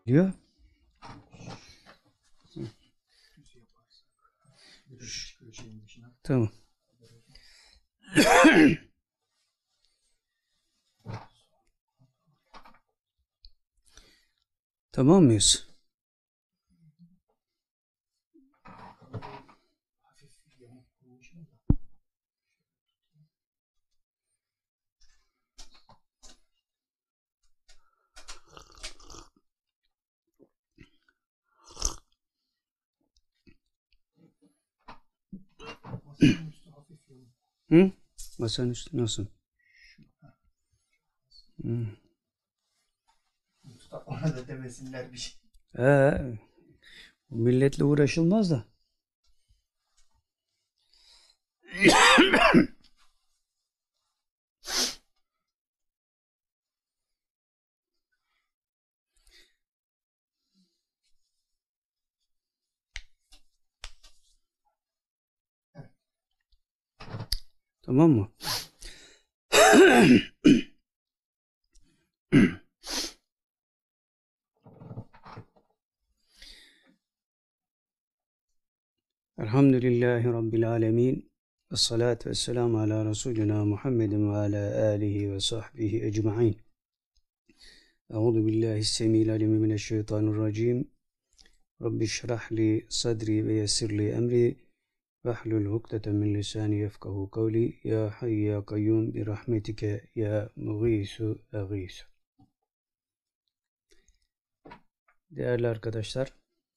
diyor. Tamam. Tamam mıyız? Hı? Masanın üstü nasıl? Hı. Ona da demesinler bir şey. Milletle uğraşılmaz da. Tamam mı? Elhamdülillahi Rabbil alemin. Esselatu vesselamu ala Resulina Muhammedin ve ala alihi ve sahbihi ecma'in. Euzu billahi semil alimi mineşşeytanirracim. Rabbi şrah li sadri ve yessir li emri vehlul ukdeten min lisani yefkahu kavli. Ya hayy ya kayyum bi rahmetike ya mughisu aghisu. Değerli arkadaşlar,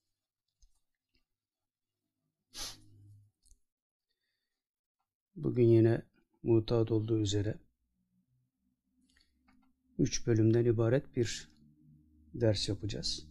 bugün yine mutat olduğu üzere 3 bölümden ibaret bir ders yapacağız.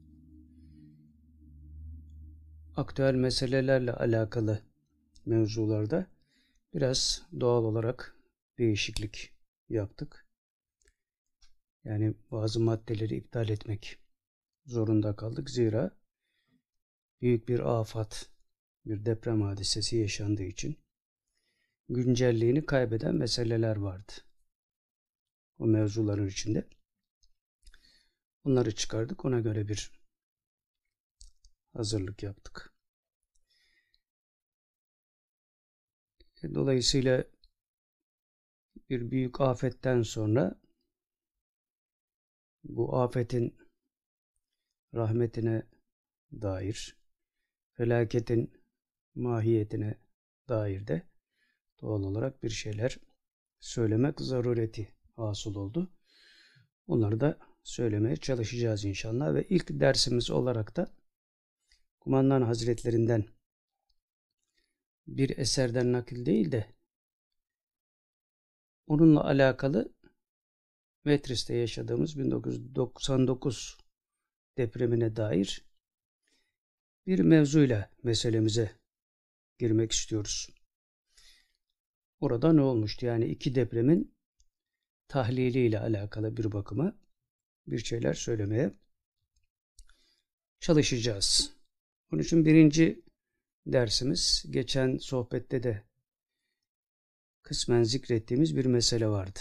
Aktüel meselelerle alakalı mevzularda biraz doğal olarak değişiklik yaptık. Yani bazı maddeleri iptal etmek zorunda kaldık. Zira büyük bir afat, bir deprem hadisesi yaşandığı için güncelliğini kaybeden meseleler vardı. O mevzuların içinde. Onları çıkardık. Ona göre bir hazırlık yaptık. Dolayısıyla bir büyük afetten sonra bu afetin rahmetine dair, felaketin mahiyetine dair de doğal olarak bir şeyler söylemek zarureti hasıl oldu. Onları da söylemeye çalışacağız inşallah ve ilk dersimiz olarak da Kumandan Hazretlerinden bir eserden nakil değil de onunla alakalı Metris'te yaşadığımız 1999 depremine dair bir mevzuyla meselemize girmek istiyoruz. Orada ne olmuştu? Yani iki depremin tahliliyle alakalı bir bakıma bir şeyler söylemeye çalışacağız. Onun için birinci dersimiz, geçen sohbette de kısmen zikrettiğimiz bir mesele vardı.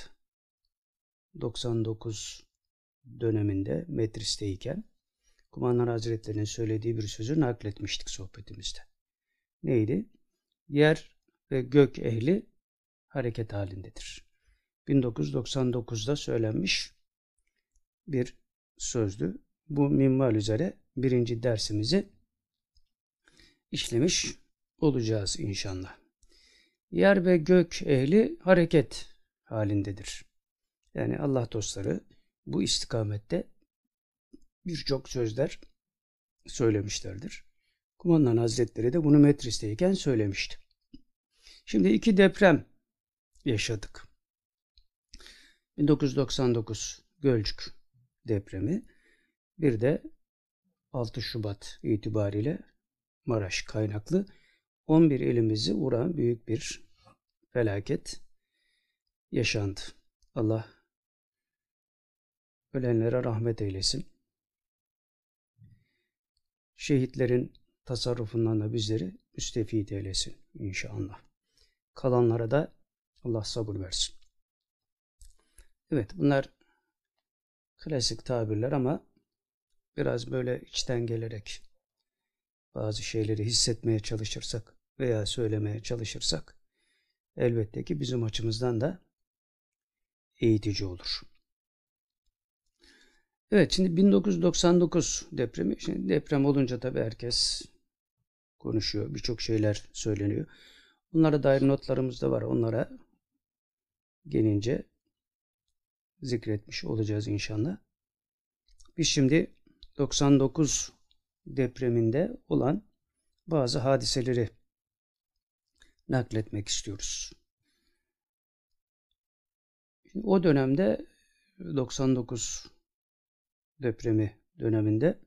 99 döneminde Metris'teyken Kumandan Hazretleri'nin söylediği bir sözü nakletmiştik sohbetimizde. Neydi? Yer ve gök ehli hareket halindedir. 1999'da söylenmiş bir sözdü. Bu minval üzere birinci dersimizi işlemiş olacağız inşallah. Yer ve gök ehli hareket halindedir. Yani Allah dostları bu istikamette birçok sözler söylemişlerdir. Kumandan Hazretleri de bunu Metris'teyken söylemişti. Şimdi iki deprem yaşadık. 1999 Gölcük depremi, bir de 6 Şubat itibariyle Maraş kaynaklı 11 ilimizi vuran büyük bir felaket yaşandı. Allah ölenlere rahmet eylesin. Şehitlerin tasarrufundan da bizleri müstefid eylesin inşallah. Kalanlara da Allah sabır versin. Evet, bunlar klasik tabirler ama biraz böyle içten gelerek bazı şeyleri hissetmeye çalışırsak veya söylemeye çalışırsak elbette ki bizim açımızdan da eğitici olur. Evet, şimdi 1999 depremi. Şimdi deprem olunca tabii herkes konuşuyor. Birçok şeyler söyleniyor. Bunlara dair notlarımız da var. Onlara gelince zikretmiş olacağız inşallah. Biz şimdi 99 depreminde olan bazı hadiseleri nakletmek istiyoruz. Şimdi o dönemde 99 depremi döneminde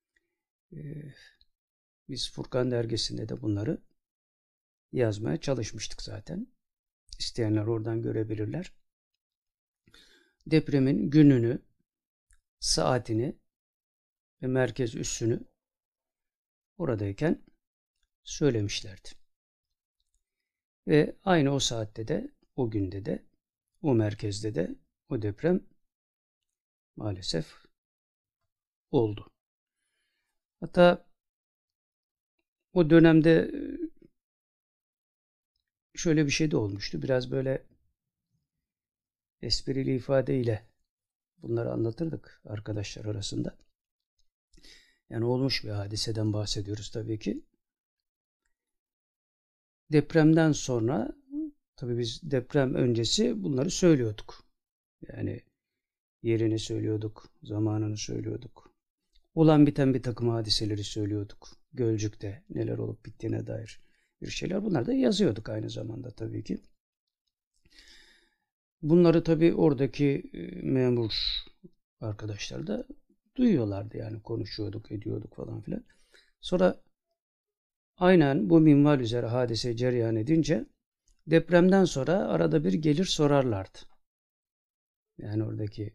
biz Furkan Dergisi'nde de bunları yazmaya çalışmıştık zaten. İsteyenler oradan görebilirler. Depremin gününü, saatini ve merkez üssünü oradayken söylemişlerdi. Ve aynı o saatte de, o günde de, o merkezde de o deprem maalesef oldu. Hatta o dönemde şöyle bir şey de olmuştu. Biraz böyle esprili ifadeyle bunları anlatırdık arkadaşlar arasında. Yani olmuş bir hadiseden bahsediyoruz tabii ki. Depremden sonra, tabii biz deprem öncesi bunları söylüyorduk. Yani yerini söylüyorduk, zamanını söylüyorduk. Olan biten bir takım hadiseleri söylüyorduk. Gölcük'te neler olup bittiğine dair bir şeyler. Bunları da yazıyorduk aynı zamanda tabii ki. Bunları tabii oradaki memur arkadaşlar da duyuyorlardı, yani konuşuyorduk, ediyorduk falan filan. Sonra aynen bu minval üzere hadise cereyan edince depremden sonra arada bir gelir sorarlardı. Yani oradaki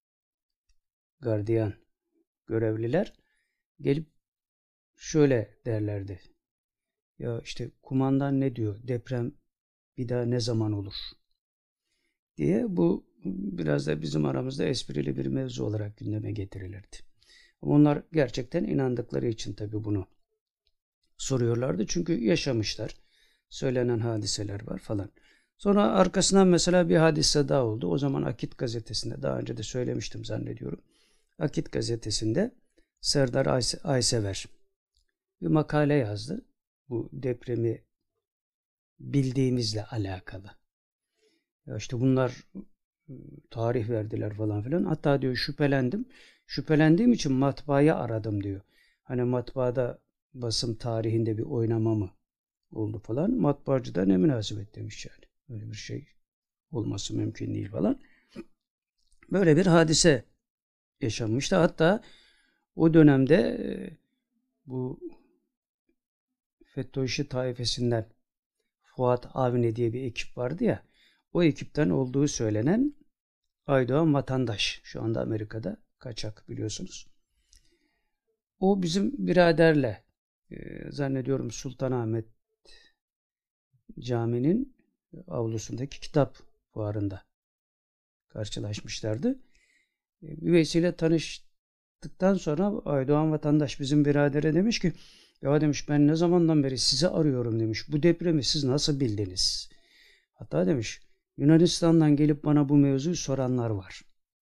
gardiyan görevliler gelip şöyle derlerdi. Ya işte kumandan ne diyor? Deprem bir daha ne zaman olur? Diye bu biraz da bizim aramızda esprili bir mevzu olarak gündeme getirilirdi. Ama onlar gerçekten inandıkları için tabii bunu soruyorlardı. Çünkü yaşamışlar. Söylenen hadiseler var falan. Sonra arkasından mesela bir hadise daha oldu. O zaman Akit gazetesinde, daha önce de söylemiştim zannediyorum. Akit gazetesinde Serdar Aysever bir makale yazdı. Bu depremi bildiğimizle alakalı. Ya işte bunlar tarih verdiler falan filan. Hatta diyor şüphelendim. Şüphelendiğim için matbaayı aradım diyor. Hani matbaada basım tarihinde bir oynama mı oldu falan. Matbaacı da ne münasebet demiş yani. Öyle bir şey olması mümkün değil falan. Böyle bir hadise yaşanmıştı. Hatta o dönemde bu FETÖ'cü taifesinden Fuat Avni diye bir ekip vardı ya. O ekipten olduğu söylenen Aydoğan Vatandaş. Şu anda Amerika'da kaçak biliyorsunuz. O bizim biraderle zannediyorum Sultanahmet Camii'nin avlusundaki kitap fuarında karşılaşmışlardı. Bir vesile tanıştıktan sonra Aydoğan Vatandaş bizim biradere demiş ki ya demiş ben ne zamandan beri sizi arıyorum demiş. Bu depremi siz nasıl bildiniz? Hatta demiş Yunanistan'dan gelip bana bu mevzuyu soranlar var.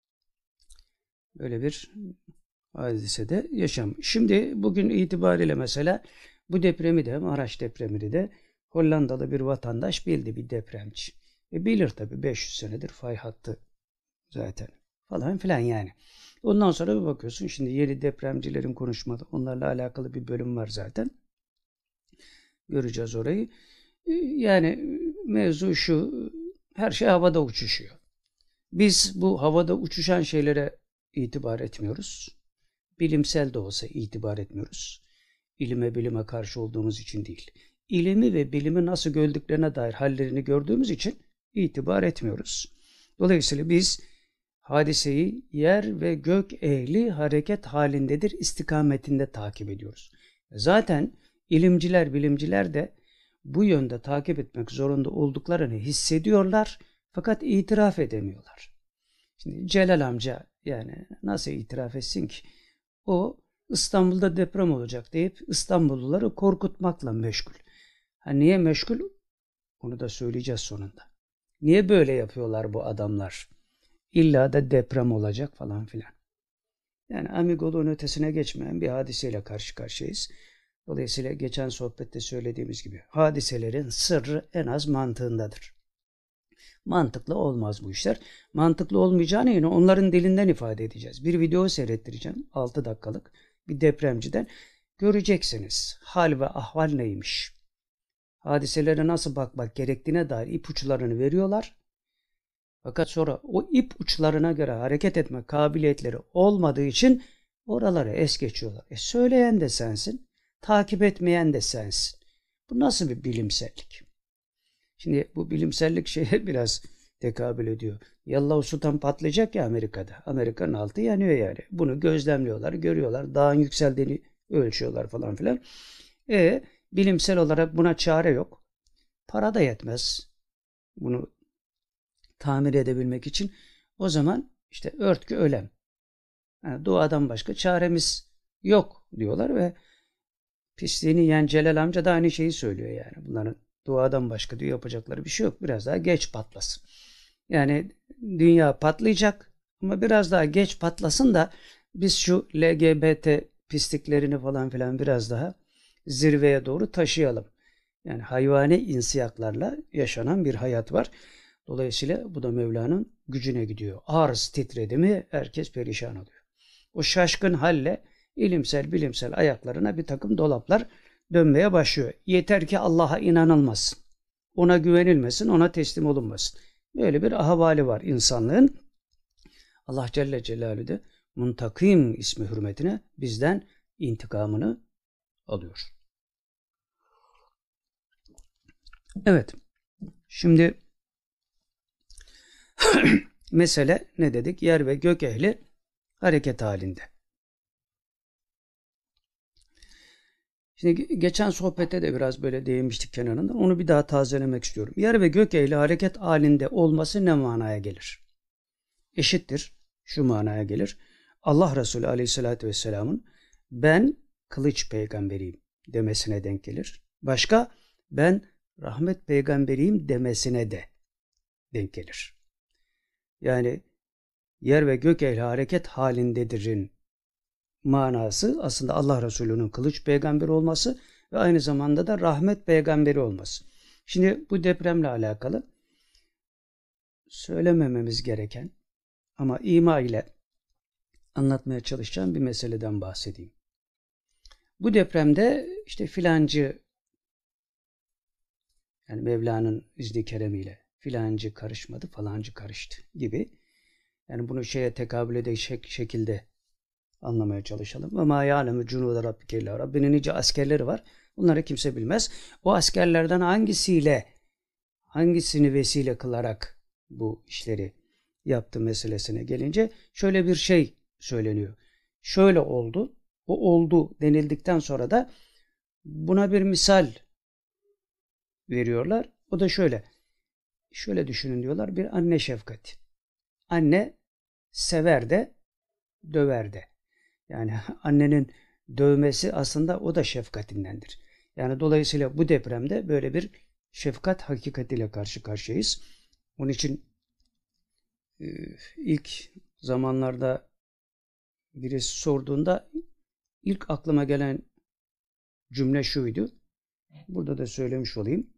Böyle bir hadisede yaşanmış. Şimdi bugün itibariyle mesela bu depremi de Maraş depremini de Hollandalı bir vatandaş bildi, bir depremci. Bilir tabii 500 senedir fay hattı zaten falan filan yani. Ondan sonra bir bakıyorsun şimdi yeni depremcilerin konuşmaları, onlarla alakalı bir bölüm var zaten. Göreceğiz orayı. Yani mevzu şu, her şey havada uçuşuyor. Biz bu havada uçuşan şeylere itibar etmiyoruz. Bilimsel de olsa itibar etmiyoruz. İlime bilime karşı olduğumuz için değil. İlimi ve bilimi nasıl gördüklerine dair hallerini gördüğümüz için itibar etmiyoruz. Dolayısıyla biz hadiseyi yer ve gök ehli hareket halindedir istikametinde takip ediyoruz. Zaten ilimciler, bilimciler de bu yönde takip etmek zorunda olduklarını hissediyorlar fakat itiraf edemiyorlar. Şimdi Celal amca yani nasıl itiraf etsin ki? O İstanbul'da deprem olacak deyip İstanbulluları korkutmakla meşgul. Niye meşgul? Onu da söyleyeceğiz sonunda. Niye böyle yapıyorlar bu adamlar? İlla da deprem olacak falan filan. Yani amigoluğun ötesine geçmeyen bir hadiseyle karşı karşıyayız. Dolayısıyla geçen sohbette söylediğimiz gibi hadiselerin sırrı en az mantığındadır. Mantıklı olmaz bu işler. Mantıklı olmayacağını yine onların dilinden ifade edeceğiz. Bir video seyrettireceğim 6 dakikalık bir depremciden. Göreceksiniz hal ve ahval neymiş. Hadiselere nasıl bakmak gerektiğine dair ipuçlarını veriyorlar. Fakat sonra o ip uçlarına göre hareket etme kabiliyetleri olmadığı için oraları es geçiyorlar. Söyleyen de sensin, takip etmeyen de sensin. Bu nasıl bir bilimsellik? Şimdi bu bilimsellik şeye biraz tekabül ediyor. Yallahu Sultan patlayacak ya Amerika'da. Amerika'nın altı yanıyor yani. Bunu gözlemliyorlar, görüyorlar. Dağın yükseldiğini ölçüyorlar falan filan. Bilimsel olarak buna çare yok. Para da yetmez bunu tamir edebilmek için. O zaman işte örtkü ölem. Yani duadan başka çaremiz yok diyorlar ve pisliğini yiyen Celal amca da aynı şeyi söylüyor yani. Bunların duadan başka diyor yapacakları bir şey yok. Biraz daha geç patlasın. Yani dünya patlayacak ama biraz daha geç patlasın da biz şu LGBT pisliklerini falan filan biraz daha zirveye doğru taşıyalım. Yani hayvani insiyaklarla yaşanan bir hayat var. Dolayısıyla bu da Mevla'nın gücüne gidiyor. Arz titredi mi herkes perişan oluyor. O şaşkın halle ilimsel bilimsel ayaklarına bir takım dolaplar dönmeye başlıyor. Yeter ki Allah'a inanılmasın. Ona güvenilmesin, ona teslim olunmasın. Böyle bir ahvali var insanlığın. Allah Celle Celaluhu de Muntakim ismi hürmetine bizden intikamını alıyor. Evet. Şimdi mesele ne dedik? Yer ve gök ehli hareket halinde. Şimdi geçen sohbette de biraz böyle değinmiştik kenarında. Onu bir daha tazelemek istiyorum. Yer ve gök ehli hareket halinde olması ne manaya gelir? Eşittir. Şu manaya gelir. Allah Resulü Aleyhisselatü Vesselam'ın ben kılıç peygamberiyim demesine denk gelir. Başka ben rahmet peygamberiyim demesine de denk gelir. Yani yer ve gök ehli hareket halindedir'in manası aslında Allah Resulü'nün kılıç peygamberi olması ve aynı zamanda da rahmet peygamberi olması. Şimdi bu depremle alakalı söylemememiz gereken ama ima ile anlatmaya çalışacağım bir meseleden bahsedeyim. Bu depremde işte filancı yani Mevla'nın izni keremiyle filancı karışmadı falancı karıştı gibi yani bunu şeye tekabül edecek şekilde anlamaya çalışalım. Ve ma ya'lemu cunude rabbike illa Rabbinin nice askerleri var. Bunları kimse bilmez. O askerlerden hangisini vesile kılarak bu işleri yaptı meselesine gelince şöyle bir şey söyleniyor. Şöyle oldu, o oldu denildikten sonra da buna bir misal veriyorlar. O da şöyle. Şöyle düşünün diyorlar. Bir anne şefkati. Anne sever de döver de. Yani annenin dövmesi aslında o da şefkatindendir. Yani dolayısıyla bu depremde böyle bir şefkat hakikatiyle karşı karşıyayız. Onun için ilk zamanlarda birisi sorduğunda ilk aklıma gelen cümle şuydu. Burada da söylemiş olayım.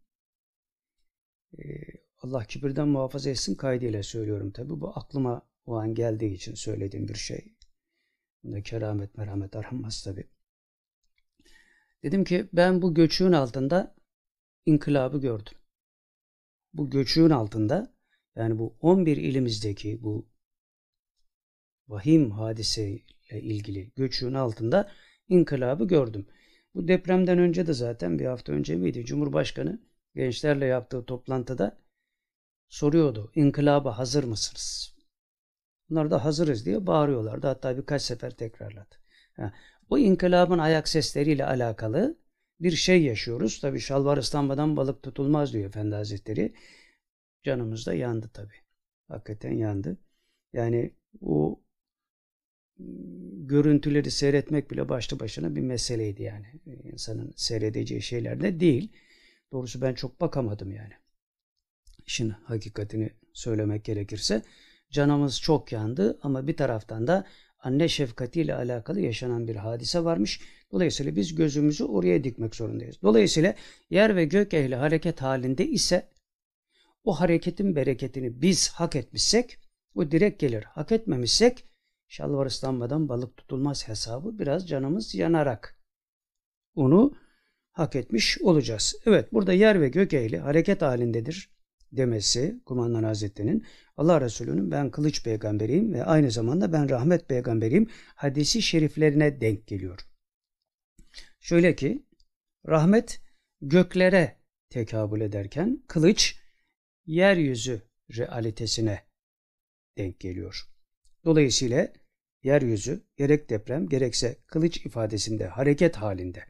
Allah kibirden muhafaza etsin kaydıyla söylüyorum tabi. Bu aklıma o an geldiği için söylediğim bir şey. Bunda keramet, merhamet aranmaz tabi. Dedim ki ben bu göçüğün altında inkılabı gördüm. Bu göçüğün altında yani bu 11 ilimizdeki bu vahim hadiseyle ilgili göçüğün altında inkılabı gördüm. Bu depremden önce de zaten bir hafta önce miydi? Cumhurbaşkanı gençlerle yaptığı toplantıda soruyordu. İnkılaba hazır mısınız? Bunlar da hazırız diye bağırıyorlardı. Hatta birkaç sefer tekrarladı. O inkılabın ayak sesleriyle alakalı bir şey yaşıyoruz. Tabi şalvar ıslanmadan balık tutulmaz diyor Efendi Hazretleri. Canımız da yandı tabi. Hakikaten yandı. Yani o görüntüleri seyretmek bile başlı başına bir meseleydi yani. İnsanın seyredeceği şeyler de değil. Doğrusu ben çok bakamadım yani. İşin hakikatini söylemek gerekirse canımız çok yandı ama bir taraftan da anne şefkatiyle alakalı yaşanan bir hadise varmış. Dolayısıyla biz gözümüzü oraya dikmek zorundayız. Dolayısıyla yer ve gök ehli hareket halinde ise o hareketin bereketini biz hak etmişsek o direkt gelir. Hak etmemişsek şalvar ıslanmadan balık tutulmaz hesabı biraz canımız yanarak onu hak etmiş olacağız. Evet, burada yer ve gök ehli hareket halindedir demesi Kumandan Hazretleri'nin Allah Resulü'nün ben kılıç peygamberiyim ve aynı zamanda ben rahmet peygamberiyim hadisi şeriflerine denk geliyor. Şöyle ki rahmet göklere tekabül ederken kılıç yeryüzü realitesine denk geliyor. Dolayısıyla yeryüzü gerek deprem gerekse kılıç ifadesinde hareket halinde.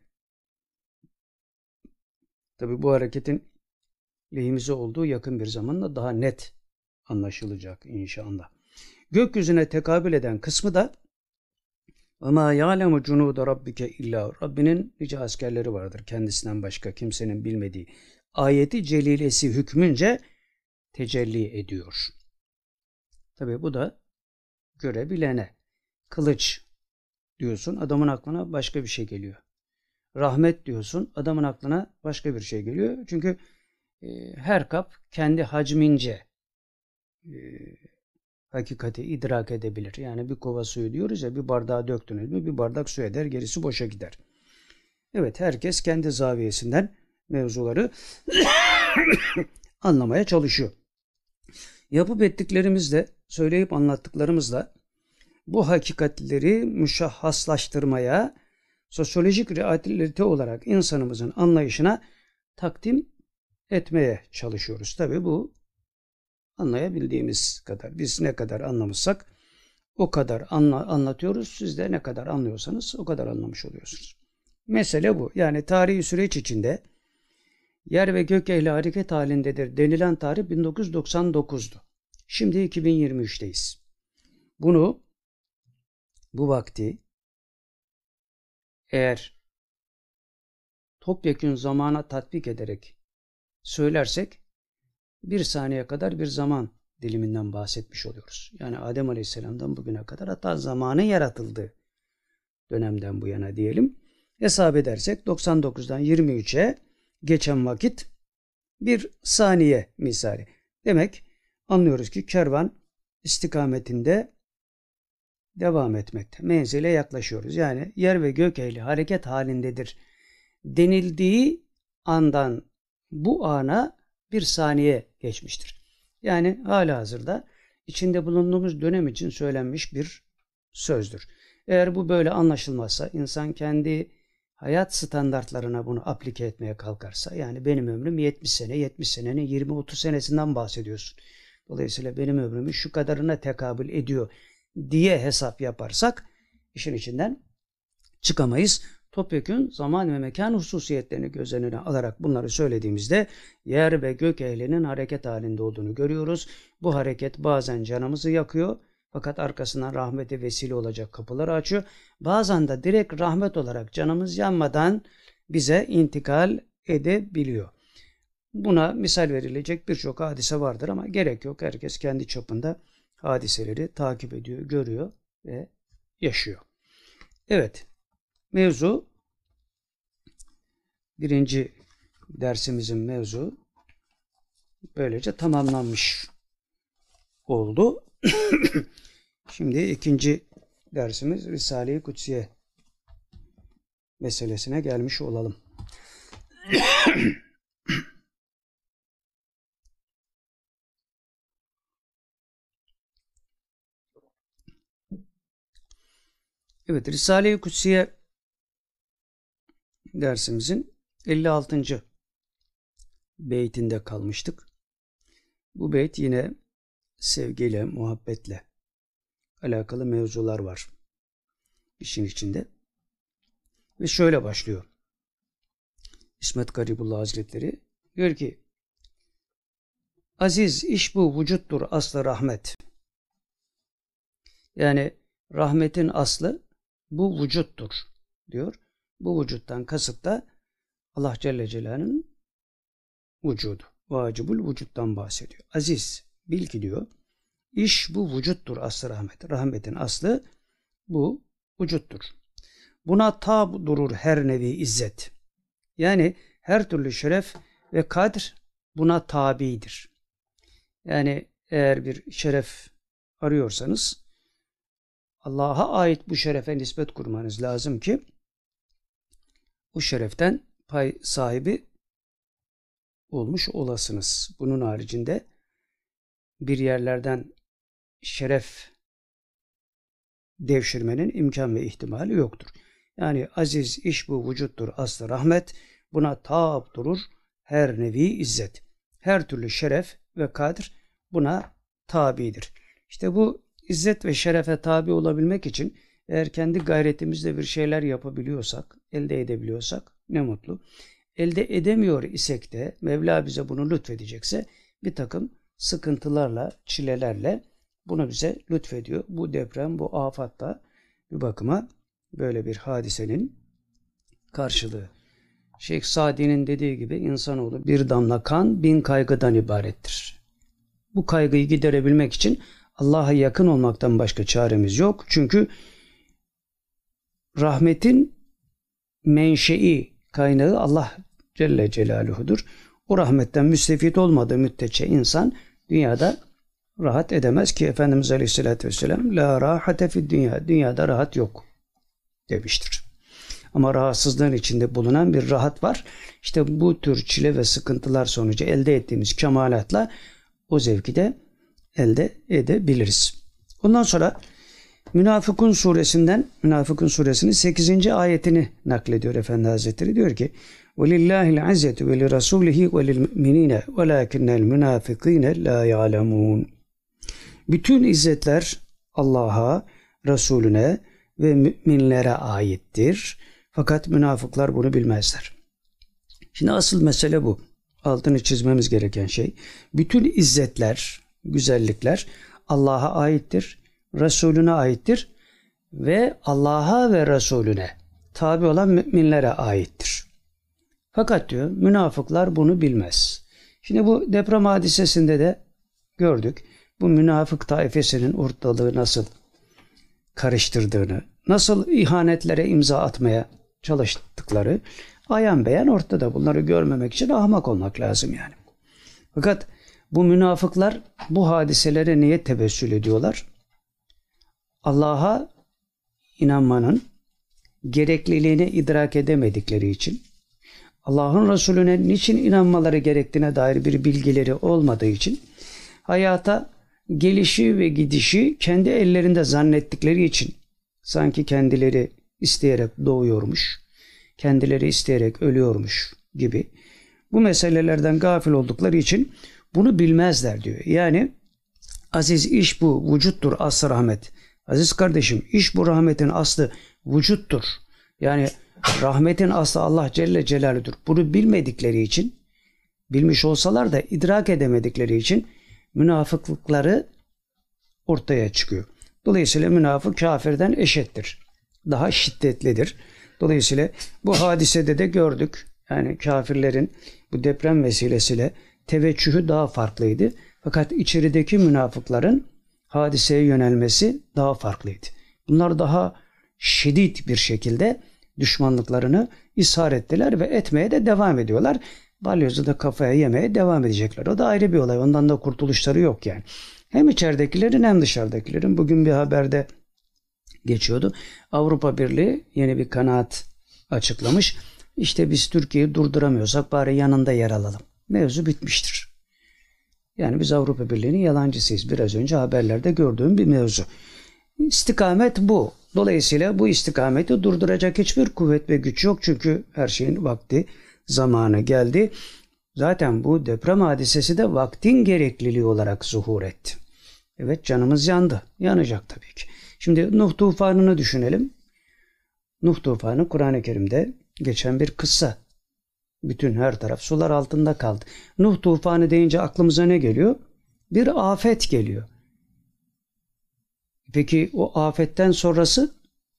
Tabi bu hareketin lehimize olduğu yakın bir zamanla daha net anlaşılacak inşallah. Gökyüzüne tekabül eden kısmı da وَمَا يَعْلَمُ جُنُودَ رَبِّكَ اِلَّا Rabbinin nice askerleri vardır. Kendisinden başka kimsenin bilmediği ayeti celilesi hükmünce tecelli ediyor. Tabi bu da görebilene. Kılıç diyorsun, adamın aklına başka bir şey geliyor. Rahmet diyorsun, adamın aklına başka bir şey geliyor. Çünkü her kap kendi hacmince hakikati idrak edebilir. Yani bir kova suyu diyoruz ya, bir bardağa döktünüz mü bir bardak su eder, gerisi boşa gider. Evet, herkes kendi zaviyesinden mevzuları anlamaya çalışıyor. Yapıp ettiklerimizle, söyleyip anlattıklarımızla bu hakikatleri müşahhaslaştırmaya, sosyolojik realite olarak insanımızın anlayışına takdim etmeye çalışıyoruz. Tabii bu anlayabildiğimiz kadar. Biz ne kadar anlamışsak o kadar anlatıyoruz. Siz de ne kadar anlıyorsanız o kadar anlamış oluyorsunuz. Mesele bu. Yani tarihi süreç içinde yer ve gök ehli hareket halindedir denilen tarih 1999'du. Şimdi 2023'teyiz. Bu vakti eğer topyekün zamana tatbik ederek söylersek bir saniye kadar bir zaman diliminden bahsetmiş oluyoruz. Yani Adem Aleyhisselam'dan bugüne kadar, hatta zamanın yaratıldığı dönemden bu yana diyelim. Hesap edersek 99'dan 23'e geçen vakit bir saniye misali. Demek anlıyoruz ki kervan istikametinde devam etmekte. Menzile yaklaşıyoruz. Yani yer ve gök ehli hareket halindedir denildiği andan bu ana bir saniye geçmiştir. Yani halihazırda içinde bulunduğumuz dönem için söylenmiş bir sözdür. Eğer bu böyle anlaşılmazsa, insan kendi hayat standartlarına bunu aplike etmeye kalkarsa, yani benim ömrüm 70 sene, 70 senenin 20-30 senesinden bahsediyorsun. Dolayısıyla benim ömrümün şu kadarına tekabül ediyor diye hesap yaparsak işin içinden çıkamayız. Topyekün zaman ve mekan hususiyetlerini göz önüne alarak bunları söylediğimizde yer ve gök ehlinin hareket halinde olduğunu görüyoruz. Bu hareket bazen canımızı yakıyor fakat arkasından rahmete vesile olacak kapıları açıyor. Bazen de direkt rahmet olarak canımız yanmadan bize intikal edebiliyor. Buna misal verilecek birçok hadise vardır ama gerek yok. Herkes kendi çapında hadiseleri takip ediyor, görüyor ve yaşıyor. Evet. Mevzu, birinci dersimizin mevzu böylece tamamlanmış oldu. Şimdi ikinci dersimiz Risale-i Kutsiye meselesine gelmiş olalım. Evet, Risale-i Kutsiye dersimizin 56. beytinde kalmıştık. Bu beyt yine sevgiyle, muhabbetle alakalı mevzular var işin içinde. Ve şöyle başlıyor. İsmet Garibullah Hazretleri diyor ki: Aziz iş bu vücuttur aslı rahmet. Yani rahmetin aslı bu vücuttur diyor. Bu vücuttan kasıt da Allah Celle Celaluhu'nun vücudu. Vacibul vücuttan bahsediyor. Aziz bil ki diyor, iş bu vücuttur aslı rahmet. Rahmetin aslı bu vücuttur. Buna tab durur her nevi izzet. Yani her türlü şeref ve kadr buna tabidir. Yani eğer bir şeref arıyorsanız Allah'a ait bu şerefe nispet kurmanız lazım ki o şereften pay sahibi olmuş olasınız. Bunun haricinde bir yerlerden şeref devşirmenin imkan ve ihtimali yoktur. Yani aziz iş bu vücuttur aslı rahmet, buna tab durur her nevi izzet. Her türlü şeref ve kadr buna tabidir. İşte bu izzet ve şerefe tabi olabilmek için eğer kendi gayretimizle bir şeyler yapabiliyorsak, elde edebiliyorsak ne mutlu. Elde edemiyor isek de Mevla bize bunu lütfedecekse bir takım sıkıntılarla, çilelerle bunu bize lütfediyor. Bu deprem, bu afat da bir bakıma böyle bir hadisenin karşılığı. Şeyh Sadi'nin dediği gibi insanoğlu bir damla kan bin kaygıdan ibarettir. Bu kaygıyı giderebilmek için Allah'a yakın olmaktan başka çaremiz yok. Çünkü rahmetin menşei, kaynağı Allah Celle Celaluhu'dur. O rahmetten müstefit olmadığı müddetçe insan dünyada rahat edemez ki Efendimiz Aleyhisselatü Vesselam la rahate fid dünya, dünyada rahat yok demiştir. Ama rahatsızlığın içinde bulunan bir rahat var. İşte bu tür çile ve sıkıntılar sonucu elde ettiğimiz kemalatla o zevki de elde edebiliriz. Ondan sonra Münafıkun suresinin 8. ayetini naklediyor Efendi Hazretleri. Diyor ki وَلِلَّهِ الْعَزَّةُ وَلِرَسُولِهِ وَلِلْمُؤْمِنِينَ وَلَاكِنَّ الْمُنَافِقِينَ لَا يَعْلَمُونَ. Bütün izzetler Allah'a, Resulüne ve müminlere aittir. Fakat münafıklar bunu bilmezler. Şimdi asıl mesele bu. Altını çizmemiz gereken şey. Bütün izzetler, güzellikler Allah'a aittir, Resulüne aittir ve Allah'a ve Resulüne tabi olan müminlere aittir. Fakat diyor münafıklar bunu bilmez. Şimdi bu deprem hadisesinde de gördük. Bu münafık taifesinin ortalığı nasıl karıştırdığını, nasıl ihanetlere imza atmaya çalıştıkları ayan beyan ortada. Bunları görmemek için ahmak olmak lazım yani. Fakat bu münafıklar bu hadiselere niye tevessül ediyorlar? Allah'a inanmanın gerekliliğini idrak edemedikleri için, Allah'ın Resulüne niçin inanmaları gerektiğine dair bir bilgileri olmadığı için, hayata gelişi ve gidişi kendi ellerinde zannettikleri için, sanki kendileri isteyerek doğuyormuş, kendileri isteyerek ölüyormuş gibi bu meselelerden gafil oldukları için bunu bilmezler diyor. Yani aziz iş bu vücuttur aslı rahmet. Aziz kardeşim iş bu rahmetin aslı vücuttur. Yani rahmetin aslı Allah Celle Celaluhu'dur. Bunu bilmedikleri için, bilmiş olsalar da idrak edemedikleri için münafıklıkları ortaya çıkıyor. Dolayısıyla münafık kafirden eşittir. Daha şiddetlidir. Dolayısıyla bu hadisede de gördük. Yani kafirlerin bu deprem vesilesiyle teveccühü daha farklıydı. Fakat içerideki münafıkların hadiseye yönelmesi daha farklıydı. Bunlar daha şiddet bir şekilde düşmanlıklarını ishar ettiler ve etmeye de devam ediyorlar. Balyozu da kafaya yemeye devam edecekler. O da ayrı bir olay. Ondan da kurtuluşları yok yani. Hem içeridekilerin hem dışarıdakilerin. Bugün bir haberde geçiyordu. Avrupa Birliği yeni bir kanaat açıklamış. İşte biz Türkiye'yi durduramıyorsak bari yanında yer alalım. Mevzu bitmiştir. Yani biz Avrupa Birliği'nin yalancısıyız. Biraz önce haberlerde gördüğüm bir mevzu. İstikamet bu. Dolayısıyla bu istikameti durduracak hiçbir kuvvet ve güç yok. Çünkü her şeyin vakti, zamanı geldi. Zaten bu deprem hadisesi de vaktin gerekliliği olarak zuhur etti. Evet canımız yandı. Yanacak tabii ki. Şimdi Nuh tufanını düşünelim. Nuh tufanı Kur'an-ı Kerim'de geçen bir kıssa. Bütün her taraf sular altında kaldı. Nuh tufanı deyince aklımıza ne geliyor? Bir afet geliyor. Peki o afetten sonrası?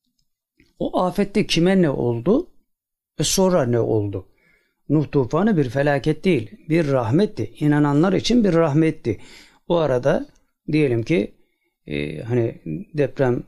O afette kime ne oldu? Sonra ne oldu? Nuh tufanı bir felaket değil, bir rahmetti. İnananlar için bir rahmetti. O arada diyelim ki hani deprem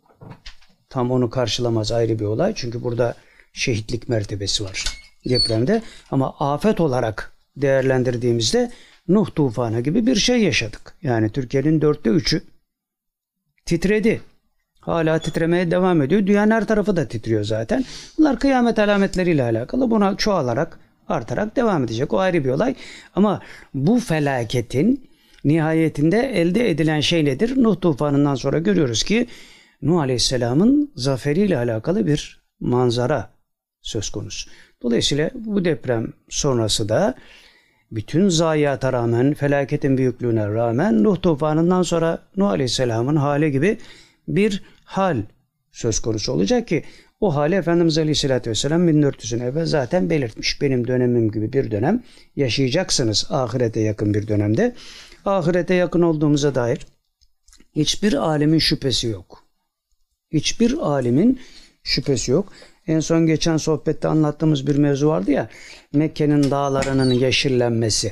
tam onu karşılamaz, ayrı bir olay. Çünkü burada şehitlik mertebesi var depremde. Ama afet olarak değerlendirdiğimizde Nuh tufanı gibi bir şey yaşadık. Yani Türkiye'nin 3'ü titredi. Hala titremeye devam ediyor. Dünyanın her tarafı da titriyor zaten. Bunlar kıyamet alametleriyle alakalı. Buna çoğalarak, artarak devam edecek. O ayrı bir olay. Ama bu felaketin nihayetinde elde edilen şey nedir? Nuh tufanından sonra görüyoruz ki Nuh Aleyhisselam'ın zaferiyle alakalı bir manzara söz konusu. Dolayısıyla bu deprem sonrası da bütün zayiata rağmen, felaketin büyüklüğüne rağmen Nuh tufanından sonra Nuh Aleyhisselam'ın hali gibi bir hal söz konusu olacak ki o hali Efendimiz Aleyhisselatü Vesselam 1400 sene evvel zaten belirtmiş. Benim dönemim gibi bir dönem yaşayacaksınız ahirete yakın bir dönemde. Ahirete yakın olduğumuza dair hiçbir alimin şüphesi yok. Hiçbir alimin şüphesi yok. En son geçen sohbette anlattığımız bir mevzu vardı ya, Mekke'nin dağlarının yeşillenmesi.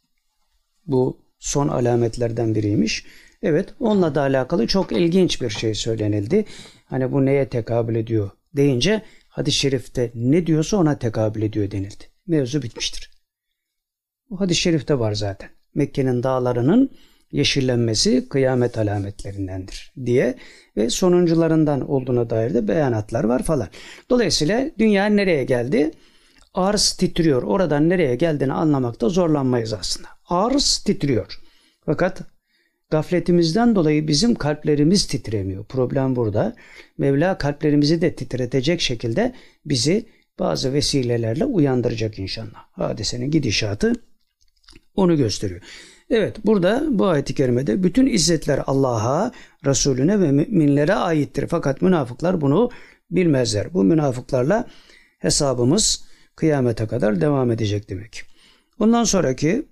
Bu son alametlerden biriymiş. Evet, onunla da alakalı çok ilginç bir şey söylenildi. Hani bu neye tekabül ediyor deyince hadis-i şerifte ne diyorsa ona tekabül ediyor denildi. Mevzu bitmiştir. Bu hadis-i şerifte var zaten. Mekke'nin dağlarının yeşillenmesi kıyamet alametlerindendir diye ve sonuncularından olduğuna dair de beyanatlar var falan. Dolayısıyla dünya nereye geldi? Arz titriyor. Oradan nereye geldiğini anlamakta zorlanmayız aslında. Arz titriyor. Fakat gafletimizden dolayı bizim kalplerimiz titremiyor. Problem burada. Mevla kalplerimizi de titretecek şekilde bizi bazı vesilelerle uyandıracak inşallah. Hadisenin gidişatı onu gösteriyor. Evet, burada bu ayet-i kerimede bütün izzetler Allah'a, Resulüne ve müminlere aittir. Fakat münafıklar bunu bilmezler. Bu münafıklarla hesabımız kıyamete kadar devam edecek demek. Ondan sonraki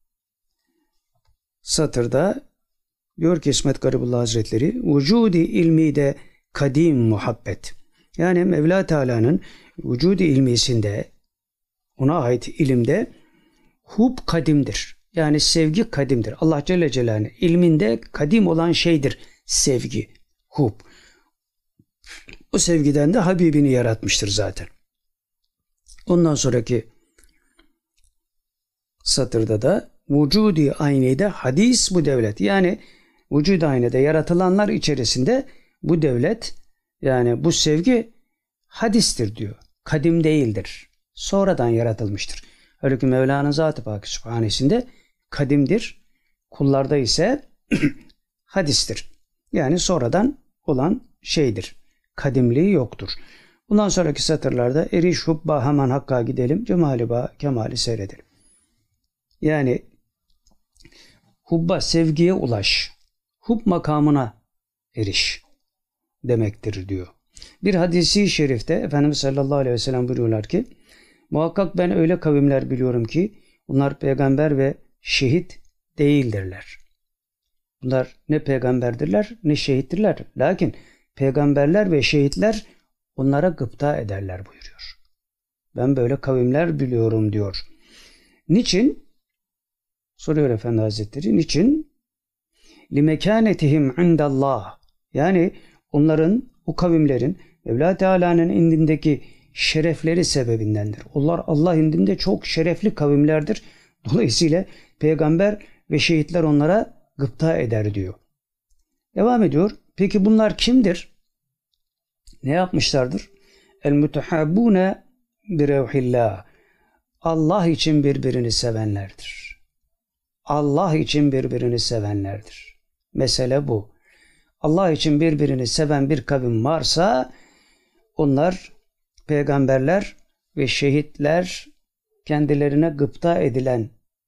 satırda diyor ki İsmet Garibullah Hazretleri, vücudi ilmi de kadim muhabbet. Yani Mevla Teala'nın vücudi ilmisinde, ona ait ilimde hub kadimdir. Yani sevgi kadimdir. Allah Celle Celaluhu'nun ilminde kadim olan şeydir sevgi, hub. O sevgiden de Habibini yaratmıştır zaten. Ondan sonraki satırda da vücudi aynede hadis bu devlet. Yani vücud-i aynede yaratılanlar içerisinde bu devlet, yani bu sevgi hadistir diyor. Kadim değildir. Sonradan yaratılmıştır. Halbuki Mevla'nın Zat-ı Pâk Sübhanesinde kadimdir. Kullarda ise hadistir. Yani sonradan olan şeydir. Kadimliği yoktur. Bundan sonraki satırlarda eriş hubba hemen hakka gidelim. Cemali ba kemali seyredelim. Yani hubba sevgiye ulaş. Hub makamına eriş demektir diyor. Bir hadisi şerifte Efendimiz sallallahu aleyhi ve sellem buyuruyorlar ki muhakkak ben öyle kavimler biliyorum ki bunlar peygamber ve şehit değildirler. Bunlar ne peygamberdirler ne şehittirler. Lakin peygamberler ve şehitler onlara gıpta ederler buyuruyor. Ben böyle kavimler biliyorum diyor. Niçin? Soruyor Efendi Hazretleri. Niçin? لِمَكَانَتِهِمْ عِنْدَ اللّٰهِ. Yani onların, o kavimlerin Mevla Teala'nın indindeki şerefleri sebebindendir. Onlar Allah indinde çok şerefli kavimlerdir. Dolayısıyla peygamber ve şehitler onlara gıpta eder diyor. Devam ediyor. Peki bunlar kimdir? Ne yapmışlardır? El-mutehabbune birevhillah. Allah için birbirini sevenlerdir. Allah için birbirini sevenlerdir. Mesele bu. Allah için birbirini seven bir kavim varsa onlar peygamberler ve şehitler kendilerine gıpta edilen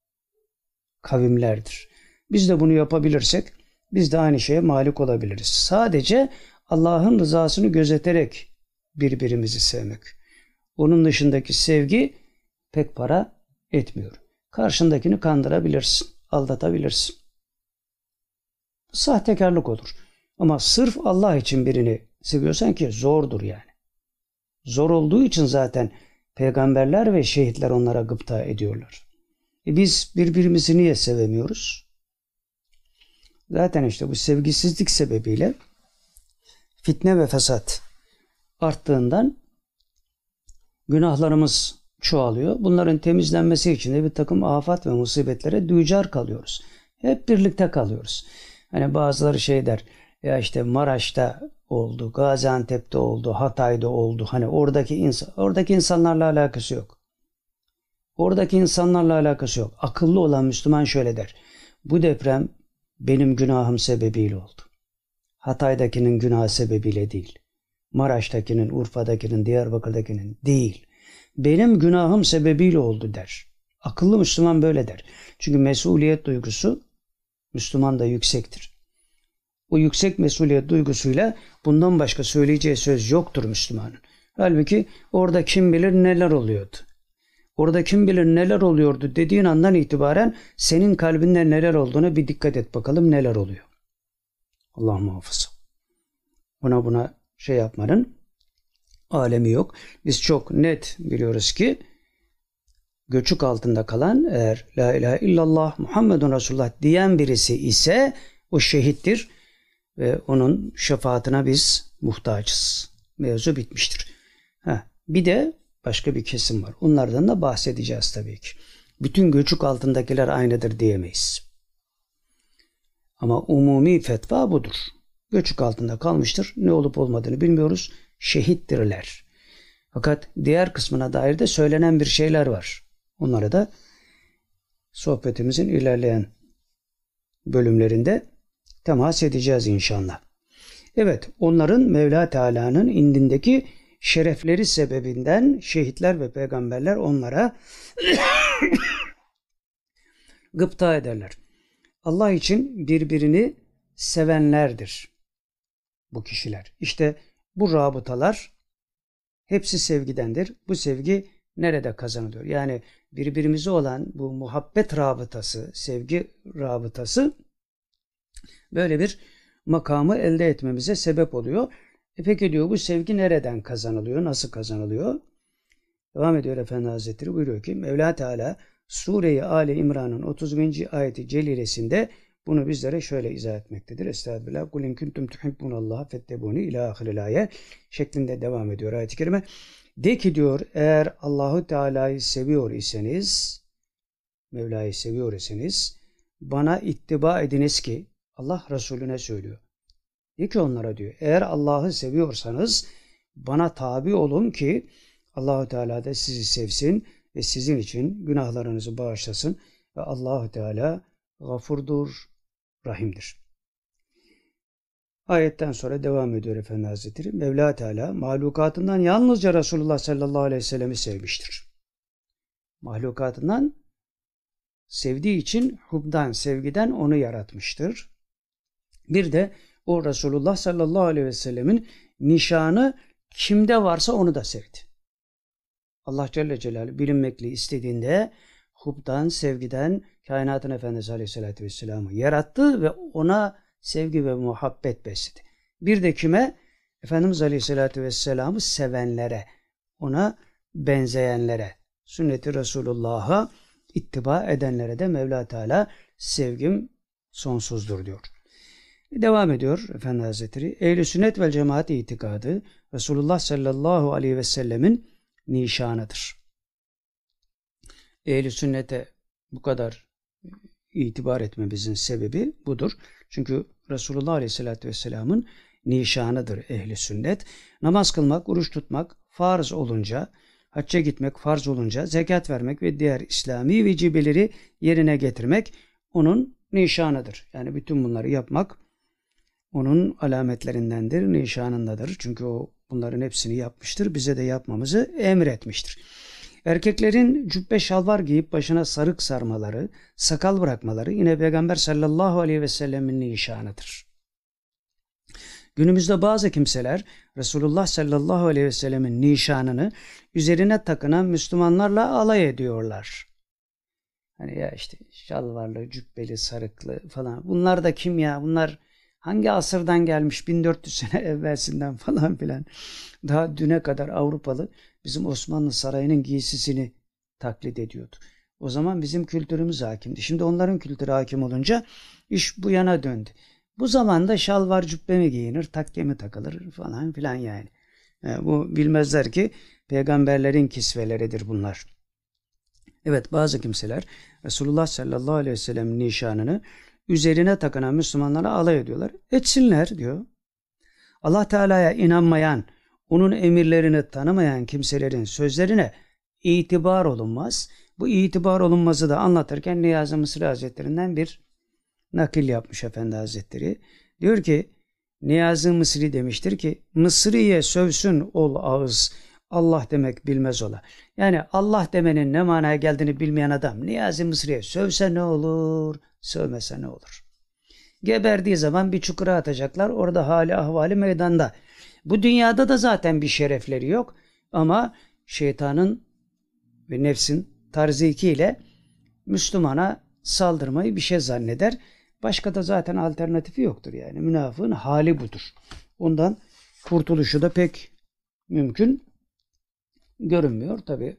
kavimlerdir. Biz de bunu yapabilirsek biz de aynı şeye malik olabiliriz. Sadece Allah'ın rızasını gözeterek birbirimizi sevmek. Onun dışındaki sevgi pek para etmiyor. Karşındakini kandırabilirsin, aldatabilirsin. Sahtekarlık olur. Ama sırf Allah için birini seviyorsan ki zordur yani. Zor olduğu için zaten peygamberler ve şehitler onlara gıpta ediyorlar. Biz birbirimizi niye sevemiyoruz? Zaten işte bu sevgisizlik sebebiyle fitne ve fesat arttığından günahlarımız çoğalıyor. Bunların temizlenmesi için de bir takım afat ve musibetlere düçar kalıyoruz. Hep birlikte kalıyoruz. Hani bazıları şey der, ya işte Maraş'ta oldu, Gaziantep'te oldu, Hatay'da oldu. Hani oradaki insanlarla alakası yok. Oradaki insanlarla alakası yok. Akıllı olan Müslüman şöyle der. Bu deprem benim günahım sebebiyle oldu. Hatay'dakinin günahı sebebiyle değil. Maraş'takinin, Urfa'dakinin, Diyarbakır'dakinin değil. Benim günahım sebebiyle oldu der. Akıllı Müslüman böyle der. Çünkü mesuliyet duygusu Müslüman da yüksektir. O yüksek mesuliyet duygusuyla bundan başka söyleyeceği söz yoktur Müslümanın. Halbuki orada kim bilir neler oluyordu. Orada kim bilir neler oluyordu dediğin andan itibaren senin kalbinde neler olduğuna bir dikkat et bakalım neler oluyor. Allah muhafaza. Buna şey yapmanın alemi yok. Biz çok net biliyoruz ki göçük altında kalan eğer La ilahe illallah Muhammedun Resulullah diyen birisi ise o şehittir ve onun şefaatine biz muhtacız. Mevzu bitmiştir. Bir de başka bir kesim var. Onlardan da bahsedeceğiz tabii ki. Bütün göçük altındakiler aynıdır diyemeyiz. Ama umumi fetva budur. Göçük altında kalmıştır. Ne olup olmadığını bilmiyoruz. Şehittirler. Fakat diğer kısmına dair de söylenen bir şeyler var. Onlara da sohbetimizin ilerleyen bölümlerinde temas edeceğiz inşallah. Evet, onların Mevla Teala'nın indindeki şerefleri sebebinden şehitler ve peygamberler onlara gıpta ederler. Allah için birbirini sevenlerdir bu kişiler. İşte bu rabıtalar hepsi sevgidendir. Bu sevgi nerede kazanılıyor? Yani birbirimize olan bu muhabbet rabıtası, sevgi rabıtası böyle bir makamı elde etmemize sebep oluyor. Peki diyor bu sevgi nereden kazanılıyor? Nasıl kazanılıyor? Devam ediyor Efendi Hazretleri buyuruyor ki Mevla Teala Sure-i Ali İmran'ın 30. ayeti celilesinde bunu bizlere şöyle izah etmektedir. Estağfirullah. Kul in kuntum tuhibbunallaha fettebuni ila ahiril ayet şeklinde devam ediyor ayet-i kerime. De ki diyor eğer Allahu Teala'yı seviyor iseniz, Mevla'yı seviyor iseniz bana ittiba ediniz ki Allah Resulüne söylüyor. De ki onlara diyor eğer Allah'ı seviyorsanız bana tabi olun ki Allahu Teala da sizi sevsin ve sizin için günahlarınızı bağışlasın ve Allahu Teala gafurdur, rahimdir. Ayetten sonra devam ediyor Efendi Hazretleri. Mevla Teala mahlukatından yalnızca Resulullah sallallahu aleyhi ve sellem'i sevmiştir. Mahlukatından sevdiği için hubdan, sevgiden onu yaratmıştır. Bir de o Resulullah sallallahu aleyhi ve sellemin nişanı kimde varsa onu da sevdi. Allah Celle Celaluhu bilinmekle istediğinde hubdan, sevgiden kainatın Efendisi Aleyhisselatü Vesselam'ı yarattı ve ona sevgi ve muhabbet besledi. Bir de kime? Efendimiz Aleyhisselatü Vesselam'ı sevenlere, ona benzeyenlere, sünnet-i Resulullah'a ittiba edenlere de Mevla Teala sevgim sonsuzdur diyor. Devam ediyor Efendi Hazretleri. Ehl-i sünnet vel cemaat itikadı Resulullah sallallahu aleyhi ve sellemin nişanıdır. Ehl-i sünnete bu kadar itibar etmemizin sebebi budur. Çünkü Resulullah Aleyhisselatü Vesselam'ın nişanıdır ehli sünnet. Namaz kılmak, oruç tutmak farz olunca, hacca gitmek farz olunca, zekat vermek ve diğer İslami vecibeleri yerine getirmek onun nişanıdır. Yani bütün bunları yapmak onun alametlerindendir, nişanındadır. Çünkü o bunların hepsini yapmıştır. Bize de yapmamızı emretmiştir. Erkeklerin cübbe şalvar giyip başına sarık sarmaları, sakal bırakmaları yine Peygamber sallallahu aleyhi ve sellemin nişanıdır. Günümüzde bazı kimseler Resulullah sallallahu aleyhi ve sellemin nişanını üzerine takınan Müslümanlarla alay ediyorlar. Hani ya işte şalvarlı, cübbeli, sarıklı falan. Bunlar da kim ya? Bunlar hangi asırdan gelmiş, 1400 sene evvelsinden falan filan. Daha düne kadar Avrupalı bizim Osmanlı Sarayı'nın giysisini taklit ediyordu. O zaman bizim kültürümüz hakimdi. Şimdi onların kültürü hakim olunca iş bu yana döndü. Bu zamanda şalvar cübbe mi giyinir, takke mi takılır falan filan yani. Bu bilmezler ki peygamberlerin kisveleridir bunlar. Evet, bazı kimseler Resulullah sallallahu aleyhi ve sellem'in nişanını üzerine takınan Müslümanlara alay ediyorlar. Etsinler diyor. Allah Teala'ya inanmayan, onun emirlerini tanımayan kimselerin sözlerine itibar olunmaz. Bu itibar olunmazı da anlatırken Niyazi Mısri Hazretlerinden bir nakil yapmış Efendi Hazretleri. Diyor ki, Niyazi Mısri demiştir ki, Mısri'ye sövsün ol ağız, Allah demek bilmez ola. Yani Allah demenin ne manaya geldiğini bilmeyen adam Niyazi Mısri'ye sövse ne olur, sövmese ne olur? Geberdiği zaman bir çukura atacaklar, orada hali ahvali meydanda. Bu dünyada da zaten bir şerefleri yok ama şeytanın ve nefsin tarziki Müslümana saldırmayı bir şey zanneder. Başka da zaten alternatifi yoktur yani. Münafığın hali budur. Ondan kurtuluşu da pek mümkün görünmüyor. Tabi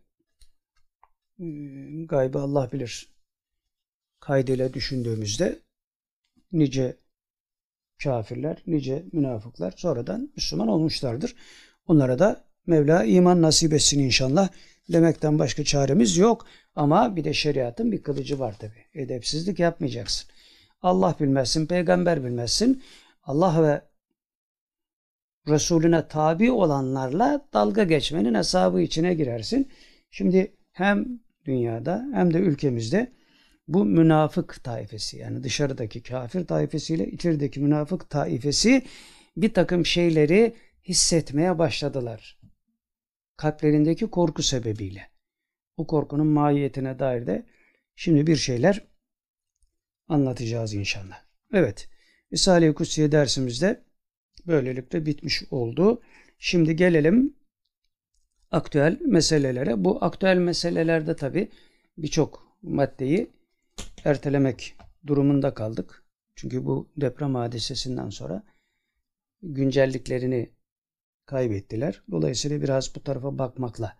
gaybı Allah bilir. Kaydıyla düşündüğümüzde nice kafirler, nice münafıklar sonradan Müslüman olmuşlardır. Onlara da Mevla iman nasip etsin inşallah demekten başka çaremiz yok. Ama bir de şeriatın bir kılıcı var tabi. Edepsizlik yapmayacaksın. Allah bilmezsin, peygamber bilmezsin. Allah ve Resulüne tabi olanlarla dalga geçmenin hesabı içine girersin. Şimdi hem dünyada hem de ülkemizde bu münafık taifesi, yani dışarıdaki kafir taifesiyle içerideki münafık taifesi bir takım şeyleri hissetmeye başladılar. Kalplerindeki korku sebebiyle. O korkunun mahiyetine dair de şimdi bir şeyler anlatacağız inşallah. Evet, Risale-i Kutsiye dersimizde böylelikle bitmiş oldu. Şimdi gelelim aktüel meselelere. Bu aktüel meselelerde tabii birçok maddeyi ertelemek durumunda kaldık. Çünkü bu deprem hadisesinden sonra güncelliklerini kaybettiler. Dolayısıyla biraz bu tarafa bakmakla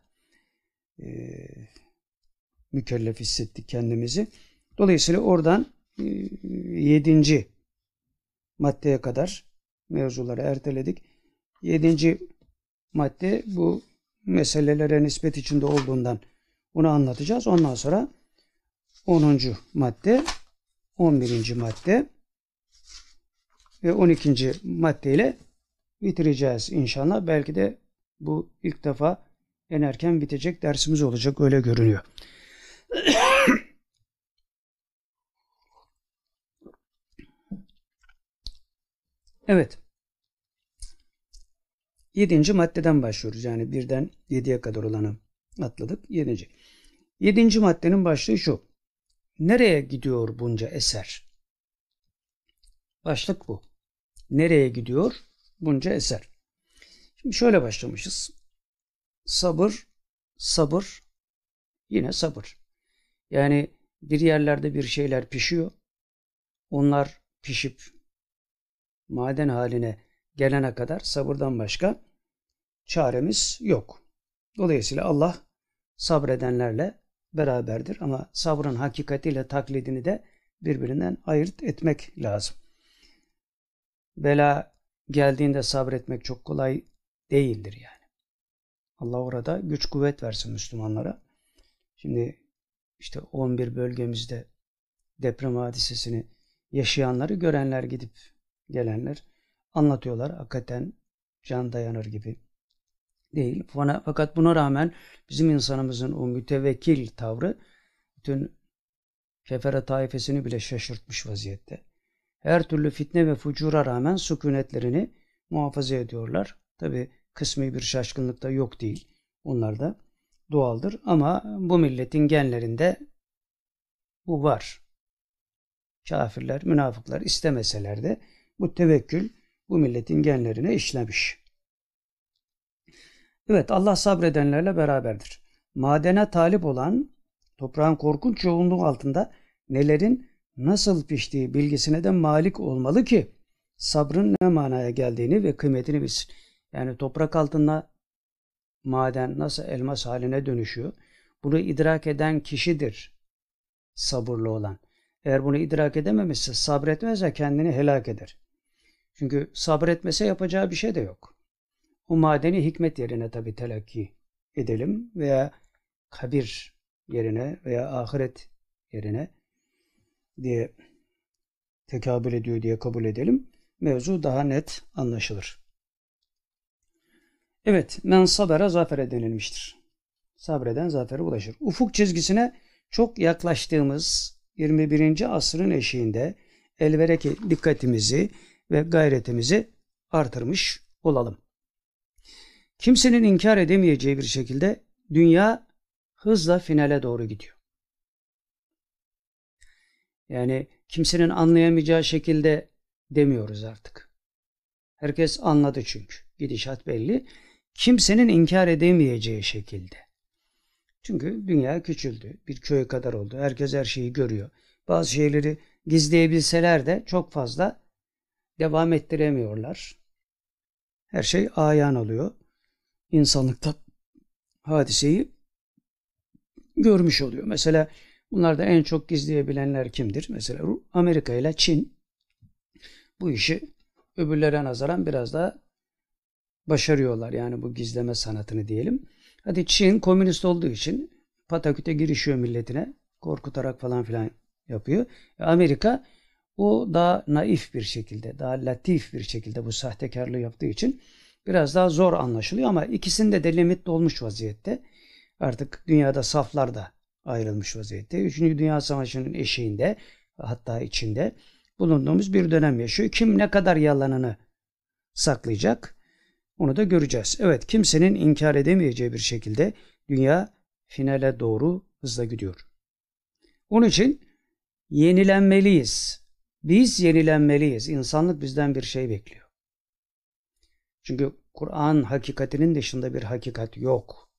mükellef hissettik kendimizi. Dolayısıyla oradan 7. maddeye kadar mevzuları erteledik. 7. madde bu meselelere nispet içinde olduğundan bunu anlatacağız. Ondan sonra 10. madde, 11. madde ve 12. maddeyle bitireceğiz inşallah. Belki de bu ilk defa en erken bitecek dersimiz olacak. Öyle görünüyor. Evet. 7. maddeden başlıyoruz. Yani 1'den 7'ye kadar olanı atladık. 7. 7. maddenin başlığı şu. Nereye gidiyor bunca eser? Başlık bu. Nereye gidiyor bunca eser? Şimdi şöyle başlamışız. Sabır, sabır, yine sabır. Yani bir yerlerde bir şeyler pişiyor. Onlar pişip maden haline gelene kadar sabırdan başka çaremiz yok. Dolayısıyla Allah sabredenlerle beraberdir ama sabrın hakikatiyle taklidini de birbirinden ayırt etmek lazım. Bela geldiğinde sabretmek çok kolay değildir yani. Allah orada güç kuvvet versin Müslümanlara. Şimdi işte 11 bölgemizde deprem hadisesini yaşayanları görenler, gidip gelenler anlatıyorlar. Hakikaten can dayanır gibi değil. Fakat buna rağmen bizim insanımızın o mütevekkil tavrı bütün kefere taifesini bile şaşırtmış vaziyette. Her türlü fitne ve fucura rağmen sükunetlerini muhafaza ediyorlar. Tabi kısmi bir şaşkınlık da yok değil. Onlar da doğaldır. Ama bu milletin genlerinde bu var. Kafirler, münafıklar istemeseler de bu tevekkül bu milletin genlerine işlemiş. Evet, Allah sabredenlerle beraberdir. Madene talip olan toprağın korkunç yoğunluğu altında nelerin nasıl piştiği bilgisine de malik olmalı ki sabrın ne manaya geldiğini ve kıymetini bilsin. Yani toprak altında maden nasıl elmas haline dönüşüyor? Bunu idrak eden kişidir sabırlı olan. Eğer bunu idrak edememişse, sabretmezse kendini helak eder. Çünkü sabretmese yapacağı bir şey de yok. O madeni hikmet yerine tabii telakki edelim veya kabir yerine veya ahiret yerine diye tekabül ediyor diye kabul edelim. Mevzu daha net anlaşılır. Evet, men sabere zafere denilmiştir. Sabreden zafere ulaşır. Ufuk çizgisine çok yaklaştığımız 21. asrın eşiğinde elvere ki dikkatimizi ve gayretimizi artırmış olalım. Kimsenin inkar edemeyeceği bir şekilde dünya hızla finale doğru gidiyor. Yani kimsenin anlayamayacağı şekilde demiyoruz artık. Herkes anladı çünkü. Gidişat belli. Kimsenin inkar edemeyeceği şekilde. Çünkü dünya küçüldü. Bir köy kadar oldu. Herkes her şeyi görüyor. Bazı şeyleri gizleyebilseler de çok fazla devam ettiremiyorlar. Her şey ayan oluyor. İnsanlıkta hadiseyi görmüş oluyor. Mesela bunlarda en çok gizleyebilenler kimdir? Mesela Amerika ile Çin bu işi öbürlere nazaran biraz daha başarıyorlar. Yani bu gizleme sanatını diyelim. Hadi Çin komünist olduğu için pataküte girişiyor milletine. Korkutarak falan filan yapıyor. Amerika o daha naif bir şekilde, daha latif bir şekilde bu sahtekarlığı yaptığı için biraz daha zor anlaşılıyor ama ikisinde de limit dolmuş vaziyette. Artık dünyada saflar da ayrılmış vaziyette. 3. Dünya Savaşı'nın eşiğinde hatta içinde bulunduğumuz bir dönem yaşıyor. Kim ne kadar yalanını saklayacak onu da göreceğiz. Evet, kimsenin inkar edemeyeceği bir şekilde dünya finale doğru hızla gidiyor. Onun için yenilenmeliyiz. Biz yenilenmeliyiz. İnsanlık bizden bir şey bekliyor. Çünkü Kur'an hakikatinin dışında bir hakikat yok.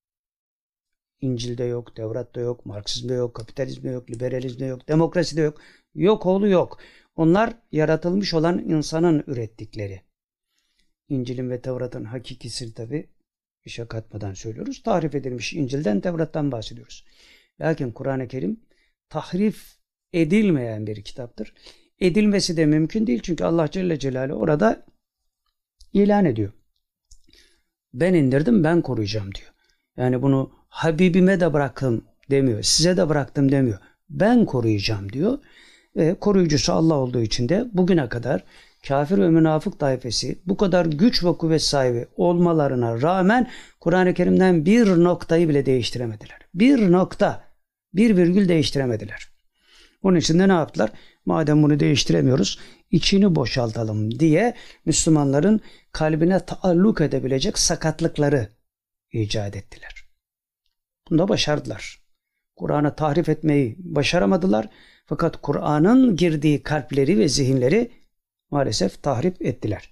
İncil'de yok, Tevrat'ta yok, Marksizm'de yok, kapitalizmde yok, liberalizmde yok, demokraside yok. Yok oğlu yok. Onlar yaratılmış olan insanın ürettikleri. İncil'in ve Tevrat'ın hakikisini tabi işe katmadan söylüyoruz. Tahrif edilmiş İncil'den, Tevrat'tan bahsediyoruz. Lakin Kur'an-ı Kerim tahrif edilmeyen bir kitaptır. Edilmesi de mümkün değil çünkü Allah Celle Celaluhu orada ilan ediyor. Ben indirdim, ben koruyacağım diyor. Yani bunu Habibime de bıraktım demiyor, size de bıraktım demiyor. Ben koruyacağım diyor. Ve koruyucusu Allah olduğu için de bugüne kadar kafir ve münafık taifesi bu kadar güç ve kuvvet sahibi olmalarına rağmen Kur'an-ı Kerim'den bir noktayı bile değiştiremediler. Bir nokta, bir virgül değiştiremediler. Onun için de ne yaptılar? Madem bunu değiştiremiyoruz, içini boşaltalım diye Müslümanların kalbine taalluk edebilecek sakatlıkları icat ettiler. Bunu da başardılar. Kur'an'ı tahrif etmeyi başaramadılar. Fakat Kur'an'ın girdiği kalpleri ve zihinleri maalesef tahrip ettiler.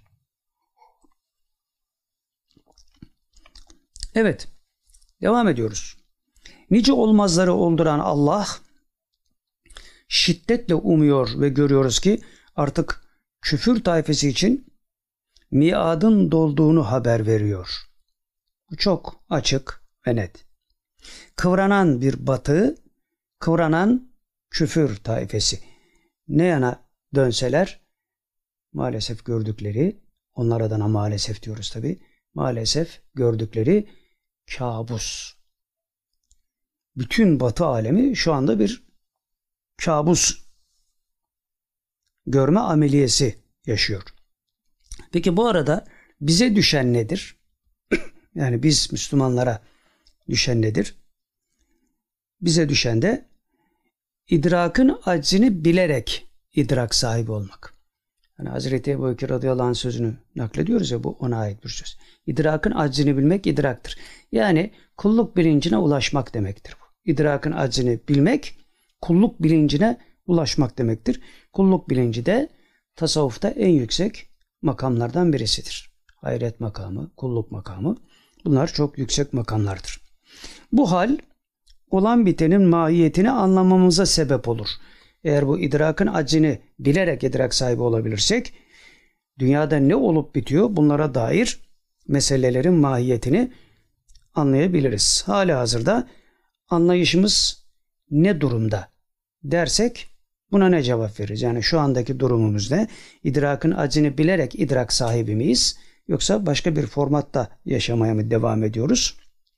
Evet, devam ediyoruz. Nice olmazları olduran Allah şiddetle umuyor ve görüyoruz ki artık küfür taifesi için miadın dolduğunu haber veriyor. Bu çok açık ve net. Kıvranan bir batı, kıvranan küfür taifesi. Ne yana dönseler maalesef gördükleri, onlar adına maalesef diyoruz tabi, maalesef gördükleri kabus. Bütün Batı alemi şu anda bir kabus görme ameliyesi yaşıyor. Peki bu arada bize düşen nedir? Yani biz Müslümanlara düşen nedir? Bize düşen de idrakın aczini bilerek idrak sahibi olmak. Hani Hazreti Ebu Bekir radıyallahu anh sözünü naklediyoruz ya, bu ona ait bir söz. İdrakın aczini bilmek idraktır. Yani kulluk bilincine ulaşmak demektir bu. İdrakın aczini bilmek kulluk bilincine ulaşmak demektir. Kulluk bilinci de tasavvufta en yüksek makamlardan birisidir. Hayret makamı, kulluk makamı. Bunlar çok yüksek makamlardır. Bu hal olan bitenin mahiyetini anlamamıza sebep olur. Eğer bu idrakın aczini bilerek idrak sahibi olabilirsek dünyada ne olup bitiyor bunlara dair meselelerin mahiyetini anlayabiliriz. Halihazırda anlayışımız ne durumda dersek buna ne cevap veririz? Yani şu andaki durumumuz ne? İdrakın acını bilerek idrak sahibi miyiz? Yoksa başka bir formatta yaşamaya mı devam ediyoruz?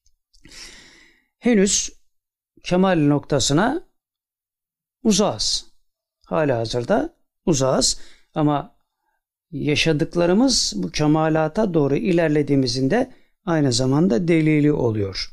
Henüz kemal noktasına uzağız. Halihazırda uzağız ama yaşadıklarımız bu kemalata doğru ilerlediğimizin de aynı zamanda delili oluyor.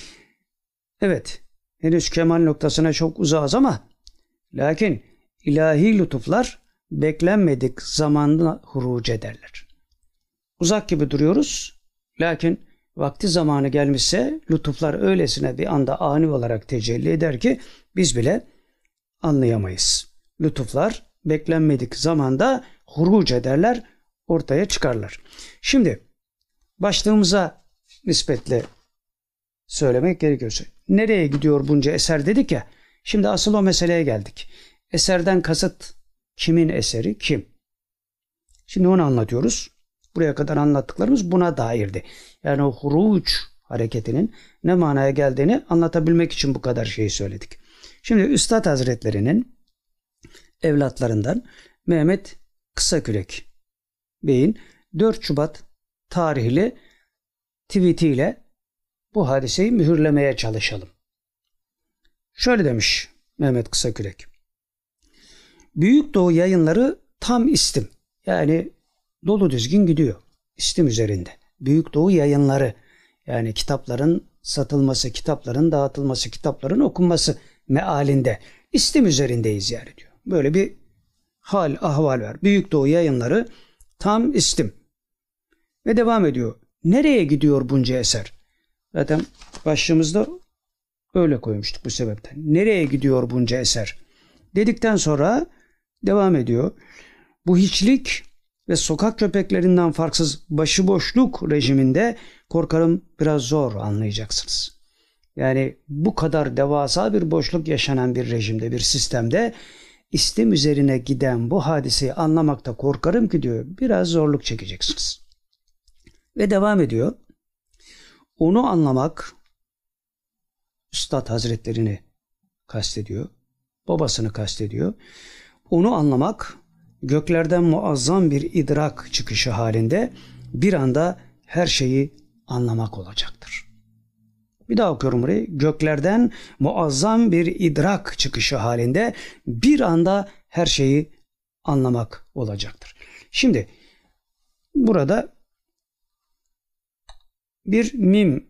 Evet, henüz kemal noktasına çok uzağız ama lakin ilahi lütuflar beklenmedik zamanda huruc ederler. Uzak gibi duruyoruz, lakin vakti zamanı gelmişse lütuflar öylesine bir anda ani olarak tecelli eder ki biz bile anlayamayız. Lütuflar beklenmedik zamanda huruc ederler, ortaya çıkarlar. Şimdi başlığımıza nispetle söylemek gerekiyorsa nereye gidiyor bunca eser dedik ya, şimdi asıl o meseleye geldik. Eserden kasıt kimin eseri, kim? Şimdi onu anlatıyoruz. Buraya kadar anlattıklarımız buna dairdi. Yani o huruc hareketinin ne manaya geldiğini anlatabilmek için bu kadar şeyi söyledik. Şimdi Üstad Hazretleri'nin evlatlarından Mehmet Kısakürek Bey'in 4 Şubat tarihli tweetiyle bu hadiseyi mühürlemeye çalışalım. Şöyle demiş Mehmet Kısakürek. Büyük Doğu Yayınları tam istim. Yani dolu düzgün gidiyor. İstim üzerinde. Büyük Doğu Yayınları, yani kitapların satılması, kitapların dağıtılması, kitapların okunması mealinde istim üzerindeyiz yani diyor. Böyle bir hal, ahval var. Büyük Doğu Yayınları tam istim. Ve devam ediyor. Nereye gidiyor bunca eser? Zaten başlığımızda öyle koymuştuk bu sebepten. Nereye gidiyor bunca eser? Dedikten sonra devam ediyor. Bu hiçlik ve sokak köpeklerinden farksız başıboşluk rejiminde korkarım biraz zor anlayacaksınız. Yani bu kadar devasa bir boşluk yaşanan bir rejimde, bir sistemde istim üzerine giden bu hadiseyi anlamakta korkarım ki diyor, biraz zorluk çekeceksiniz. Ve devam ediyor. Onu anlamak, Üstad Hazretlerini kastediyor, babasını kastediyor. Onu anlamak göklerden muazzam bir idrak çıkışı halinde bir anda her şeyi anlamak olacaktır. Bir daha okuyorum burayı. Göklerden muazzam bir idrak çıkışı halinde bir anda her şeyi anlamak olacaktır. Şimdi burada bir mim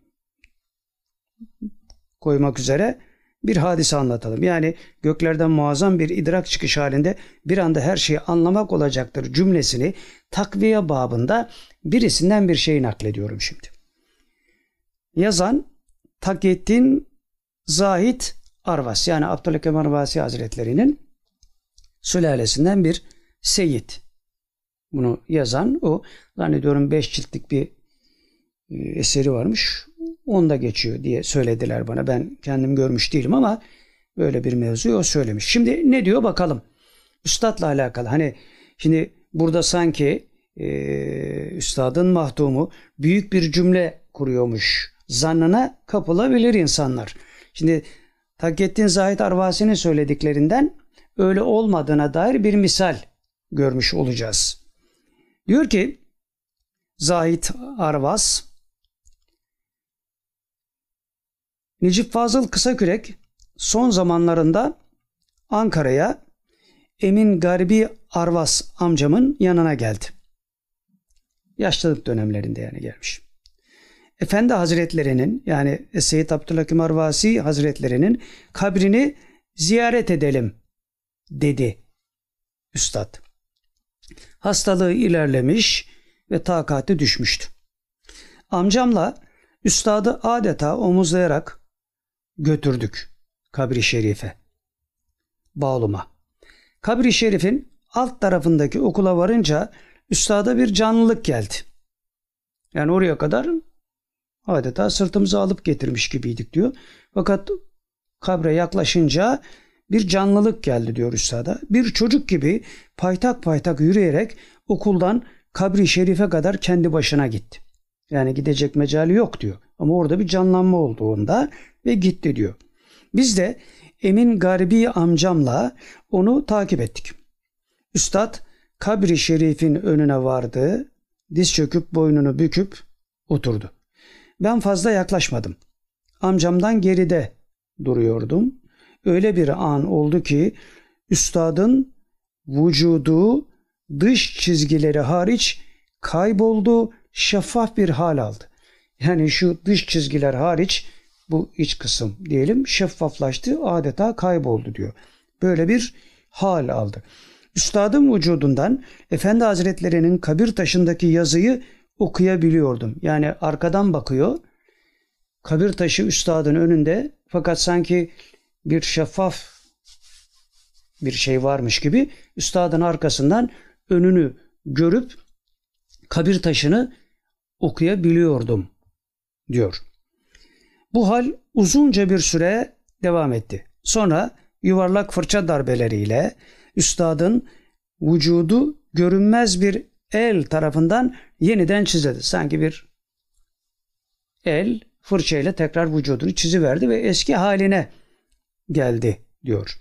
koymak üzere bir hadise anlatalım. Yani göklerden muazzam bir idrak çıkış halinde bir anda her şeyi anlamak olacaktır cümlesini takviye babında birisinden bir şey naklediyorum şimdi. Yazan Takiyettin Zahid Arvas, yani Abdülhakim Arvasi Hazretleri'nin sülalesinden bir seyyid. Bunu yazan o. Zannediyorum 5 ciltlik bir eseri varmış. Onda geçiyor diye söylediler bana. Ben kendim görmüş değilim ama böyle bir mevzuyu o söylemiş. Şimdi ne diyor bakalım. Üstadla alakalı. Hani şimdi burada sanki üstadın mahdumu büyük bir cümle kuruyormuş zannına kapılabilir insanlar. Şimdi Takiyettin Zahid Arvasi'nin söylediklerinden öyle olmadığına dair bir misal görmüş olacağız. Diyor ki Zahid Arvas, Necip Fazıl Kısakürek son zamanlarında Ankara'ya Emin Garbi Arvas amcamın yanına geldi. Yaşlılık dönemlerinde yani gelmiş. Efendi Hazretlerinin, yani Seyyid Abdülhakim Arvasi Hazretlerinin kabrini ziyaret edelim dedi üstad. Hastalığı ilerlemiş ve takati düşmüştü. Amcamla üstadı adeta omuzlayarak götürdük kabri şerife, Bağlum'a. Kabri şerifin alt tarafındaki okula varınca üstada bir canlılık geldi. Yani oraya kadar adeta sırtımızı alıp getirmiş gibiydik diyor. Fakat kabre yaklaşınca bir canlılık geldi diyor üstada. Bir çocuk gibi paytak paytak yürüyerek okuldan kabri şerife kadar kendi başına gitti. Yani gidecek mecali yok diyor. Ama orada bir canlanma oldu onda ve gitti diyor. Biz de Emin Garbi amcamla onu takip ettik. Üstad kabri şerifin önüne vardı. Diz çöküp boynunu büküp oturdu. Ben fazla yaklaşmadım. Amcamdan geride duruyordum. Öyle bir an oldu ki üstadın vücudu dış çizgileri hariç kayboldu, şeffaf bir hal aldı. Yani şu dış çizgiler hariç bu iç kısım diyelim şeffaflaştı, adeta kayboldu diyor. Böyle bir hal aldı. Üstadın vücudundan Efendi Hazretleri'nin kabir taşındaki yazıyı okuyabiliyordum. Yani arkadan bakıyor. Kabir taşı üstadın önünde fakat sanki bir şeffaf bir şey varmış gibi üstadın arkasından önünü görüp kabir taşını okuyabiliyordum diyor. Bu hal uzunca bir süre devam etti. Sonra yuvarlak fırça darbeleriyle üstadın vücudu görünmez bir el tarafından yeniden çizildi. Sanki bir el fırçayla tekrar vücudunu çiziverdi ve eski haline geldi diyor.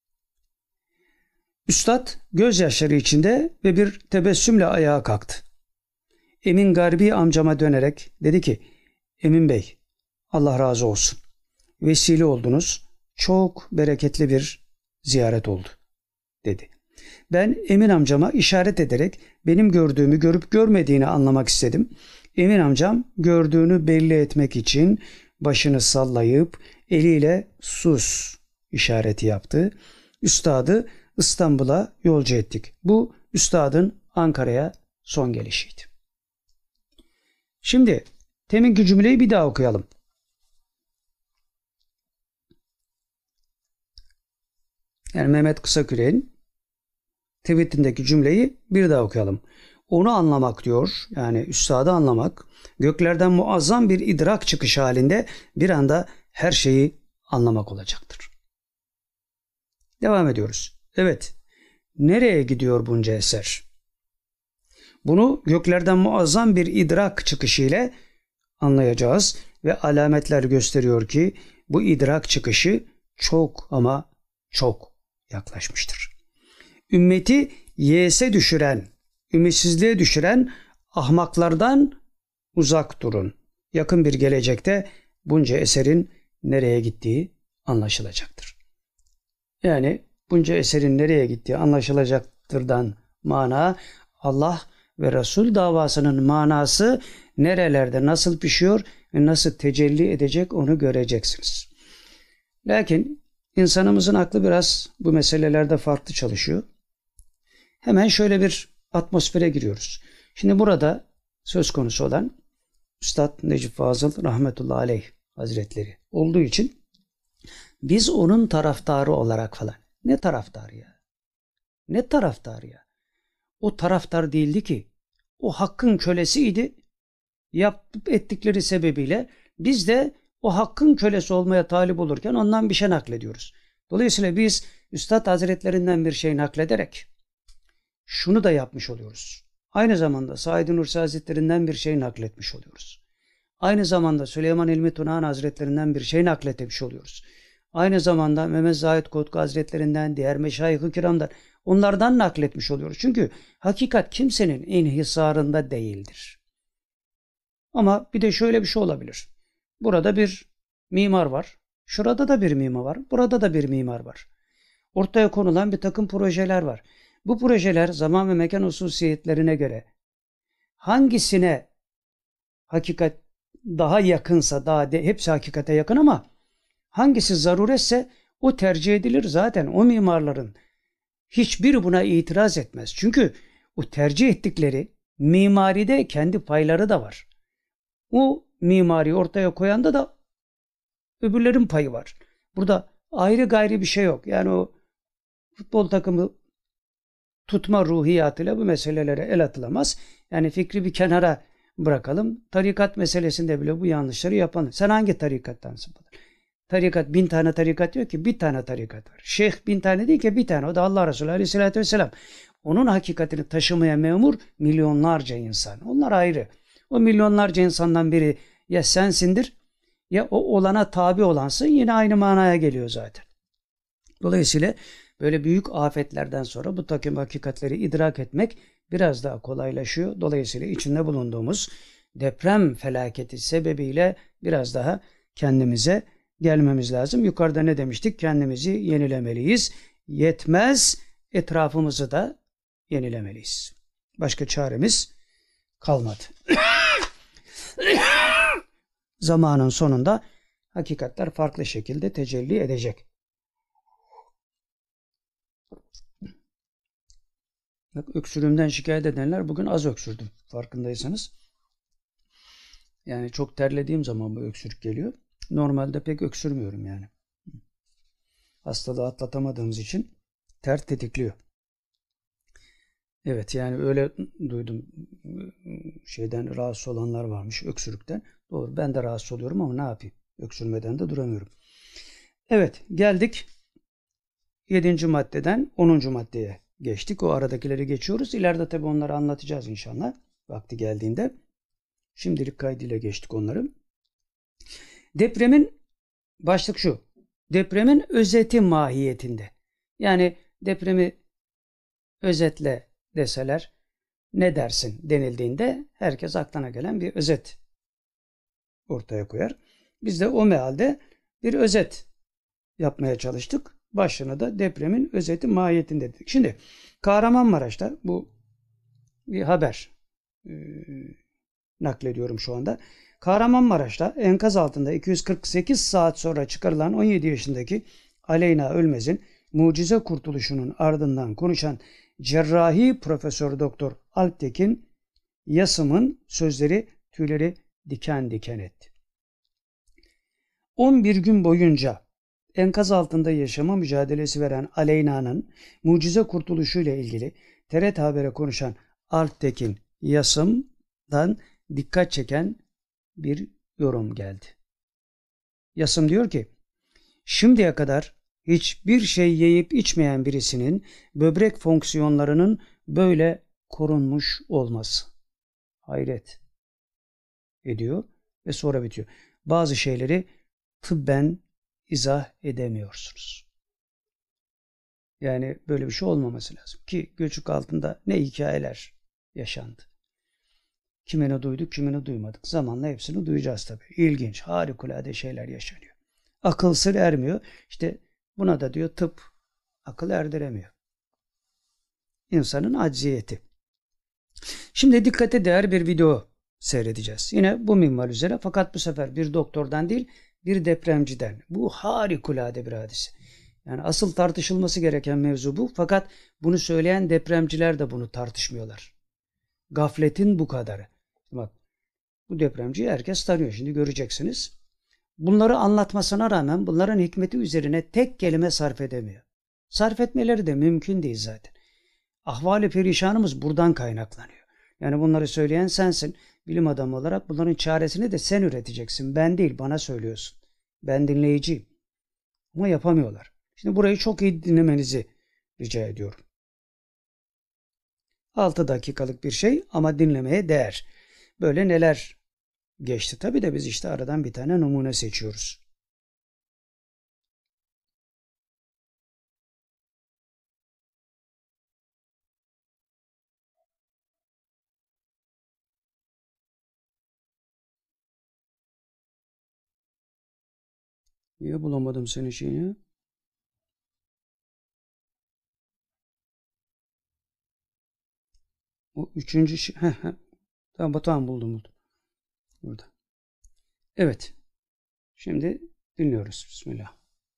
Üstad gözyaşları içinde ve bir tebessümle ayağa kalktı. Emin Garbi amcama dönerek dedi ki, Emin Bey, Allah razı olsun. Vesile oldunuz. Çok bereketli bir ziyaret oldu, dedi. Ben Emin amcama işaret ederek benim gördüğümü görüp görmediğini anlamak istedim. Emin amcam gördüğünü belli etmek için başını sallayıp eliyle sus işareti yaptı. Üstadı İstanbul'a yolcu ettik. Bu üstadın Ankara'ya son gelişiydi. Şimdi teminki cümleyi bir daha okuyalım. Yani Mehmet Kısaküre'nin tweetindeki cümleyi bir daha okuyalım. Onu anlamak diyor, yani üstadı anlamak, göklerden muazzam bir idrak çıkış halinde bir anda her şeyi anlamak olacaktır. Devam ediyoruz. Evet, nereye gidiyor bunca eser? Bunu göklerden muazzam bir idrak çıkışı ile anlayacağız ve alametler gösteriyor ki bu idrak çıkışı çok ama çok yaklaşmıştır. Ümmeti yese düşüren, ümitsizliğe düşüren ahmaklardan uzak durun. Yakın bir gelecekte bunca eserin nereye gittiği anlaşılacaktır. Yani bunca eserin nereye gittiği anlaşılacaktırdan mana Allah ve Resul davasının manası nerelerde nasıl pişiyor ve nasıl tecelli edecek onu göreceksiniz. Lakin insanımızın aklı biraz bu meselelerde farklı çalışıyor. Hemen şöyle bir atmosfere giriyoruz. Şimdi burada söz konusu olan Üstad Necip Fazıl rahmetullahi aleyh hazretleri olduğu için biz onun taraftarı olarak falan. Ne taraftarı ya? Ne taraftarı ya? O taraftar değildi ki. O hakkın kölesiydi. Yapıp ettikleri sebebiyle biz de o hakkın kölesi olmaya talip olurken ondan bir şey naklediyoruz. Dolayısıyla biz Üstad Hazretlerinden bir şey naklederek şunu da yapmış oluyoruz. Aynı zamanda Said Nursi Hazretlerinden bir şey nakletmiş oluyoruz. Aynı zamanda Süleyman İlmi Tunahan Hazretlerinden bir şey nakletmiş oluyoruz. Aynı zamanda Mehmet Zahid Kotku Hazretlerinden, diğer meşayih-i kiramdan onlardan nakletmiş oluyoruz. Çünkü hakikat kimsenin inhisarında değildir. Ama bir de şöyle bir şey olabilir. Burada bir mimar var. Şurada da bir mimar var. Burada da bir mimar var. Ortaya konulan bir takım projeler var. Bu projeler zaman ve mekan hususiyetlerine göre hangisine hakikat daha yakınsa, hepsi hakikate yakın ama hangisi zaruretse o tercih edilir. Zaten o mimarların hiçbiri buna itiraz etmez. Çünkü o tercih ettikleri mimaride kendi payları da var. O mimari ortaya koyanda da öbürlerin payı var. Burada ayrı gayri bir şey yok. Yani o futbol takımı tutma ruhiyatıyla bu meselelere el atılamaz. Yani fikri bir kenara bırakalım. Tarikat meselesinde bile bu yanlışları yapan. Sen hangi tarikattansın? tarikat 1000 tane tarikat diyor ki bir tane tarikat var. Şeyh 1000 tane değil ki bir tane. O da Allah Resulü Aleyhisselatü Vesselam. Onun hakikatini taşımaya memur milyonlarca insan. Onlar ayrı. O milyonlarca insandan biri ya sensindir ya o olana tabi olansın, yine aynı manaya geliyor zaten. Dolayısıyla böyle büyük afetlerden sonra bu takım hakikatleri idrak etmek biraz daha kolaylaşıyor. Dolayısıyla içinde bulunduğumuz deprem felaketi sebebiyle biraz daha kendimize gelmemiz lazım. Yukarıda ne demiştik? Kendimizi yenilemeliyiz. Yetmez, etrafımızı da yenilemeliyiz. Başka çaremiz kalmadı. Zamanın sonunda hakikatler farklı şekilde tecelli edecek. Bak, öksürüğümden şikayet edenler bugün az öksürdüm. Farkındaysanız. Yani çok terlediğim zaman bu öksürük geliyor. Normalde pek öksürmüyorum yani. Hastalığı atlatamadığımız için ter tetikliyor. Evet, yani öyle duydum. Şeyden rahatsız olanlar varmış, öksürükten. Doğru, ben de rahatsız oluyorum ama ne yapayım? Öksürmeden de duramıyorum. Evet, geldik 7. maddeden 10. maddeye geçtik. O aradakileri geçiyoruz. İleride tabii onları anlatacağız inşallah. Vakti geldiğinde. Şimdilik kaydıyla geçtik onları. Depremin başlık şu. Depremin özeti mahiyetinde. Yani depremi özetle deseler ne dersin denildiğinde herkes aklına gelen bir özet ortaya koyar. Biz de o mealde bir özet yapmaya çalıştık. Başlığını da depremin özeti mahiyetinde dedik. Şimdi Kahramanmaraş'ta bu bir haber naklediyorum şu anda. Kahramanmaraş'ta enkaz altında 248 saat sonra çıkarılan 17 yaşındaki Aleyna Ölmez'in mucize kurtuluşunun ardından konuşan cerrahi Profesör Doktor Alptekin Yasım'ın sözleri tüyleri diken diken etti. 11 gün boyunca enkaz altında yaşama mücadelesi veren Aleyna'nın mucize kurtuluşuyla ilgili TRT Haber'e konuşan Alptekin Yasım'dan dikkat çeken bir yorum geldi. Yasım diyor ki, şimdiye kadar hiçbir şey yiyip içmeyen birisinin böbrek fonksiyonlarının böyle korunmuş olması. Hayret ediyor ve sonra bitiyor. Bazı şeyleri tıbben izah edemiyorsunuz. Yani böyle bir şey olmaması lazım. Ki göçük altında ne hikayeler yaşandı. Kimini duyduk, kimini duymadık. Zamanla hepsini duyacağız tabii. İlginç, harikulade şeyler yaşanıyor. Akıl sır ermiyor. İşte buna da diyor tıp akıl erdiremiyor. İnsanın acziyeti. Şimdi dikkate değer bir video seyredeceğiz. Yine bu minval üzere, fakat bu sefer bir doktordan değil, bir depremciden. Bu harikulade bir hadise. Yani asıl tartışılması gereken mevzu bu. Fakat bunu söyleyen depremciler de bunu tartışmıyorlar. Gafletin bu kadarı. Bak, bu depremciyi herkes tanıyor. Şimdi göreceksiniz. Bunları anlatmasına rağmen bunların hikmeti üzerine tek kelime sarf edemiyor. Sarf etmeleri de mümkün değil zaten. Ahvali perişanımız buradan kaynaklanıyor. Yani bunları söyleyen sensin. Bilim adamı olarak bunların çaresini de sen üreteceksin. Ben değil, bana söylüyorsun. Ben dinleyiciyim. Ama yapamıyorlar. Şimdi burayı çok iyi dinlemenizi rica ediyorum. 6 dakikalık bir şey ama dinlemeye değer. Böyle neler geçti. Tabii de biz işte aradan bir tane numune seçiyoruz. Niye bulamadım senin şeyini? O üçüncü şey. Tamam buldum. Burada. Evet. Şimdi dinliyoruz. Bismillah.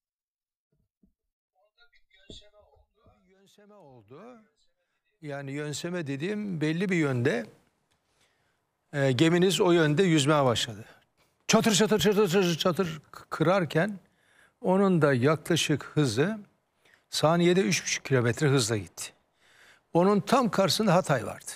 Yönseme oldu. Yani yönseme dediğim belli bir yönde geminiz o yönde yüzmeye başladı. Çatır çatır çatır çatır çatır kırarken onun da yaklaşık hızı saniyede 3,5 kilometre hızla gitti. Onun tam karşısında Hatay vardı.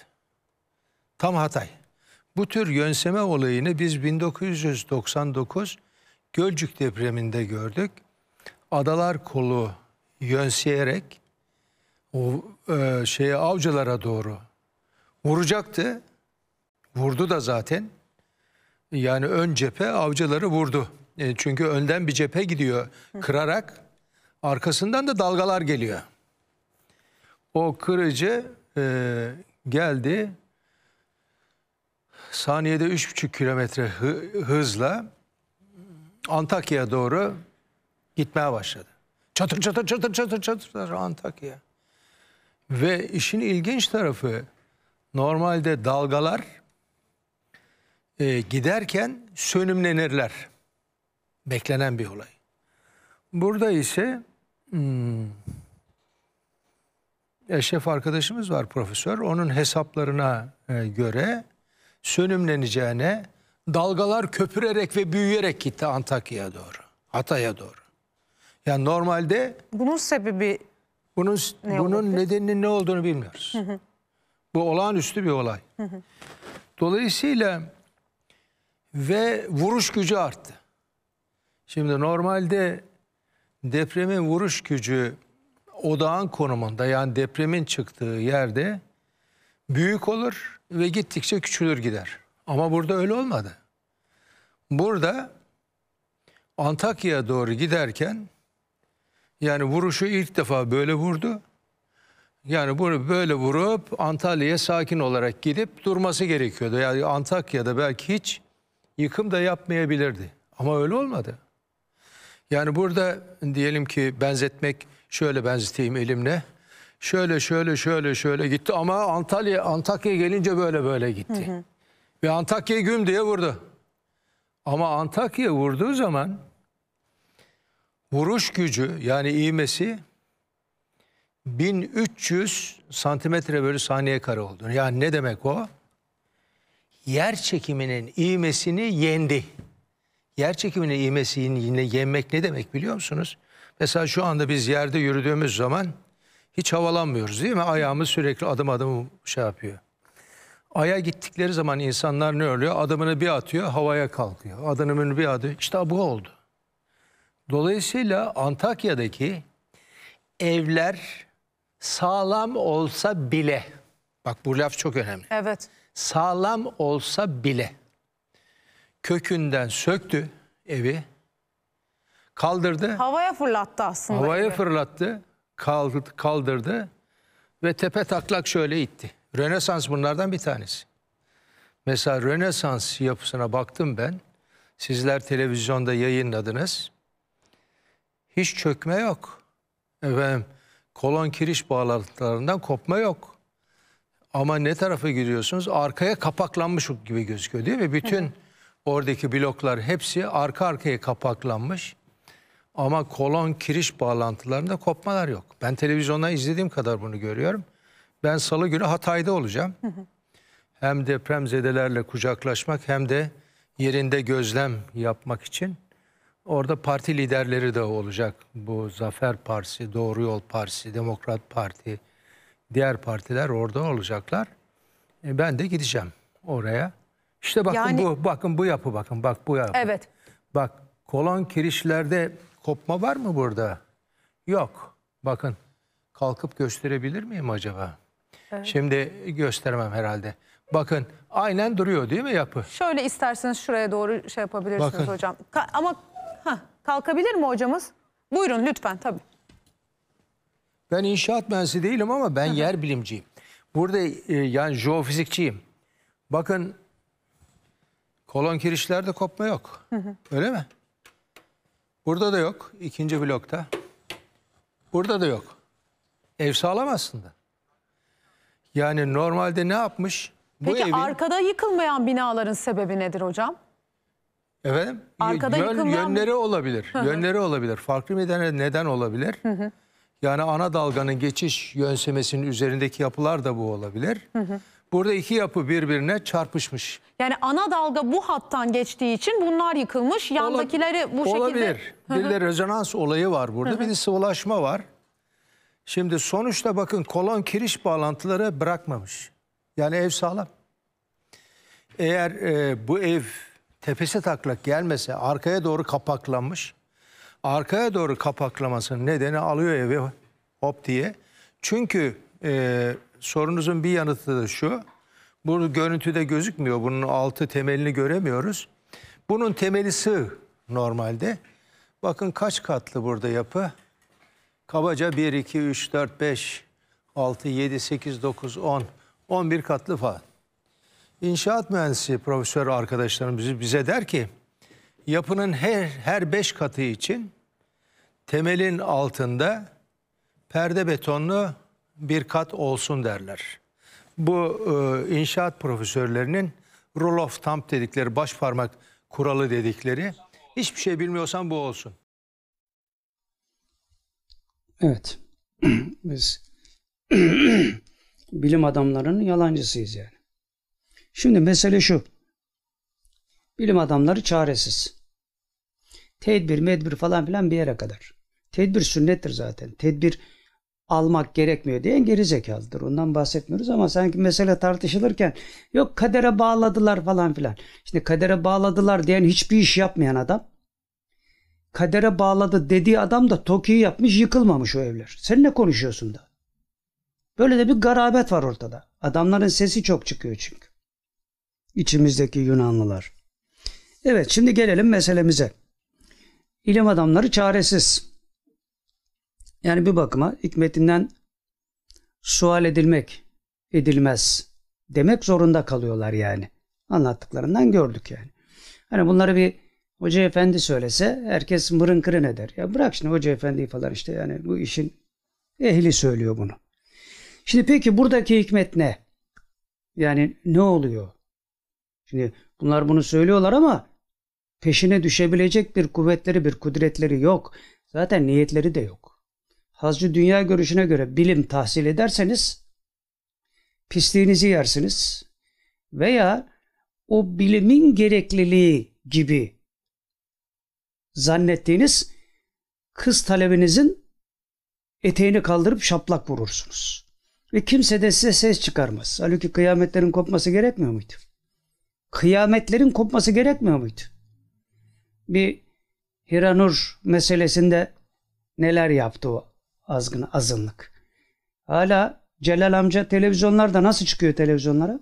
Tam Hatay. Bu tür yönseme olayını biz 1999 Gölcük depreminde gördük. Adalar Kolu yönseyerek o Avcılar'a doğru vuracaktı. Vurdu da zaten. Yani ön cephe Avcılar'ı vurdu. Çünkü önden bir cephe gidiyor kırarak. Arkasından da dalgalar geliyor. O kırıcı geldi. Saniyede 3,5 kilometre hızla Antakya'ya doğru gitmeye başladı. Çatır çatır çatır çatır çatır Antakya. Ve işin ilginç tarafı, normalde dalgalar giderken sönümlenirler. Beklenen bir olay. Burada ise Eşref arkadaşımız var, profesör. Onun hesaplarına göre sönümleneceğine, dalgalar köpürerek ve büyüyerek gitti Antakya'ya doğru, Hatay'a doğru. Yani normalde bunun sebebi bunun nedeninin ne olduğunu bilmiyoruz. Bu olağanüstü bir olay. Dolayısıyla ve vuruş gücü arttı. Şimdi normalde depremin vuruş gücü odağın konumunda, yani depremin çıktığı yerde büyük olur ve gittikçe küçülür gider. Ama burada öyle olmadı. Burada Antakya'ya doğru giderken, yani vuruşu ilk defa böyle vurdu. Yani böyle vurup Antalya'ya sakin olarak gidip durması gerekiyordu. Yani Antakya'da belki hiç yıkım da yapmayabilirdi. Ama öyle olmadı. Yani burada diyelim ki benzetmek, şöyle benzeteyim elimle. Şöyle gitti ama Antakya'ya gelince böyle gitti. Ve Antakya'yı güm diye vurdu. Ama Antakya'ya vurduğu zaman vuruş gücü, yani ivmesi 1300 santimetre bölü saniye kare oldu. Yani ne demek o? Yer çekiminin ivmesini yendi. Yer çekiminin ivmesini yine yenmek ne demek biliyor musunuz? Mesela şu anda biz yerde yürüdüğümüz zaman hiç havalanmıyoruz değil mi? Ayağımız sürekli adım adım şey yapıyor. Ay'a gittikleri zaman insanlar ne oluyor? Adımını bir atıyor, havaya kalkıyor. Adımını bir atıyor. İşte bu oldu. Dolayısıyla Antakya'daki evler sağlam olsa bile, bak bu laf çok önemli. Evet. Sağlam olsa bile kökünden söktü evi, kaldırdı. Havaya fırlattı aslında. Havaya evi. fırlattı, kaldırdı ve tepe taklak şöyle itti. Rönesans bunlardan bir tanesi. Mesela Rönesans yapısına baktım ben. Sizler televizyonda yayınladınız. Hiç çökme yok. Efendim, kolon kiriş bağlantılarından kopma yok. Ama ne tarafa giriyorsunuz? Arkaya kapaklanmış gibi gözüküyor değil mi? Bütün oradaki bloklar hepsi arka arkaya kapaklanmış. Ama kolon kiriş bağlantılarında kopmalar yok. Ben televizyondan izlediğim kadar bunu görüyorum. Ben salı günü Hatay'da olacağım. Hem depremzedelerle kucaklaşmak hem de yerinde gözlem yapmak için. Orada parti liderleri de olacak. Bu Zafer Partisi, Doğru Yol Partisi, Demokrat Parti, diğer partiler orada olacaklar. Ben de gideceğim oraya. İşte bakın Yani, bakın bu yapı, bak bu yapı. Evet. Bak, kolon kirişlerde kopma var mı burada? Yok. Bakın, kalkıp gösterebilir miyim acaba? Evet. Şimdi gösteremem herhalde. Bakın, aynen duruyor değil mi yapı? Şöyle isterseniz şuraya doğru şey yapabilirsiniz Bakın. hocam. Ama kalkabilir mi hocamız? Buyurun lütfen tabii. Ben inşaat mühendisi değilim ama ben yer bilimciyim. Burada yani jeofizikçiyim. Bakın, kolon kirişlerde kopma yok. Öyle mi? Burada da yok. İkinci blokta. Burada da yok. Ev sağlam aslında. Yani normalde ne yapmış? Peki arkada yıkılmayan binaların sebebi nedir hocam? Efendim? Arkada yıkılmayan Yönleri olabilir. Yönleri olabilir. Farklı bir neden olabilir. Yani ana dalganın geçiş yönsemesinin üzerindeki yapılar da bu olabilir. Burada iki yapı birbirine çarpışmış. Yani ana dalga bu hattan geçtiği için bunlar yıkılmış. Yandakileri bu şekilde... Olabilir. Bir de rezonans olayı var burada. Bir de sıvılaşma var. Şimdi sonuçta bakın, kolon kiriş bağlantıları bırakmamış. Yani ev sağlam. Eğer bu ev tepesi taklak gelmese arkaya doğru kapaklanmış. Arkaya doğru kapaklamasının nedeni alıyor evi hop diye. Çünkü sorunuzun bir yanıtı da şu. Bu görüntüde gözükmüyor. Bunun altı temelini göremiyoruz. Bunun temeli sığ normalde. Bakın kaç katlı burada yapı? Kabaca 1, 2, 3, 4, 5, 6, 7, 8, 9, 10, 11 katlı falan. İnşaat mühendisi profesör arkadaşlarımız bize der ki yapının her 5 katı için temelin altında perde betonlu bir kat olsun derler. Bu inşaat profesörlerinin rule of thumb dedikleri, baş parmak kuralı dedikleri. Hiçbir şey bilmiyorsan bu olsun. Evet. Biz bilim adamlarının yalancısıyız yani. Şimdi mesele şu. Bilim adamları çaresiz. Tedbir, medbir falan filan bir yere kadar. Tedbir sünnettir zaten. Tedbir almak gerekmiyor diyen geri zekalıdır. Ondan bahsetmiyoruz ama sanki mesele tartışılırken yok kadere bağladılar falan filan. Şimdi kadere bağladılar diyen hiçbir iş yapmayan adam, kadere bağladı dediği adam da TOKİ'yi yapmış, yıkılmamış o evler. Sen ne konuşuyorsun da? Böyle de bir garabet var ortada. Adamların sesi çok çıkıyor çünkü. İçimizdeki Yunanlılar. Evet, şimdi gelelim meselemize. İlim adamları çaresiz. Yani bir bakıma hikmetinden sual edilmez demek zorunda kalıyorlar yani. Anlattıklarından gördük yani. Hani bunları bir hoca efendi söylese herkes mırın kırın eder. Ya bırak şimdi hoca efendiyi falan işte yani bu işin ehli söylüyor bunu. Şimdi peki buradaki hikmet ne? Yani ne oluyor? Şimdi bunlar bunu söylüyorlar ama peşine düşebilecek bir kuvvetleri, bir kudretleri yok. Zaten niyetleri de yok. Hazcı dünya görüşüne göre bilim tahsil ederseniz pisliğinizi yersiniz veya o bilimin gerekliliği gibi zannettiğiniz kız talebinizin eteğini kaldırıp şaplak vurursunuz. Ve kimse de size ses çıkarmaz. Halbuki kıyametlerin kopması gerekmiyor muydu? Kıyametlerin kopması gerekmiyor muydu? Bir Hiranur meselesinde neler yaptı o azınlık? Hala Celal amca televizyonlarda nasıl çıkıyor televizyonlara?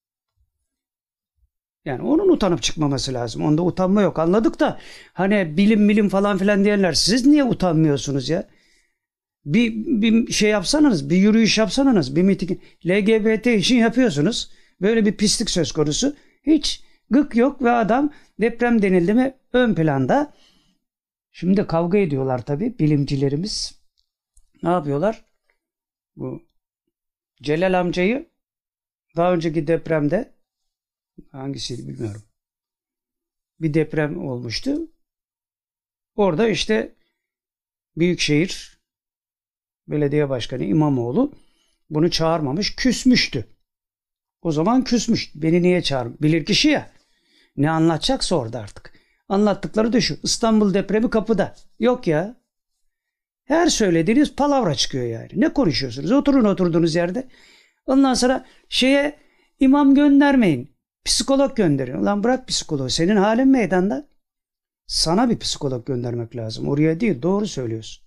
Yani onun utanıp çıkmaması lazım. Onda utanma yok. Anladık da hani bilim falan filan diyenler siz niye utanmıyorsunuz ya? Bir şey yapsanız, bir yürüyüş yapsanız, bir miting, LGBT için yapıyorsunuz. Böyle bir pislik söz konusu. Hiç gık yok ve adam deprem denildi mi ön planda. Şimdi kavga ediyorlar tabii bilimcilerimiz. Ne yapıyorlar? Bu Celal amcayı daha önceki depremde hangisiydi bilmiyorum. Bir deprem olmuştu. Orada işte Büyükşehir Belediye Başkanı İmamoğlu bunu çağırmamış, küsmüştü. O zaman küsmüş. Beni niye çağırmış? Bilirkişi ya. Ne anlatacaksa orada artık. Anlattıkları da şu. İstanbul depremi kapıda. Yok ya. Her söylediğiniz palavra çıkıyor yani. Ne konuşuyorsunuz? Oturun oturduğunuz yerde. Ondan sonra imam göndermeyin. Psikolog gönderin. Ulan bırak psikoloğu. Senin halin meydanda. Sana bir psikolog göndermek lazım. Oraya değil. Doğru söylüyorsun.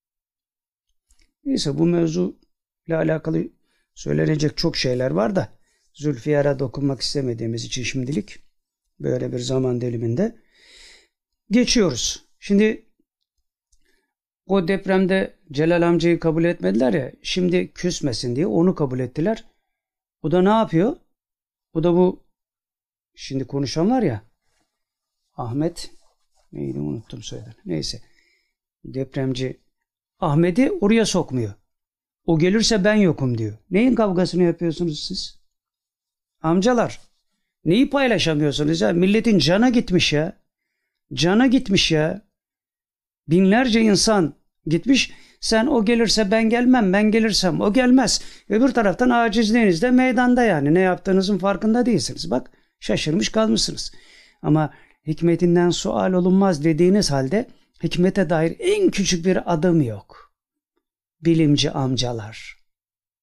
Neyse bu mevzuyla alakalı söylenecek çok şeyler var da Zülfiyar'a dokunmak istemediğimiz için şimdilik böyle bir zaman diliminde geçiyoruz. Şimdi o depremde Celal amcayı kabul etmediler ya, şimdi küsmesin diye onu kabul ettiler. O da ne yapıyor? O da bu şimdi konuşan var ya, Ahmet neydi unuttum soyadını. Neyse depremci Ahmet'i oraya sokmuyor. O gelirse ben yokum diyor. Neyin kavgasını yapıyorsunuz siz? Amcalar neyi paylaşamıyorsunuz ya? Milletin cana gitmiş ya. Cana gitmiş ya. Binlerce insan gitmiş. Sen o gelirse ben gelmem, ben gelirsem o gelmez. Öbür taraftan acizliğiniz de meydanda yani. Ne yaptığınızın farkında değilsiniz. Bak şaşırmış kalmışsınız. Ama hikmetinden sual olunmaz dediğiniz halde hikmete dair en küçük bir adım yok. Bilimci amcalar.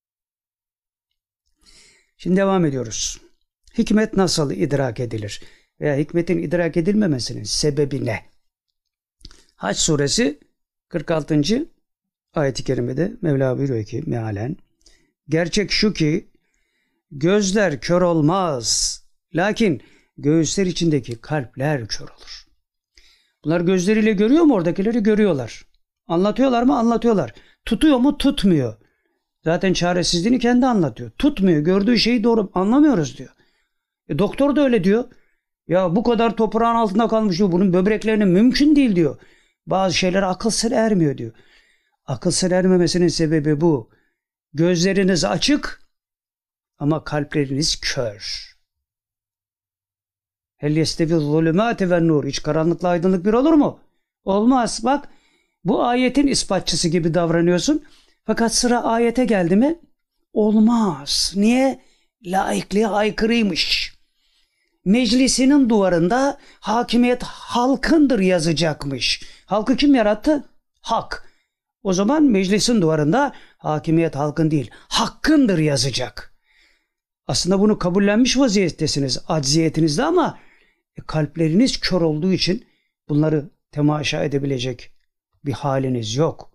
Şimdi devam ediyoruz. Hikmet nasıl idrak edilir? veya hikmetin idrak edilmemesinin sebebi ne? Hac suresi 46. ayet-i kerimede Mevla buyuruyor ki mealen, gerçek şu ki gözler kör olmaz, lakin göğüsler içindeki kalpler kör olur. Bunlar gözleriyle görüyor mu? Oradakileri görüyorlar. Anlatıyorlar mı? Anlatıyorlar. Tutuyor mu? Tutmuyor. Zaten çaresizliğini kendi anlatıyor. Tutmuyor. Gördüğü şeyi doğru anlamıyoruz diyor. Doktor da öyle diyor. Ya bu kadar toprağın altında kalmış diyor. Bunun böbreklerine mümkün değil diyor. Bazı şeyler akıl sır ermiyor diyor. Akıl sır ermemesinin sebebi bu. Gözleriniz açık ama kalpleriniz kör. Hel yestevi zulümâti ve nur. Hiç karanlıkla aydınlık bir olur mu? Olmaz. Bak, bu ayetin ispatçısı gibi davranıyorsun. Fakat sıra ayete geldi mi? Olmaz. Niye? Laikliğe aykırıymış. Meclisinin duvarında hakimiyet halkındır yazacakmış. Halkı kim yarattı? Hak. O zaman meclisin duvarında hakimiyet halkın değil, hakkındır yazacak. Aslında bunu kabullenmiş vaziyettesiniz acziyetinizde ama kalpleriniz kör olduğu için bunları temaşa edebilecek bir haliniz yok.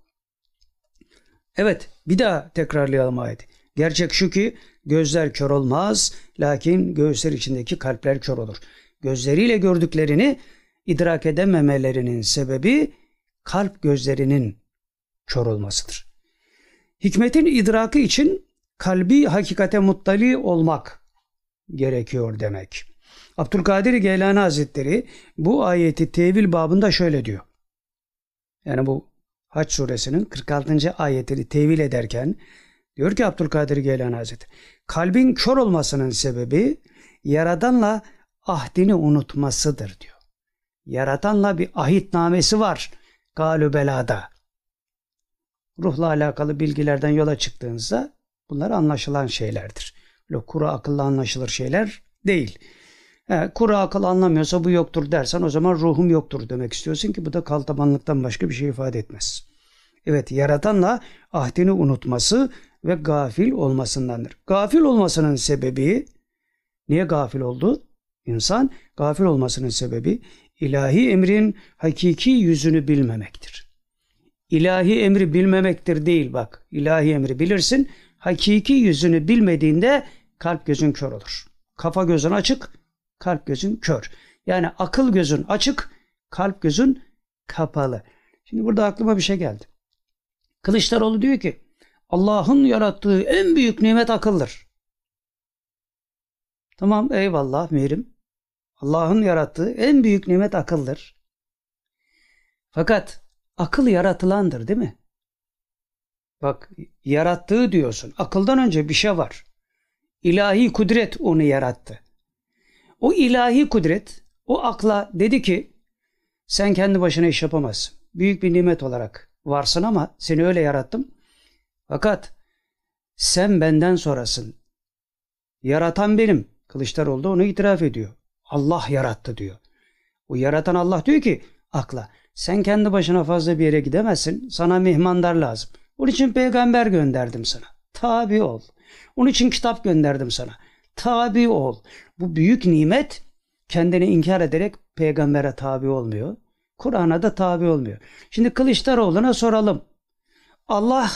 Evet, bir daha tekrarlayalım ayeti. Gerçek şu ki gözler kör olmaz, lakin göğüsler içindeki kalpler kör olur. Gözleriyle gördüklerini idrak edememelerinin sebebi kalp gözlerinin kör olmasıdır. Hikmetin idraki için kalbi hakikate muttali olmak gerekiyor demek. Abdülkadir Geylani Hazretleri bu ayeti tevil babında şöyle diyor. Yani bu Hac suresinin 46. ayetini tevil ederken diyor ki Abdülkadir Geylani Hazretleri, kalbin kör olmasının sebebi Yaradan'la ahdini unutmasıdır diyor. Yaradan'la bir ahitnamesi var galü belada. Ruhla alakalı bilgilerden yola çıktığınızda bunlar anlaşılan şeylerdir. Böyle kuru akılla anlaşılır şeyler değil. Kuru akıl anlamıyorsa bu yoktur dersen o zaman ruhum yoktur demek istiyorsun ki bu da kaltabanlıktan başka bir şey ifade etmez. Evet, Yaradan'la ahdini unutması ve gafil olmasındandır. Gafil olmasının sebebi, niye gafil oldu? İnsan gafil olmasının sebebi ilahi emrin hakiki yüzünü bilmemektir. İlahi emri bilmemektir değil bak. İlahi emri bilirsin. Hakiki yüzünü bilmediğinde kalp gözün kör olur. Kafa gözün açık, kalp gözün kör. Yani akıl gözün açık, kalp gözün kapalı. Şimdi burada aklıma bir şey geldi. Kılıçdaroğlu diyor ki Allah'ın yarattığı en büyük nimet akıldır. Tamam, eyvallah Mirim. Allah'ın yarattığı en büyük nimet akıldır. Fakat akıl yaratılandır değil mi? Bak, yarattığı diyorsun. Akıldan önce bir şey var. İlahi kudret onu yarattı. O ilahi kudret o akla dedi ki sen kendi başına iş yapamazsın. Büyük bir nimet olarak varsın ama seni öyle yarattım. Fakat sen benden sonrasın. Yaratan benim. Kılıçdaroğlu da onu itiraf ediyor. Allah yarattı diyor. O yaratan Allah diyor ki akla sen kendi başına fazla bir yere gidemezsin. Sana mihmandar lazım. Onun için peygamber gönderdim sana. Tabi ol. Onun için kitap gönderdim sana. Tabi ol. Bu büyük nimet kendini inkar ederek peygambere tabi olmuyor. Kur'an'a da tabi olmuyor. Şimdi Kılıçdaroğlu'na soralım. Allah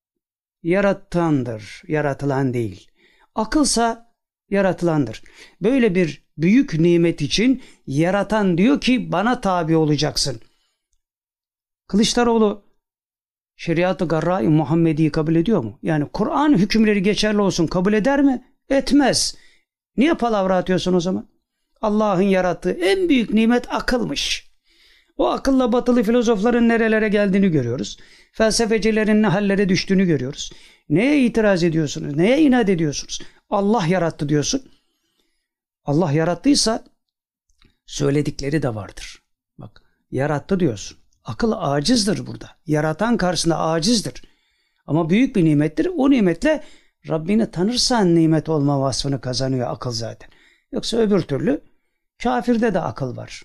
yaratandır, yaratılan değil. Akılsa yaratılandır. Böyle bir büyük nimet için yaratan diyor ki bana tabi olacaksın. Kılıçdaroğlu şeriat-ı garra-i Muhammedi'yi kabul ediyor mu? Yani Kur'an hükümleri geçerli olsun kabul eder mi? Etmez. Niye palavra atıyorsun o zaman? Allah'ın yarattığı en büyük nimet akılmış. O akılla batılı filozofların nerelere geldiğini görüyoruz. Felsefecilerin ne hallere düştüğünü görüyoruz. Neye itiraz ediyorsunuz? Neye inat ediyorsunuz? Allah yarattı diyorsun. Allah yarattıysa söyledikleri de vardır. Bak, yarattı diyorsun. Akıl acizdir burada. Yaratan karşısında acizdir. Ama büyük bir nimettir. O nimetle Rabbini tanırsan nimet olma vasfını kazanıyor akıl zaten. Yoksa öbür türlü kafirde de akıl var.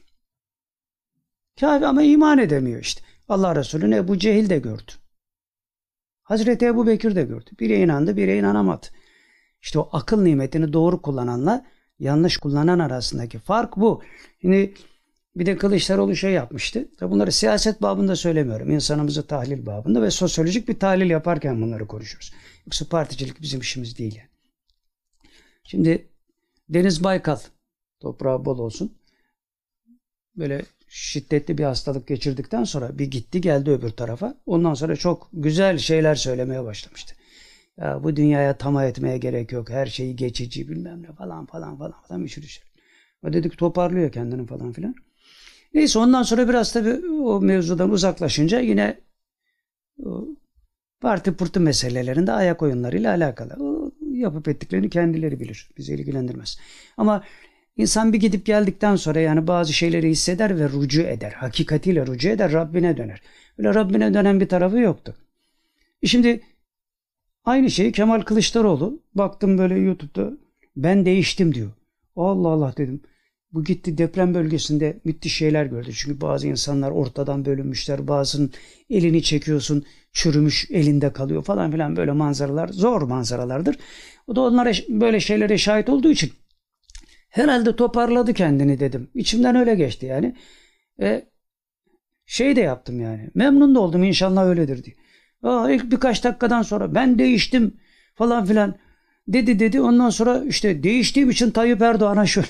Kafir ama iman edemiyor işte. Allah Resulü'nü Ebu Cehil de gördü. Hazreti Ebu Bekir de gördü. Biri inandı, biri inanamadı. İşte o akıl nimetini doğru kullananla yanlış kullanan arasındaki fark bu. Şimdi bir de Kılıçdaroğlu şey yapmıştı. Tabi bunları siyaset babında söylemiyorum. İnsanımızı tahlil babında ve sosyolojik bir tahlil yaparken bunları konuşuyoruz. Yoksa particilik bizim işimiz değil yani. Şimdi Deniz Baykal, toprağı bol olsun, böyle şiddetli bir hastalık geçirdikten sonra bir gitti geldi öbür tarafa. Ondan sonra çok güzel şeyler söylemeye başlamıştı. Ya bu dünyaya tamah etmeye gerek yok. Her şeyi geçici bilmem ne falan bir sürü şey. O dedik toparlıyor kendini falan filan. Neyse ondan sonra biraz tabii o mevzudan uzaklaşınca yine o parti pırtı meselelerinde ayak oyunlarıyla alakalı. O yapıp ettiklerini kendileri bilir. Bizi ilgilendirmez. Ama insan bir gidip geldikten sonra yani bazı şeyleri hisseder ve rücu eder. Hakikatiyle rücu eder, Rabbine döner. Öyle Rabbine dönen bir tarafı yoktu. Şimdi aynı şeyi Kemal Kılıçdaroğlu, baktım böyle YouTube'da, ben değiştim diyor. Allah Allah dedim. Bu gitti deprem bölgesinde müthiş şeyler gördü. Çünkü bazı insanlar ortadan bölünmüşler. Bazının elini çekiyorsun, çürümüş elinde kalıyor falan filan, böyle manzaralar zor manzaralardır. O da onlara böyle şeylere şahit olduğu için herhalde toparladı kendini dedim. İçimden öyle geçti yani. Şey de yaptım yani. Memnun da oldum, inşallah öyledir diye. İlk birkaç dakikadan sonra ben değiştim falan filan dedi. Ondan sonra işte değiştiğim için Tayyip Erdoğan'a şöyle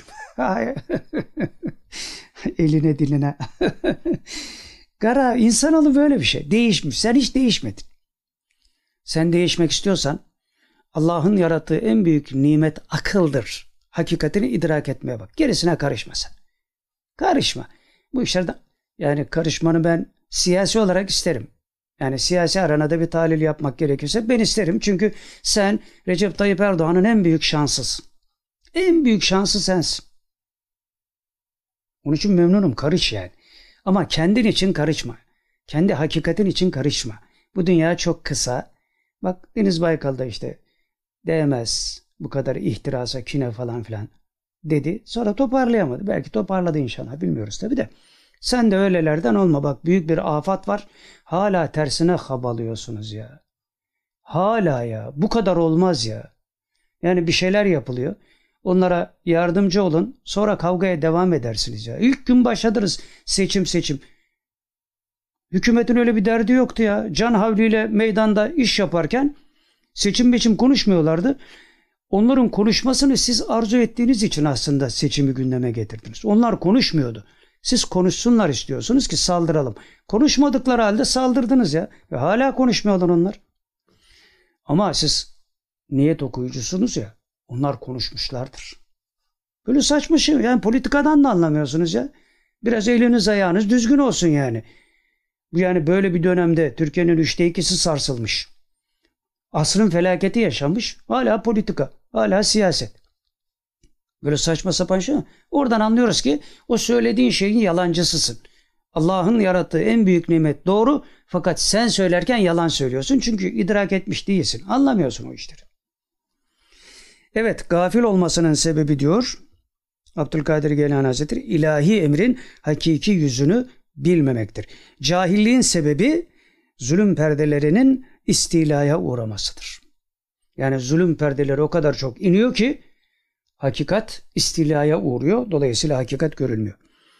eline diline. Kara, insanoğlu böyle bir şey. Değişmiş. Sen hiç değişmedin. Sen değişmek istiyorsan Allah'ın yarattığı en büyük nimet akıldır. Hakikatini idrak etmeye bak. Gerisine karışma sen. Karışma. Bu işlerde yani karışmanı ben siyasi olarak isterim. Yani siyasi aranada bir tahlil yapmak gerekirse ben isterim. Çünkü sen Recep Tayyip Erdoğan'ın en büyük şanslısın. En büyük şansı sensin. Onun için memnunum, karış yani. Ama kendin için karışma. Kendi hakikatin için karışma. Bu dünya çok kısa. Bak Deniz Baykal da işte değmez bu kadar ihtirasa, kine falan filan dedi. Sonra toparlayamadı. Belki toparladı inşallah, bilmiyoruz tabii de. Sen de öylelerden olma. Bak büyük bir afat var. Hala tersine habalıyorsunuz ya. Hala ya. Bu kadar olmaz ya. Yani bir şeyler yapılıyor. Onlara yardımcı olun. Sonra kavgaya devam edersiniz ya. İlk gün başladınız seçim. Hükümetin öyle bir derdi yoktu ya. Can havliyle meydanda iş yaparken seçim konuşmuyorlardı. Onların konuşmasını siz arzu ettiğiniz için aslında seçimi gündeme getirdiniz. Onlar konuşmuyordu. Siz konuşsunlar istiyorsunuz ki saldıralım. Konuşmadıkları halde saldırdınız ya. Ve hala konuşmuyorlar onlar. Ama siz niyet okuyucusunuz ya. Onlar konuşmuşlardır. Böyle saçma şey. Yani politikadan da anlamıyorsunuz ya. Biraz eliniz ayağınız düzgün olsun yani. Bu yani böyle bir dönemde Türkiye'nin 2/3'ü sarsılmış. Asrın felaketi yaşanmış. Hala politika. Hala siyaset. Böyle saçma sapan şey. Oradan anlıyoruz ki o söylediğin şeyin yalancısısın. Allah'ın yarattığı en büyük nimet doğru, fakat sen söylerken yalan söylüyorsun. Çünkü idrak etmiş değilsin. Anlamıyorsun o işleri. Evet, gafil olmasının sebebi diyor Abdülkadir Geylani Hazretleri, ilahi emrin hakiki yüzünü bilmemektir. Cahilliğin sebebi zulüm perdelerinin istilaya uğramasıdır. Yani zulüm perdeleri o kadar çok iniyor ki hakikat istilaya uğruyor. Dolayısıyla hakikat görülmüyor.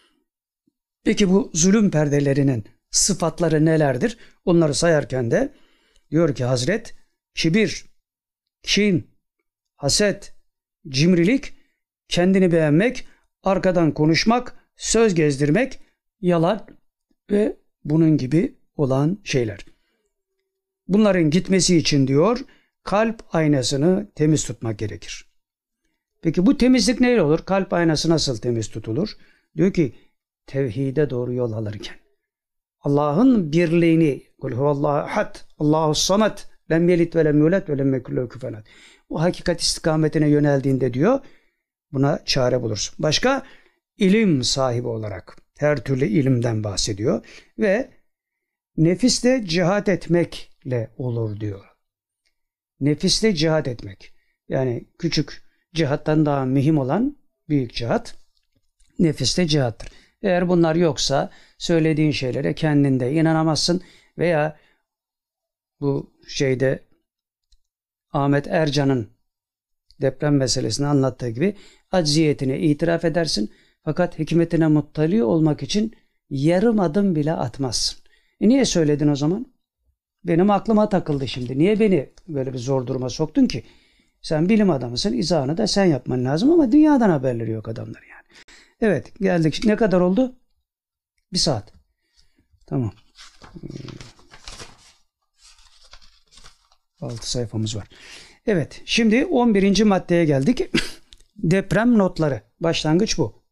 Peki bu zulüm perdelerinin sıfatları nelerdir? Onları sayarken de diyor ki Hazret, kibir, kin, haset, cimrilik, kendini beğenmek, arkadan konuşmak, söz gezdirmek, yalan ve bunun gibi olan şeyler. Bunların gitmesi için diyor kalp aynasını temiz tutmak gerekir. Peki bu temizlik neyle olur? Kalp aynası nasıl temiz tutulur? Diyor ki tevhide doğru yol alırken. Allah'ın birliğini, kul huvallahu ahad, Allahu samet, lem yelid ve lem yulad ve lem yekun lehu kufuven ahad. Bu hakikat istikametine yöneldiğinde diyor buna çare bulursun. Başka ilim sahibi olarak her türlü ilimden bahsediyor ve nefisle cihat etmekle olur diyor. Nefisle cihat etmek. Yani küçük cihattan daha mühim olan büyük cihat nefisle cihattır. Eğer bunlar yoksa söylediğin şeylere kendinde inanamazsın veya bu şeyde Ahmet Ercan'ın deprem meselesini anlattığı gibi acziyetine itiraf edersin. Fakat hikmetine muttali olmak için yarım adım bile atmazsın. Niye söyledin o zaman? Benim aklıma takıldı şimdi. Niye beni böyle bir zor duruma soktun ki? Sen bilim adamısın, izahını da sen yapman lazım ama dünyadan haberleri yok adamlar yani. Evet, geldik. Ne kadar oldu? 1 saat. Tamam. 6 sayfamız var. Evet, şimdi 11. maddeye geldik. Deprem notları. Başlangıç bu.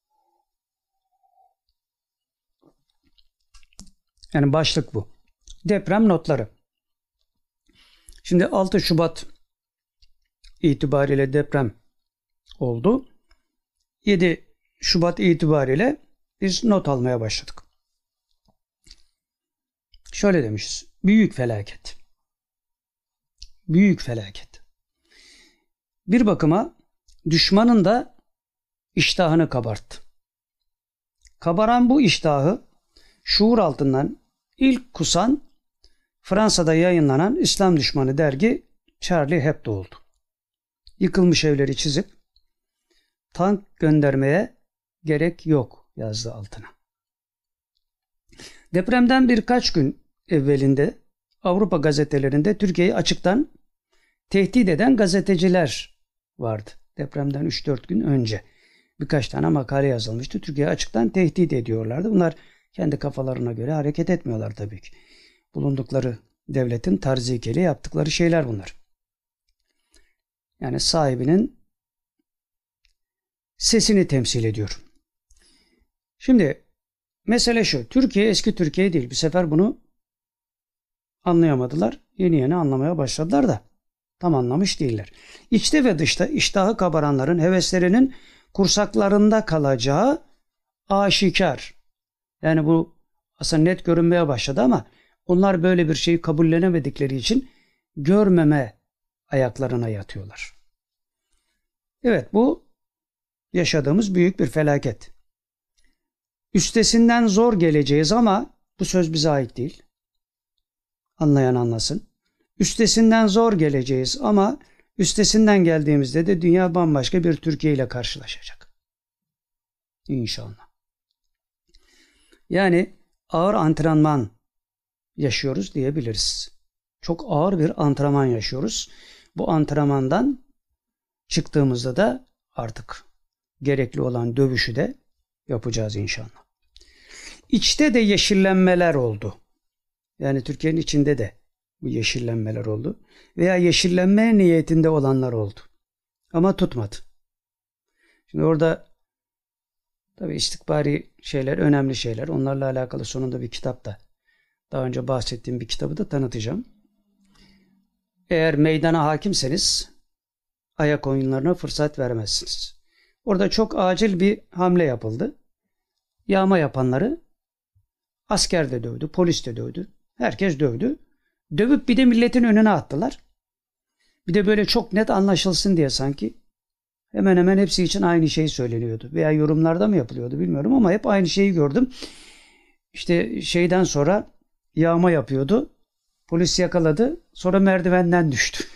Yani başlık bu. Deprem notları. Şimdi 6 Şubat itibariyle deprem oldu. 7 Şubat itibariyle biz not almaya başladık. Şöyle demişiz. Büyük felaket. Büyük felaket. Bir bakıma düşmanın da iştahını kabarttı. Kabaran bu iştahı şuur altından ilk kusan Fransa'da yayınlanan İslam düşmanı dergi Charlie Hebdo oldu. Yıkılmış evleri çizip tank göndermeye gerek yok yazdı altına. Depremden birkaç gün evvelinde Avrupa gazetelerinde Türkiye'yi açıktan tehdit eden gazeteciler vardı. Depremden 3-4 gün önce birkaç tane makale yazılmıştı. Türkiye'yi açıktan tehdit ediyorlardı. Bunlar kendi kafalarına göre hareket etmiyorlar tabii ki. Bulundukları devletin tarzikeli yaptıkları şeyler bunlar. Yani sahibinin sesini temsil ediyor. Şimdi mesele şu. Türkiye eski Türkiye değil. Bir sefer bunu anlayamadılar. Yeni yeni anlamaya başladılar da tam anlamış değiller. İçte ve dışta iştahı kabaranların heveslerinin kursaklarında kalacağı aşikar. Yani bu aslında net görünmeye başladı ama onlar böyle bir şeyi kabullenemedikleri için görmeme ayaklarına yatıyorlar. Evet, bu yaşadığımız büyük bir felaket. Üstesinden zor geleceğiz ama bu söz bize ait değil. Anlayan anlasın. Üstesinden zor geleceğiz ama üstesinden geldiğimizde de dünya bambaşka bir Türkiye ile karşılaşacak. İnşallah. Yani ağır antrenman yaşıyoruz diyebiliriz. Çok ağır bir antrenman yaşıyoruz. Bu antrenmandan çıktığımızda da artık gerekli olan dövüşü de yapacağız inşallah. İçte de yeşillenmeler oldu. Yani Türkiye'nin içinde de bu yeşillenmeler oldu. Veya yeşillenme niyetinde olanlar oldu. Ama tutmadı. Şimdi orada tabii istikbari şeyler, önemli şeyler. Onlarla alakalı sonunda bir kitap da, daha önce bahsettiğim bir kitabı da tanıtacağım. Eğer meydana hakimseniz ayak oyunlarına fırsat vermezsiniz. Orada çok acil bir hamle yapıldı. Yağma yapanları asker de dövdü, polis de dövdü. Herkes dövdü. Dövüp bir de milletin önüne attılar. Bir de böyle çok net anlaşılsın diye sanki hemen hemen hepsi için aynı şey söyleniyordu. Veya yorumlarda mı yapılıyordu bilmiyorum ama hep aynı şeyi gördüm. İşte şeyden sonra yağma yapıyordu. Polis yakaladı. Sonra merdivenden düştü.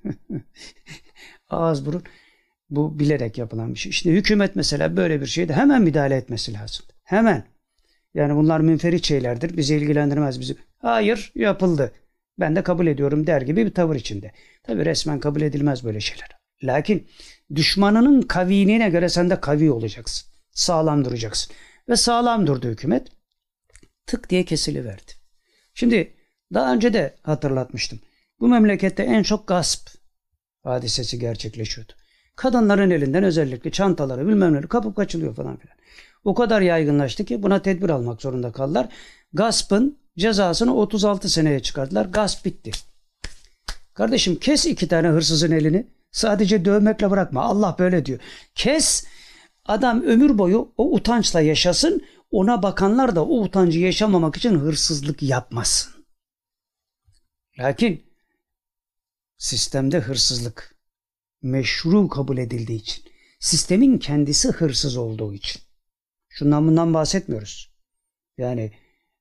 Ağız burun. Bu bilerek yapılan bir şey. İşte hükümet mesela böyle bir şeyde hemen müdahale etmesi lazım. Hemen. Yani bunlar münferit şeylerdir. Bizi ilgilendirmez. Hayır, yapıldı. Ben de kabul ediyorum der gibi bir tavır içinde. Tabii resmen kabul edilmez böyle şeyler. Lakin düşmanının kaviliğine göre sen de kavi olacaksın. Sağlam duracaksın. Ve sağlam durdu hükümet. Tık diye kesiliverdi. Şimdi daha önce de hatırlatmıştım. Bu memlekette en çok gasp hadisesi gerçekleşiyordu. Kadınların elinden özellikle çantaları bilmem neleri kapıp kaçılıyor falan filan. O kadar yaygınlaştı ki buna tedbir almak zorunda kaldılar. Gaspın cezasını 36 seneye çıkardılar. Gasp bitti. Kardeşim kes 2 tane hırsızın elini. Sadece dövmekle bırakma. Allah böyle diyor. Kes, adam ömür boyu o utançla yaşasın. Ona bakanlar da o utancı yaşamamak için hırsızlık yapmasın. Lakin sistemde hırsızlık meşru kabul edildiği için, sistemin kendisi hırsız olduğu için. Şundan bundan bahsetmiyoruz. Yani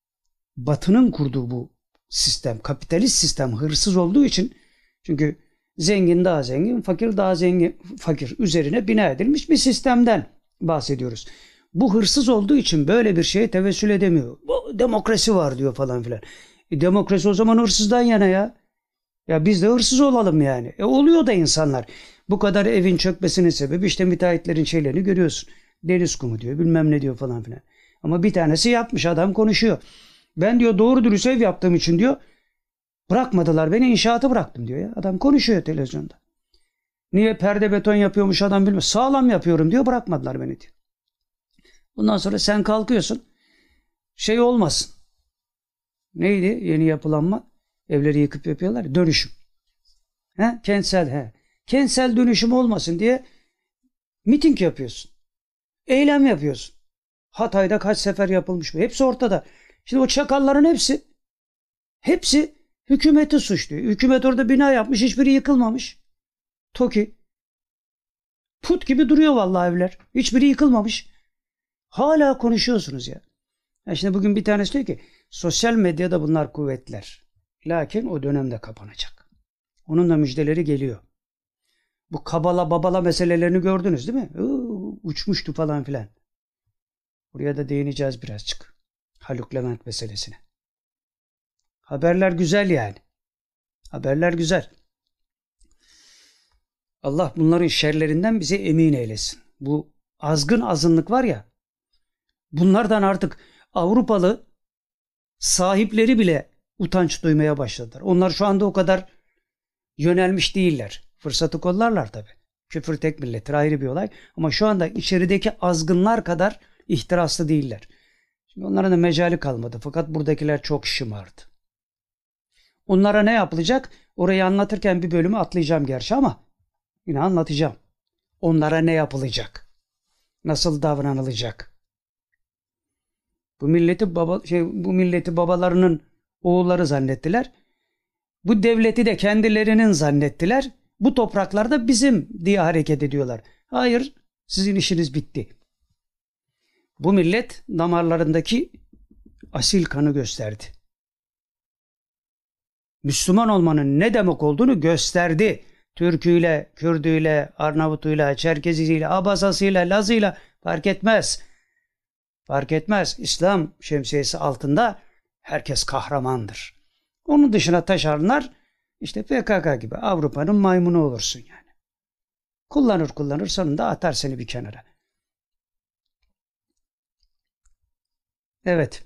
Batı'nın kurduğu bu sistem, kapitalist sistem hırsız olduğu için, çünkü Zengin daha zengin, fakir daha zengin, fakir üzerine bina edilmiş bir sistemden bahsediyoruz. Bu hırsız olduğu için böyle bir şeye tevessül edemiyor. Bu demokrasi var diyor falan filan. Demokrasi o zaman hırsızdan yana ya. Ya biz de hırsız olalım yani. Oluyor da insanlar. Bu kadar evin çökmesinin sebebi işte müteahhitlerin şeylerini görüyorsun. Deniz kumu diyor, bilmem ne diyor falan filan. Ama bir tanesi yapmış, adam konuşuyor. Ben diyor doğru dürüst ev yaptığım için diyor bırakmadılar beni, inşaatı bıraktım diyor ya. Adam konuşuyor televizyonda. Niye perde beton yapıyormuş adam bilmiyor. Sağlam yapıyorum diyor, bırakmadılar beni diyor. Bundan sonra sen kalkıyorsun. Şey olmasın. Neydi yeni yapılanma? Evleri yıkıp yapıyorlar. Dönüşüm. Kentsel. Kentsel dönüşüm olmasın diye miting yapıyorsun. Eylem yapıyorsun. Hatay'da kaç sefer yapılmış bu. Hepsi ortada. Şimdi o çakalların hepsi hükümeti suçluyor. Hükümet orada bina yapmış, hiçbiri yıkılmamış. TOKİ. Put gibi duruyor vallahi evler. Hiçbiri yıkılmamış. Hala konuşuyorsunuz ya. Şimdi bugün bir tanesi diyor ki sosyal medyada bunlar kuvvetler. Lakin o dönemde kapanacak. Onun da müjdeleri geliyor. Bu kabala babala meselelerini gördünüz değil mi? Uçmuştu falan filan. Buraya da değineceğiz birazcık. Haluk Levent meselesine. Haberler güzel yani. Haberler güzel. Allah bunların şerlerinden bizi emin eylesin. Bu azgın azınlık var ya, bunlardan artık Avrupalı sahipleri bile utanç duymaya başladılar. Onlar şu anda o kadar yönelmiş değiller. Fırsatı kollarlar tabii. Küfür tek millettir, ayrı bir olay. Ama şu anda içerideki azgınlar kadar ihtiraslı değiller. Şimdi onların da mecali kalmadı. Fakat buradakiler çok şımardı. Onlara ne yapılacak? Orayı anlatırken bir bölümü atlayacağım gerçi ama yine anlatacağım. Onlara ne yapılacak? Nasıl davranılacak? Bu milleti babalarının oğulları zannettiler. Bu devleti de kendilerinin zannettiler. Bu topraklarda bizim diye hareket ediyorlar. Hayır, sizin işiniz bitti. Bu millet damarlarındaki asil kanı gösterdi. Müslüman olmanın ne demek olduğunu gösterdi. Türküyle, Kürdüyle, Arnavutuyla, Çerkeziyle, Abazasıyla, Lazıyla fark etmez. Fark etmez. İslam şemsiyesi altında herkes kahramandır. Onun dışına taşanlar işte PKK gibi Avrupa'nın maymunu olursun yani. Kullanır sonunda atar seni bir kenara. Evet.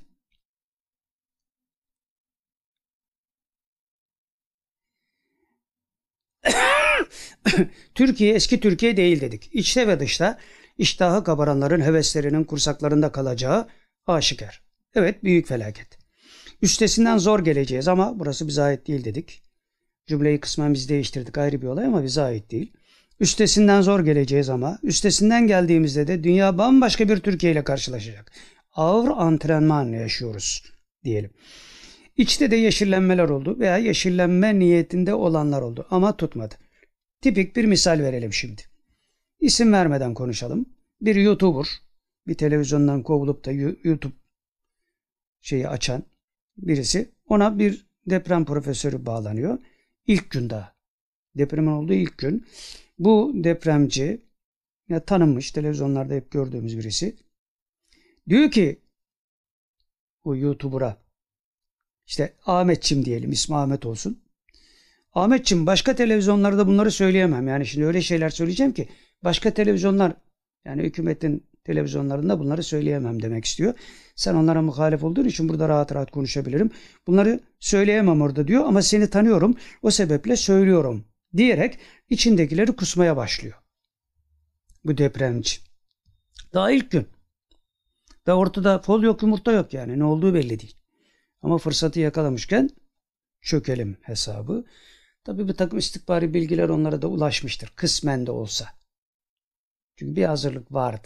Türkiye eski Türkiye değil dedik. İçte ve dışta iştahı kabaranların heveslerinin kursaklarında kalacağı aşikar. Evet, büyük felaket. Üstesinden zor geleceğiz ama burası bize ait değil dedik. Cümleyi kısmen biz değiştirdik, ayrı bir olay ama bize ait değil. Üstesinden zor geleceğiz ama üstesinden geldiğimizde de dünya bambaşka bir Türkiye ile karşılaşacak. Ağır antrenman yaşıyoruz diyelim. İçte de yeşillenmeler oldu veya yeşillenme niyetinde olanlar oldu ama tutmadı. Tipik bir misal verelim şimdi. İsim vermeden konuşalım. Bir YouTuber, bir televizyondan kovulup da YouTube açan birisi, ona bir deprem profesörü bağlanıyor. İlk gün daha. Depremin olduğu ilk gün. Bu depremci, ya tanınmış, televizyonlarda hep gördüğümüz birisi. Diyor ki bu YouTuber'a, işte Ahmetçim diyelim, ismi Ahmet olsun. Ahmetçim, başka televizyonlarda bunları söyleyemem. Yani şimdi öyle şeyler söyleyeceğim ki başka televizyonlar, yani hükümetin televizyonlarında bunları söyleyemem demek istiyor. Sen onlara muhalif olduğun için burada rahat rahat konuşabilirim. Bunları söyleyemem orada diyor ama seni tanıyorum, o sebeple söylüyorum diyerek içindekileri kusmaya başlıyor. Bu depremci. Daha ilk gün. Ve ortada fol yok, yumurta yok yani. Ne olduğu belli değil. Ama fırsatı yakalamışken çökelim hesabı. Tabii bir takım istihbari bilgiler onlara da ulaşmıştır. Kısmen de olsa. Çünkü bir hazırlık vardı.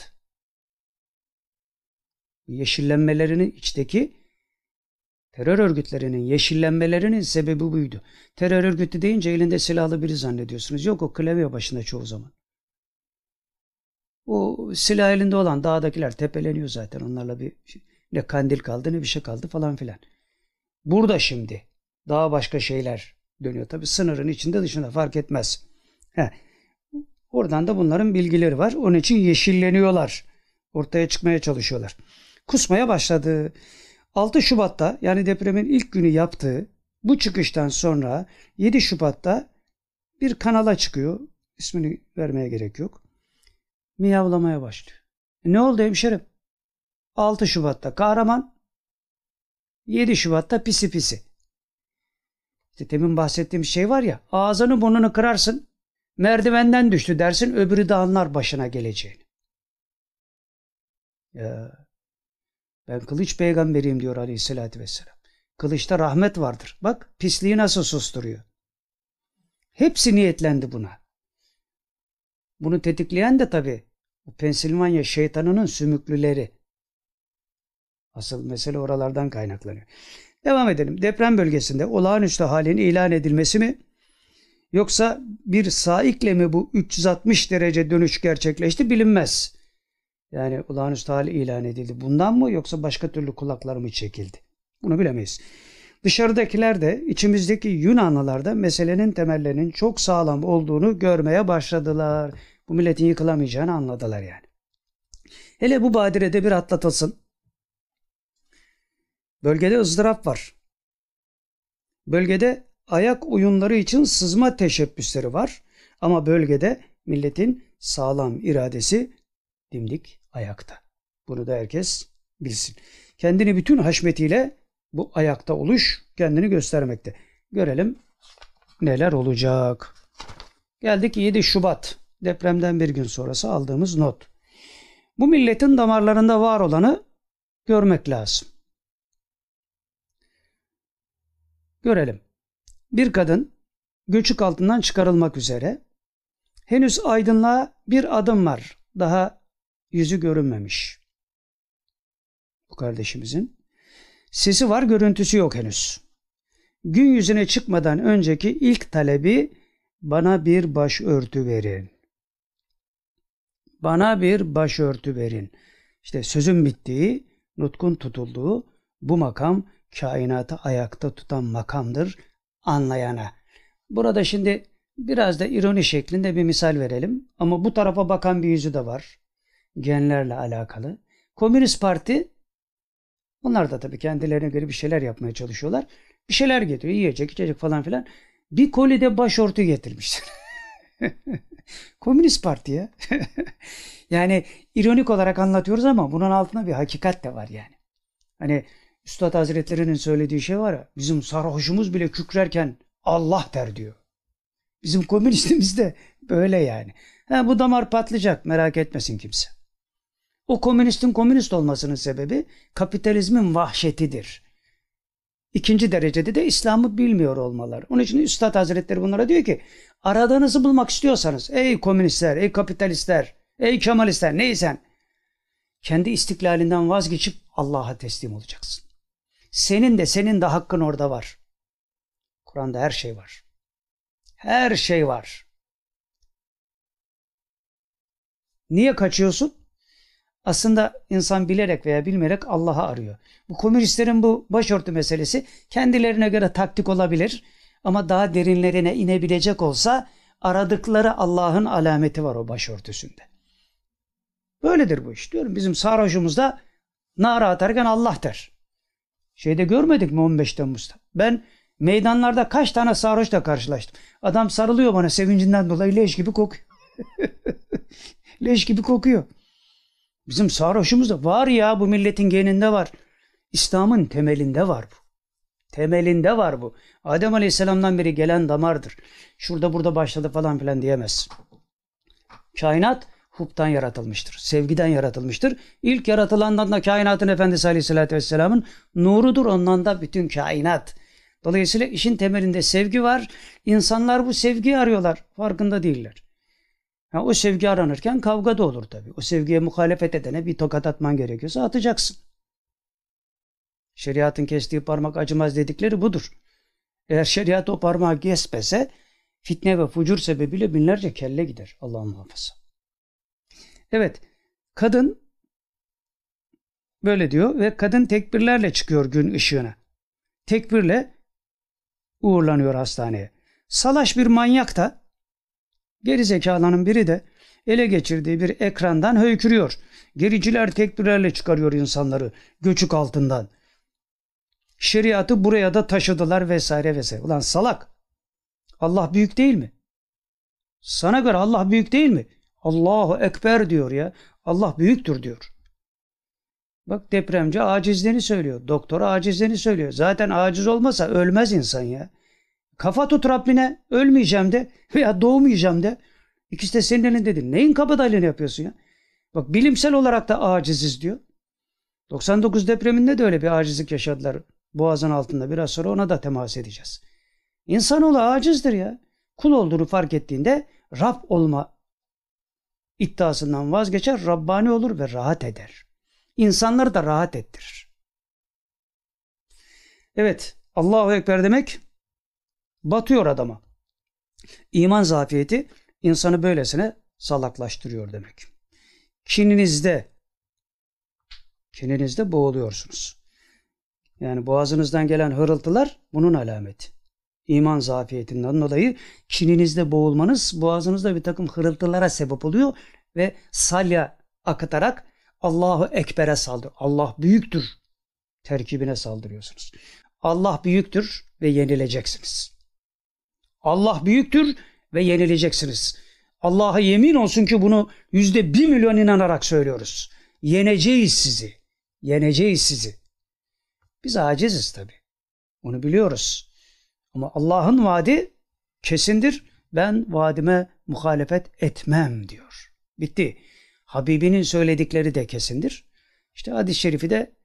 Yeşillenmelerinin içteki terör örgütlerinin yeşillenmelerinin sebebi buydu. Terör örgütü deyince elinde silahlı biri zannediyorsunuz. Yok, o klavye başında çoğu zaman. O silah elinde olan dağdakiler tepeleniyor zaten. Onlarla ne kandil kaldı ne bir şey kaldı falan filan. Burada şimdi daha başka şeyler dönüyor. Tabii sınırın içinde dışında fark etmez. He. Oradan da bunların bilgileri var. Onun için yeşilleniyorlar. Ortaya çıkmaya çalışıyorlar. Kusmaya başladı. 6 Şubat'ta yani depremin ilk günü yaptığı bu çıkıştan sonra 7 Şubat'ta bir kanala çıkıyor. İsmini vermeye gerek yok. Miyavlamaya başlıyor. Ne oldu hemşerim? 6 Şubat'ta kahraman, 7 Şubat'ta pisi pisi. İşte demin bahsettiğim şey var ya, ağzını burnunu kırarsın, merdivenden düştü dersin, öbürü de anlar başına geleceğini. Ya, ben kılıç peygamberiyim diyor Aleyhisselatü Vesselam. Kılıçta rahmet vardır. Bak pisliği nasıl susturuyor. Hepsi niyetlendi buna. Bunu tetikleyen de tabii Pensilvanya şeytanının sümüklüleri. Asıl mesele oralardan kaynaklanıyor. Devam edelim. Deprem bölgesinde olağanüstü halin ilan edilmesi mi? Yoksa bir saikle mi bu 360 derece dönüş gerçekleşti bilinmez. Yani olağanüstü hal ilan edildi. Bundan mı yoksa başka türlü kulaklar mı çekildi? Bunu bilemeyiz. Dışarıdakiler de içimizdeki Yunanlılar da meselenin temellerinin çok sağlam olduğunu görmeye başladılar. Bu milletin yıkılamayacağını anladılar yani. Hele bu badirede bir atlatılsın. Bölgede ızdırap var. Bölgede ayak oyunları için sızma teşebbüsleri var. Ama bölgede milletin sağlam iradesi dimdik ayakta. Bunu da herkes bilsin. Kendini bütün haşmetiyle bu ayakta oluş kendini göstermekte. Görelim neler olacak. Geldik 7 Şubat. Depremden bir gün sonrası aldığımız not. Bu milletin damarlarında var olanı görmek lazım. Görelim. Bir kadın göçük altından çıkarılmak üzere. Henüz aydınlığa bir adım var. Daha yüzü görünmemiş. Bu kardeşimizin. Sesi var, görüntüsü yok henüz. Gün yüzüne çıkmadan önceki ilk talebi bana bir başörtü verin. Bana bir başörtü verin. İşte sözün bittiği, nutkun tutulduğu bu makam kainatı ayakta tutan makamdır anlayana. Burada şimdi biraz da ironi şeklinde bir misal verelim. Ama bu tarafa bakan bir yüzü de var. Genlerle alakalı. Komünist Parti, onlar da tabii kendilerine göre bir şeyler yapmaya çalışıyorlar. Bir şeyler getiriyor. Yiyecek, içecek falan filan. Bir kolide başörtü getirmişler. Komünist Parti ya. Yani ironik olarak anlatıyoruz ama bunun altında bir hakikat de var yani. Hani Üstad Hazretleri'nin söylediği şey var ya, bizim sarhoşumuz bile kükrerken Allah der diyor. Bizim komünistimiz de böyle yani. Bu damar patlayacak, merak etmesin kimse. O komünistin komünist olmasının sebebi kapitalizmin vahşetidir. İkinci derecede de İslam'ı bilmiyor olmaları. Onun için Üstad Hazretleri bunlara diyor ki, aradığınızı bulmak istiyorsanız ey komünistler, ey kapitalistler, ey kemalistler neysen, kendi istiklalinden vazgeçip Allah'a teslim olacaksın. Senin de hakkın orada var. Kur'an'da her şey var. Her şey var. Niye kaçıyorsun? Aslında insan bilerek veya bilmeyerek Allah'ı arıyor. Bu komünistlerin bu başörtü meselesi kendilerine göre taktik olabilir. Ama daha derinlerine inebilecek olsa aradıkları Allah'ın alameti var o başörtüsünde. Böyledir bu iş diyorum. Bizim sarhoşumuzda nara atarken Allah der. Şeyde görmedik mi 15 Temmuz'da? Ben meydanlarda kaç tane sarhoşla karşılaştım. Adam sarılıyor bana sevincinden dolayı, leş gibi kokuyor. Leş gibi kokuyor. Bizim sarhoşumuzda var ya, bu milletin geninde var. İslam'ın temelinde var bu. Temelinde var bu. Adem Aleyhisselam'dan beri gelen damardır. Şurada burada başladı falan filan diyemez. Kainat hub'tan yaratılmıştır. Sevgiden yaratılmıştır. İlk yaratılandan da kainatın efendisi Aleyhisselatü Vesselam'ın nurudur. Ondan da bütün kainat. Dolayısıyla işin temelinde sevgi var. İnsanlar bu sevgiyi arıyorlar. Farkında değiller. O sevgi aranırken kavga da olur tabii. O sevgiye muhalefet edene bir tokat atman gerekiyorsa atacaksın. Şeriatın kestiği parmak acımaz dedikleri budur. Eğer şeriat o parmağı kesmese fitne ve fucur sebebiyle binlerce kelle gider. Allah'ın muhafaza. Evet, kadın böyle diyor ve kadın tekbirlerle çıkıyor gün ışığına. Tekbirle uğurlanıyor hastaneye. Salaş bir manyak da, gerizekalının biri de ele geçirdiği bir ekrandan höykürüyor. Gericiler tekbirlerle çıkarıyor insanları göçük altından. Şeriatı buraya da taşıdılar vesaire vesaire. Ulan salak! Allah büyük değil mi? Sana göre Allah büyük değil mi? Allahu Ekber diyor ya. Allah büyüktür diyor. Bak, depremci acizliğini söylüyor. Doktor acizliğini söylüyor. Zaten aciz olmasa ölmez insan ya. Kafa tut Rabbine. Ölmeyeceğim de veya doğmayacağım de. İkisi de senin elindedir. Neyin kabadayılığını yapıyorsun ya? Bak, bilimsel olarak da aciziz diyor. 99 depreminde de öyle bir acizlik yaşadılar. Boğazın altında. Biraz sonra ona da temas edeceğiz. İnsanoğlu acizdir ya. Kul olduğunu fark ettiğinde Rab olma iddiasından vazgeçer, Rabbani olur ve rahat eder. İnsanları da rahat ettirir. Evet, Allahu Ekber demek batıyor adama. İman zafiyeti insanı böylesine salaklaştırıyor demek. Kininizde boğuluyorsunuz. Yani boğazınızdan gelen hırıltılar bunun alameti. İman zafiyetinden dolayı kininizde boğulmanız boğazınızda bir takım hırıltılara sebep oluyor ve salya akıtarak Allahu Ekber'e saldırıyor. Allah büyüktür terkibine saldırıyorsunuz. Allah büyüktür ve yenileceksiniz. Allah büyüktür ve yenileceksiniz. Allah'a yemin olsun ki bunu %1.000.000 inanarak söylüyoruz. Yeneceğiz sizi. Yeneceğiz sizi. Biz aciziz tabii. Onu biliyoruz. Ama Allah'ın vaadi kesindir. Ben vaadime muhalefet etmem diyor. Bitti. Habibinin söyledikleri de kesindir. İşte hadis-i şerifi de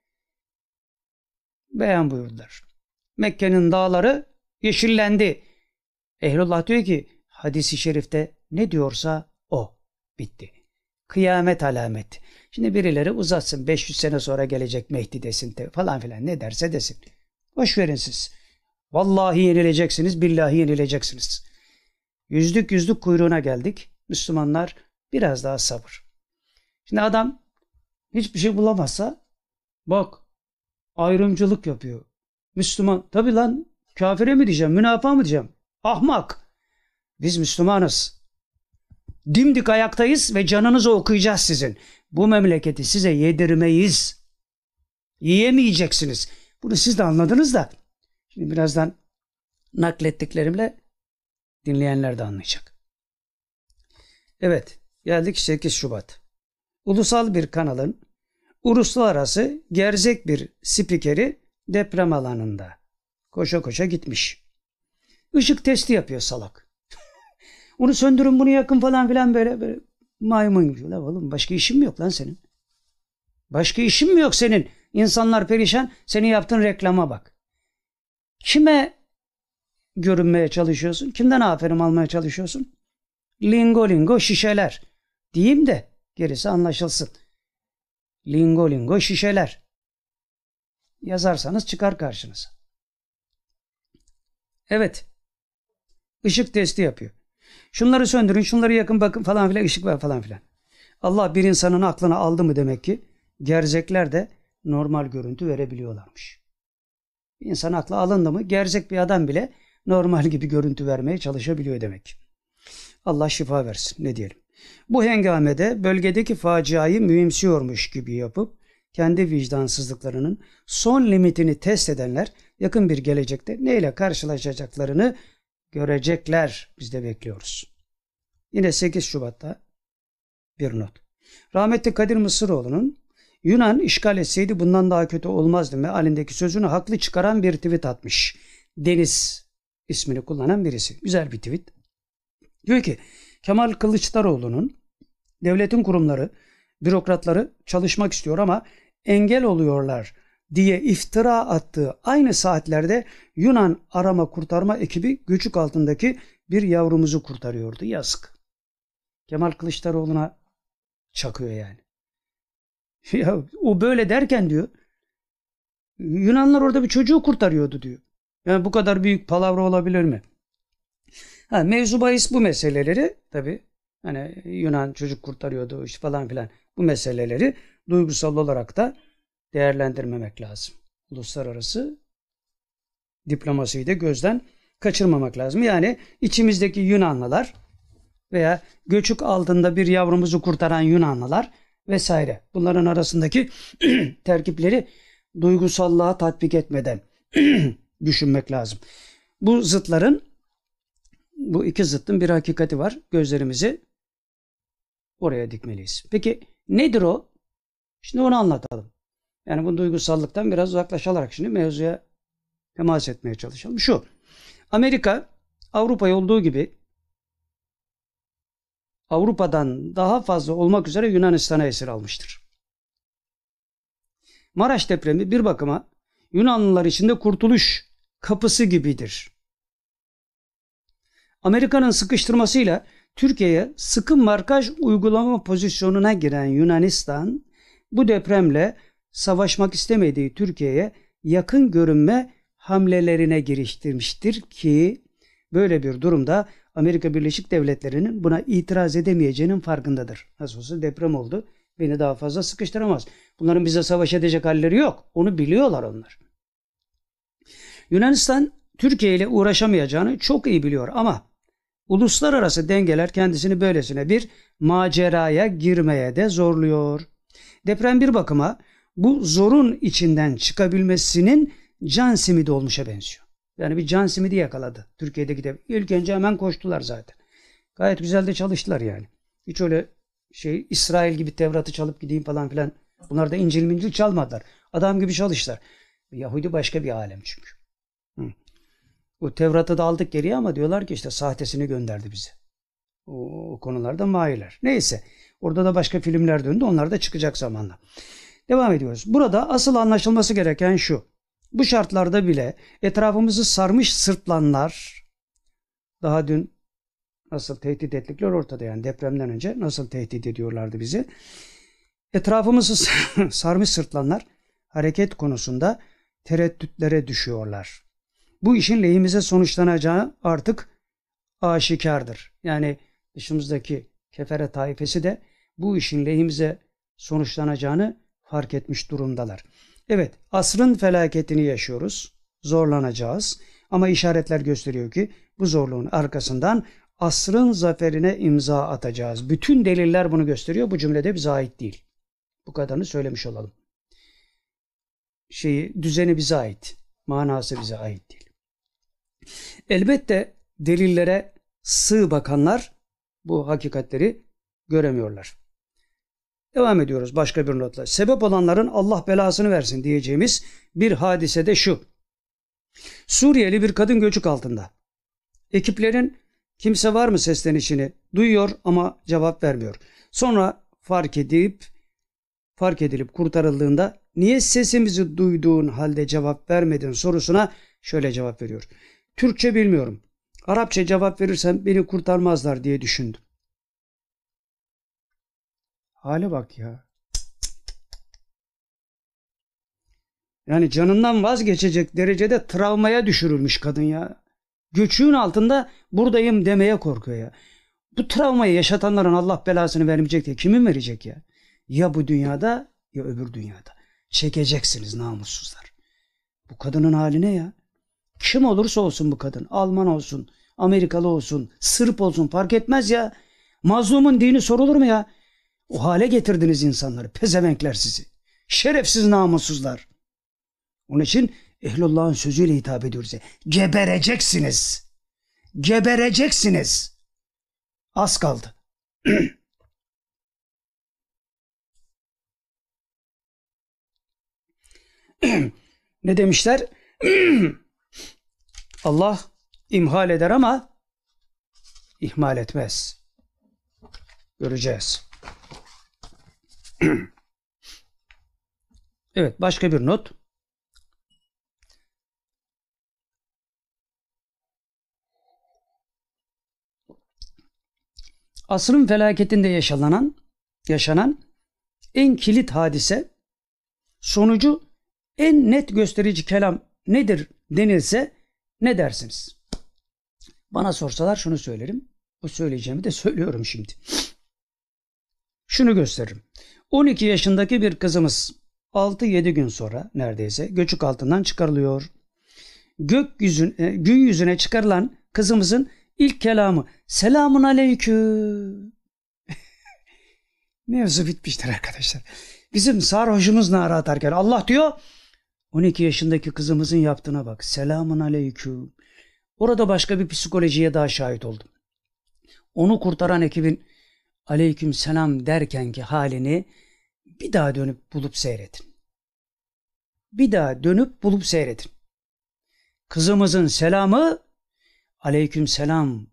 beyan buyurdular. Mekke'nin dağları yeşillendi. Ehlullah diyor ki hadis-i şerifte ne diyorsa o. Bitti. Kıyamet alamet. Şimdi birileri uzatsın. 500 sene sonra gelecek Mehdi desin falan filan, ne derse desin. Boş verin siz. Vallahi yenileceksiniz, billahi yenileceksiniz. Yüzlük kuyruğuna geldik. Müslümanlar biraz daha sabır. Şimdi adam hiçbir şey bulamazsa bak ayrımcılık yapıyor. Müslüman tabii lan, kafire mi diyeceğim, münafığa mı diyeceğim? Ahmak. Biz Müslümanız. Dimdik ayaktayız ve canınızı okuyacağız sizin. Bu memleketi size yedirmeyiz. Yiyemeyeceksiniz. Bunu siz de anladınız da. Şimdi birazdan naklettiklerimle dinleyenler de anlayacak. Evet, geldik 8 Şubat. Ulusal bir kanalın uluslararası gerzek bir spikeri deprem alanında koşa koşa gitmiş. Işık testi yapıyor salak. Onu söndürün, bunu yakın falan filan, böyle maymun gibi. Lan oğlum, başka işin mi yok lan senin? Başka işin mi yok senin? İnsanlar perişan. Senin yaptığın reklama bak. Kime görünmeye çalışıyorsun? Kimden aferin almaya çalışıyorsun? Lingo lingo şişeler. Diyeyim de gerisi anlaşılsın. Lingo lingo şişeler. Yazarsanız çıkar karşınıza. Evet. Işık testi yapıyor. Şunları söndürün, şunları yakın bakın falan filan, ışık var falan filan. Allah bir insanın aklını aldı mı demek ki gerzekler de normal görüntü verebiliyorlarmış. Bir insan aklı alındı mı gerzek bir adam bile normal gibi görüntü vermeye çalışabiliyor demek. Allah şifa versin, ne diyelim. Bu hengamede bölgedeki faciayı mühimsiyormuş gibi yapıp kendi vicdansızlıklarının son limitini test edenler yakın bir gelecekte neyle karşılaşacaklarını görecekler. Biz de bekliyoruz. Yine 8 Şubat'ta bir not. Rahmetli Kadir Mısıroğlu'nun Yunan işgal etseydi bundan daha kötü olmazdı mealindeki sözünü haklı çıkaran bir tweet atmış. Deniz ismini kullanan birisi. Güzel bir tweet. Diyor ki Kemal Kılıçdaroğlu'nun devletin kurumları, bürokratları çalışmak istiyor ama engel oluyorlar diye iftira attığı aynı saatlerde Yunan arama kurtarma ekibi göçük altındaki bir yavrumuzu kurtarıyordu. Yazık. Kemal Kılıçdaroğlu'na çakıyor yani. Ya, o böyle derken diyor Yunanlar orada bir çocuğu kurtarıyordu diyor. Yani bu kadar büyük palavra olabilir mi? Mevzu bahis bu meseleleri tabii hani Yunan çocuk kurtarıyordu işte falan filan, bu meseleleri duygusal olarak da değerlendirmemek lazım. Uluslararası diplomasiyi de gözden kaçırmamak lazım. Yani içimizdeki Yunanlılar veya göçük altında bir yavrumuzu kurtaran Yunanlılar vesaire. Bunların arasındaki terkipleri duygusallığa tatbik etmeden düşünmek lazım. Bu iki zıttın bir hakikati var. Gözlerimizi oraya dikmeliyiz. Peki nedir o? Şimdi onu anlatalım. Yani bu duygusallıktan biraz uzaklaşarak şimdi mevzuya temas etmeye çalışalım. Şu, Amerika Avrupa'ya olduğu gibi Avrupa'dan daha fazla olmak üzere Yunanistan'a esir almıştır. Maraş depremi bir bakıma Yunanlılar için de kurtuluş kapısı gibidir. Amerika'nın sıkıştırmasıyla Türkiye'ye sıkı markaj uygulama pozisyonuna giren Yunanistan, bu depremle savaşmak istemediği Türkiye'ye yakın görünme hamlelerine giriştirmiştir ki böyle bir durumda Amerika Birleşik Devletleri'nin buna itiraz edemeyeceğinin farkındadır. Nasıl olsa deprem oldu, beni daha fazla sıkıştıramaz. Bunların bize savaş edecek halleri yok. Onu biliyorlar onlar. Yunanistan Türkiye ile uğraşamayacağını çok iyi biliyor ama uluslararası dengeler kendisini böylesine bir maceraya girmeye de zorluyor. Deprem bir bakıma bu zorun içinden çıkabilmesinin can simidi olmuşa benziyor. Yani bir can simidi yakaladı Türkiye'deki de. İlk önce hemen koştular zaten. Gayet güzel de çalıştılar yani. Hiç öyle İsrail gibi Tevrat'ı çalıp gideyim falan filan. Bunlar da İncil mincil çalmadılar. Adam gibi çalıştılar. Yahudi başka bir alem çünkü. O Tevrat'ı da aldık geriye ama diyorlar ki işte sahtesini gönderdi bize. O konularda mahirler. Neyse. Orada da başka filmler döndü. Onlar da çıkacak zamanla. Devam ediyoruz. Burada asıl anlaşılması gereken şu. Bu şartlarda bile etrafımızı sarmış sırtlanlar, daha dün nasıl tehdit ettikler ortada, yani depremden önce nasıl tehdit ediyorlardı bizi. Etrafımızı sarmış sırtlanlar hareket konusunda tereddütlere düşüyorlar. Bu işin lehimize sonuçlanacağı artık aşikardır. Yani dışımızdaki kefere taifesi de bu işin lehimize sonuçlanacağını fark etmiş durumdalar. Evet, asrın felaketini yaşıyoruz, zorlanacağız ama işaretler gösteriyor ki bu zorluğun arkasından asrın zaferine imza atacağız. Bütün deliller bunu gösteriyor. Bu cümlede bize ait değil. Bu kadarını söylemiş olalım. Düzeni bize ait, manası bize ait değil. Elbette delillere sığ bakanlar bu hakikatleri göremiyorlar. Devam ediyoruz başka bir notla. Sebep olanların Allah belasını versin diyeceğimiz bir hadise de şu. Suriyeli bir kadın göçük altında. Ekiplerin kimse var mı seslenişini duyuyor ama cevap vermiyor. Sonra fark edilip kurtarıldığında niye sesimizi duyduğun halde cevap vermedin sorusuna şöyle cevap veriyor. Türkçe bilmiyorum. Arapça cevap verirsem beni kurtarmazlar diye düşündüm. Hale bak ya. Yani canından vazgeçecek derecede travmaya düşürülmüş kadın ya. Göçüğün altında buradayım demeye korkuyor ya. Bu travmayı yaşatanların Allah belasını vermeyecek diye kimin verecek ya? Ya bu dünyada ya öbür dünyada. Çekeceksiniz namussuzlar. Bu kadının hali ne ya? Kim olursa olsun bu kadın. Alman olsun, Amerikalı olsun, Sırp olsun fark etmez ya. Mazlumun dini sorulur mu ya? O hale getirdiniz insanları. Pezevenkler sizi. Şerefsiz namussuzlar. Onun için ehlullah'ın sözüyle hitap ediyoruz. Gebereceksiniz. Gebereceksiniz. Az kaldı. Ne demişler? Allah imhal eder ama ihmal etmez. Göreceğiz. Evet, başka bir not. Asrın felaketinde yaşanan en kilit hadise, sonucu en net gösterici kelam nedir denilse ne dersiniz? Bana sorsalar şunu söylerim. O söyleyeceğimi de söylüyorum şimdi. Şunu gösteririm. 12 yaşındaki bir kızımız 6-7 gün sonra neredeyse göçük altından çıkarılıyor. gün yüzüne çıkarılan kızımızın ilk kelamı selamun aleyküm. Mevzu bitmiştir arkadaşlar. Bizim sarhoşumuz nara atarken Allah diyor 12 yaşındaki kızımızın yaptığına bak. Selamun aleyküm. Orada başka bir psikolojiye daha şahit oldum. Onu kurtaran ekibin aleyküm selam derkenki halini bir daha dönüp bulup seyredin. Bir daha dönüp bulup seyredin. Kızımızın selamı aleyküm selam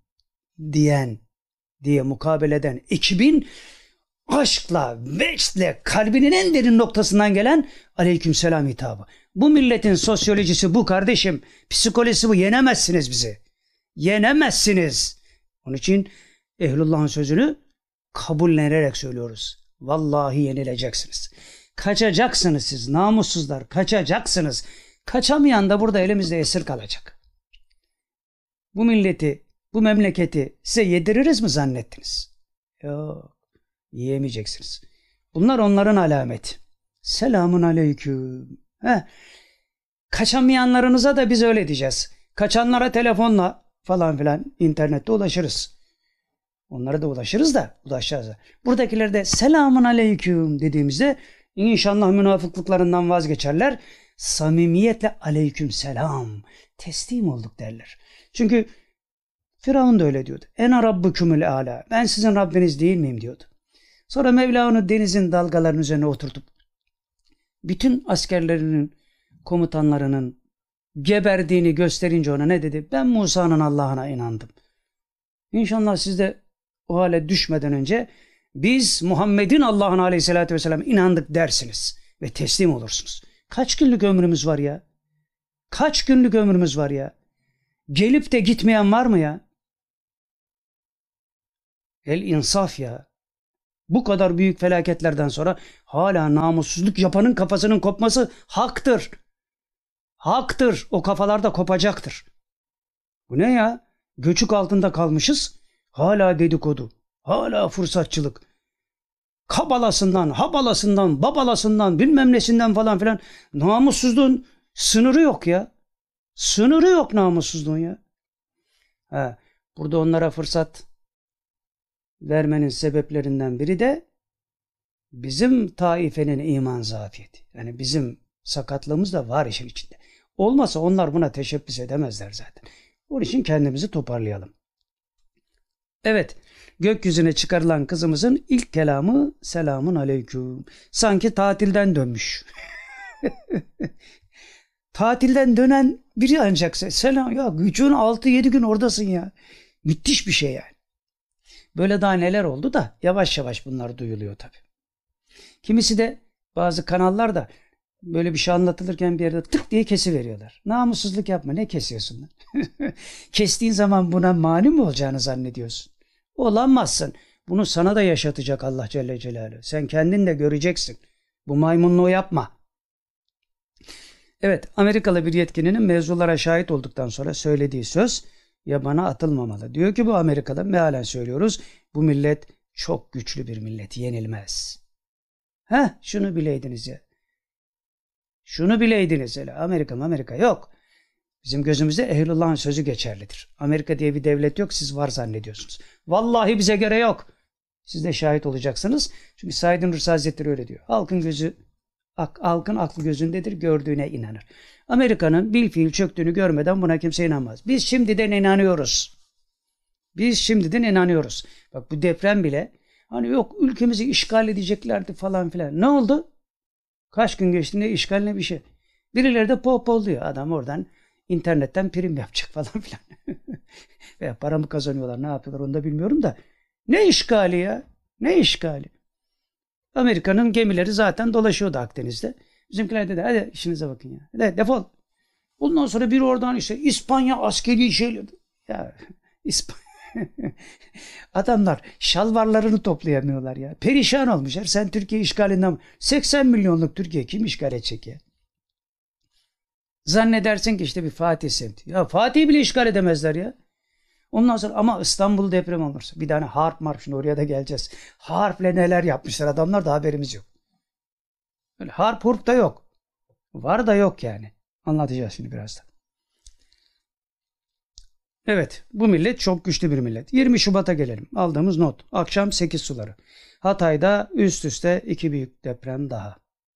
diye mukabele eden ekibin aşkla, veçle, kalbinin en derin noktasından gelen aleykümselam hitabı. Bu milletin sosyolojisi bu kardeşim. Psikolojisi bu. Yenemezsiniz bizi. Yenemezsiniz. Onun için Ehlullah'ın sözünü kabullenerek söylüyoruz. Vallahi yenileceksiniz. Kaçacaksınız siz namussuzlar. Kaçacaksınız. Kaçamayan da burada elimizde esir kalacak. Bu milleti, bu memleketi size yediririz mi zannettiniz? Yok. Yiyemeyeceksiniz. Bunlar onların alameti. Selamun aleyküm. Kaçamayanlarınıza da biz öyle diyeceğiz. Kaçanlara telefonla falan filan internette ulaşırız. Onlara da ulaşırız da ulaşacağız. Buradakiler de selamun aleyküm dediğimizde inşallah münafıklıklarından vazgeçerler. Samimiyetle aleyküm selam. Teslim olduk derler. Çünkü Firavun da öyle diyordu. Ene rabbukumul ala. Ben sizin Rabbiniz değil miyim diyordu. Sonra Mevla onu denizin dalgalarının üzerine oturtup bütün askerlerinin, komutanlarının geberdiğini gösterince ona ne dedi? Ben Musa'nın Allah'ına inandım. İnşallah siz de o hale düşmeden önce biz Muhammed'in Allah'ına aleyhissalatü vesselam inandık dersiniz ve teslim olursunuz. Kaç günlük ömrümüz var ya? Kaç günlük ömrümüz var ya? Gelip de gitmeyen var mı ya? El insaf ya. Bu kadar büyük felaketlerden sonra hala namussuzluk yapanın kafasının kopması haktır. Haktır. O kafalarda kopacaktır. Bu ne ya? Göçük altında kalmışız. Hala dedikodu. Hala fırsatçılık. Kabalasından, habalasından, babalasından, bilmem nesinden falan filan. Namussuzluğun sınırı yok ya. Sınırı yok namussuzluğun ya. Burada onlara fırsat vermenin sebeplerinden biri de bizim taifenin iman zafiyeti. Yani bizim sakatlığımız da var işin içinde. Olmasa onlar buna teşebbüs edemezler zaten. Onun için kendimizi toparlayalım. Evet, gökyüzüne çıkarılan kızımızın ilk kelamı selamun aleyküm. Sanki tatilden dönmüş. Tatilden dönen biri ancak selam ya gücün 6-7 gün oradasın ya. Müthiş bir şey yani. Böyle daha neler oldu da yavaş yavaş bunlar duyuluyor tabii. Kimisi de bazı kanallar da böyle bir şey anlatılırken bir yerde tık diye kesiveriyorlar. Namussuzluk yapma, ne kesiyorsun lan? Kestiğin zaman buna mani mi olacağını zannediyorsun? Olamazsın. Bunu sana da yaşatacak Allah Celle Celaluhu. Sen kendin de göreceksin. Bu maymunluğu yapma. Evet, Amerikalı bir yetkilinin mevzulara şahit olduktan sonra söylediği söz yabana atılmamalı. Diyor ki bu Amerika'da mealen söylüyoruz. Bu millet çok güçlü bir millet. Yenilmez. Şunu bileydiniz ya. Şunu bileydiniz hele. Amerika yok. Bizim gözümüzde Ehlullah'ın sözü geçerlidir. Amerika diye bir devlet yok. Siz var zannediyorsunuz. Vallahi bize göre yok. Siz de şahit olacaksınız. Çünkü Said Nursi Hazretleri öyle diyor. Halkın aklı gözündedir. Gördüğüne inanır. Amerika'nın bilfiil çöktüğünü görmeden buna kimse inanmaz. Biz şimdiden inanıyoruz. Bak bu deprem bile hani yok ülkemizi işgal edeceklerdi falan filan. Ne oldu? Kaç gün geçti ne işgal ne bir şey. Birileri de pohpohluyor. Adam oradan internetten prim yapacak falan filan. Veya para mı kazanıyorlar ne yapıyorlar onu da bilmiyorum da. Ne işgali ya? Ne işgali? Amerika'nın gemileri zaten dolaşıyordu Akdeniz'de. Bizimkiler dedi hadi işinize bakın ya. Hadi defol. Ondan sonra biri oradan işte İspanya askeri şeyler. Ya adamlar şalvarlarını toplayamıyorlar ya. Perişan olmuşlar. Sen Türkiye işgalinden 80 milyonluk Türkiye kim işgal edecek ya? Zannedersin ki işte bir Fatih semti. Ya Fatih'i bile işgal edemezler ya. Ondan sonra ama İstanbul deprem olursa bir tane harp marş şimdi oraya da geleceğiz. Harple neler yapmışlar adamlar da haberimiz yok. Öyle harp hurp da yok. Var da yok yani. Anlatacağız şimdi birazdan. Evet, bu millet çok güçlü bir millet. 20 Şubat'a gelelim. Aldığımız not. Akşam 8 suları. Hatay'da üst üste 2 büyük deprem daha.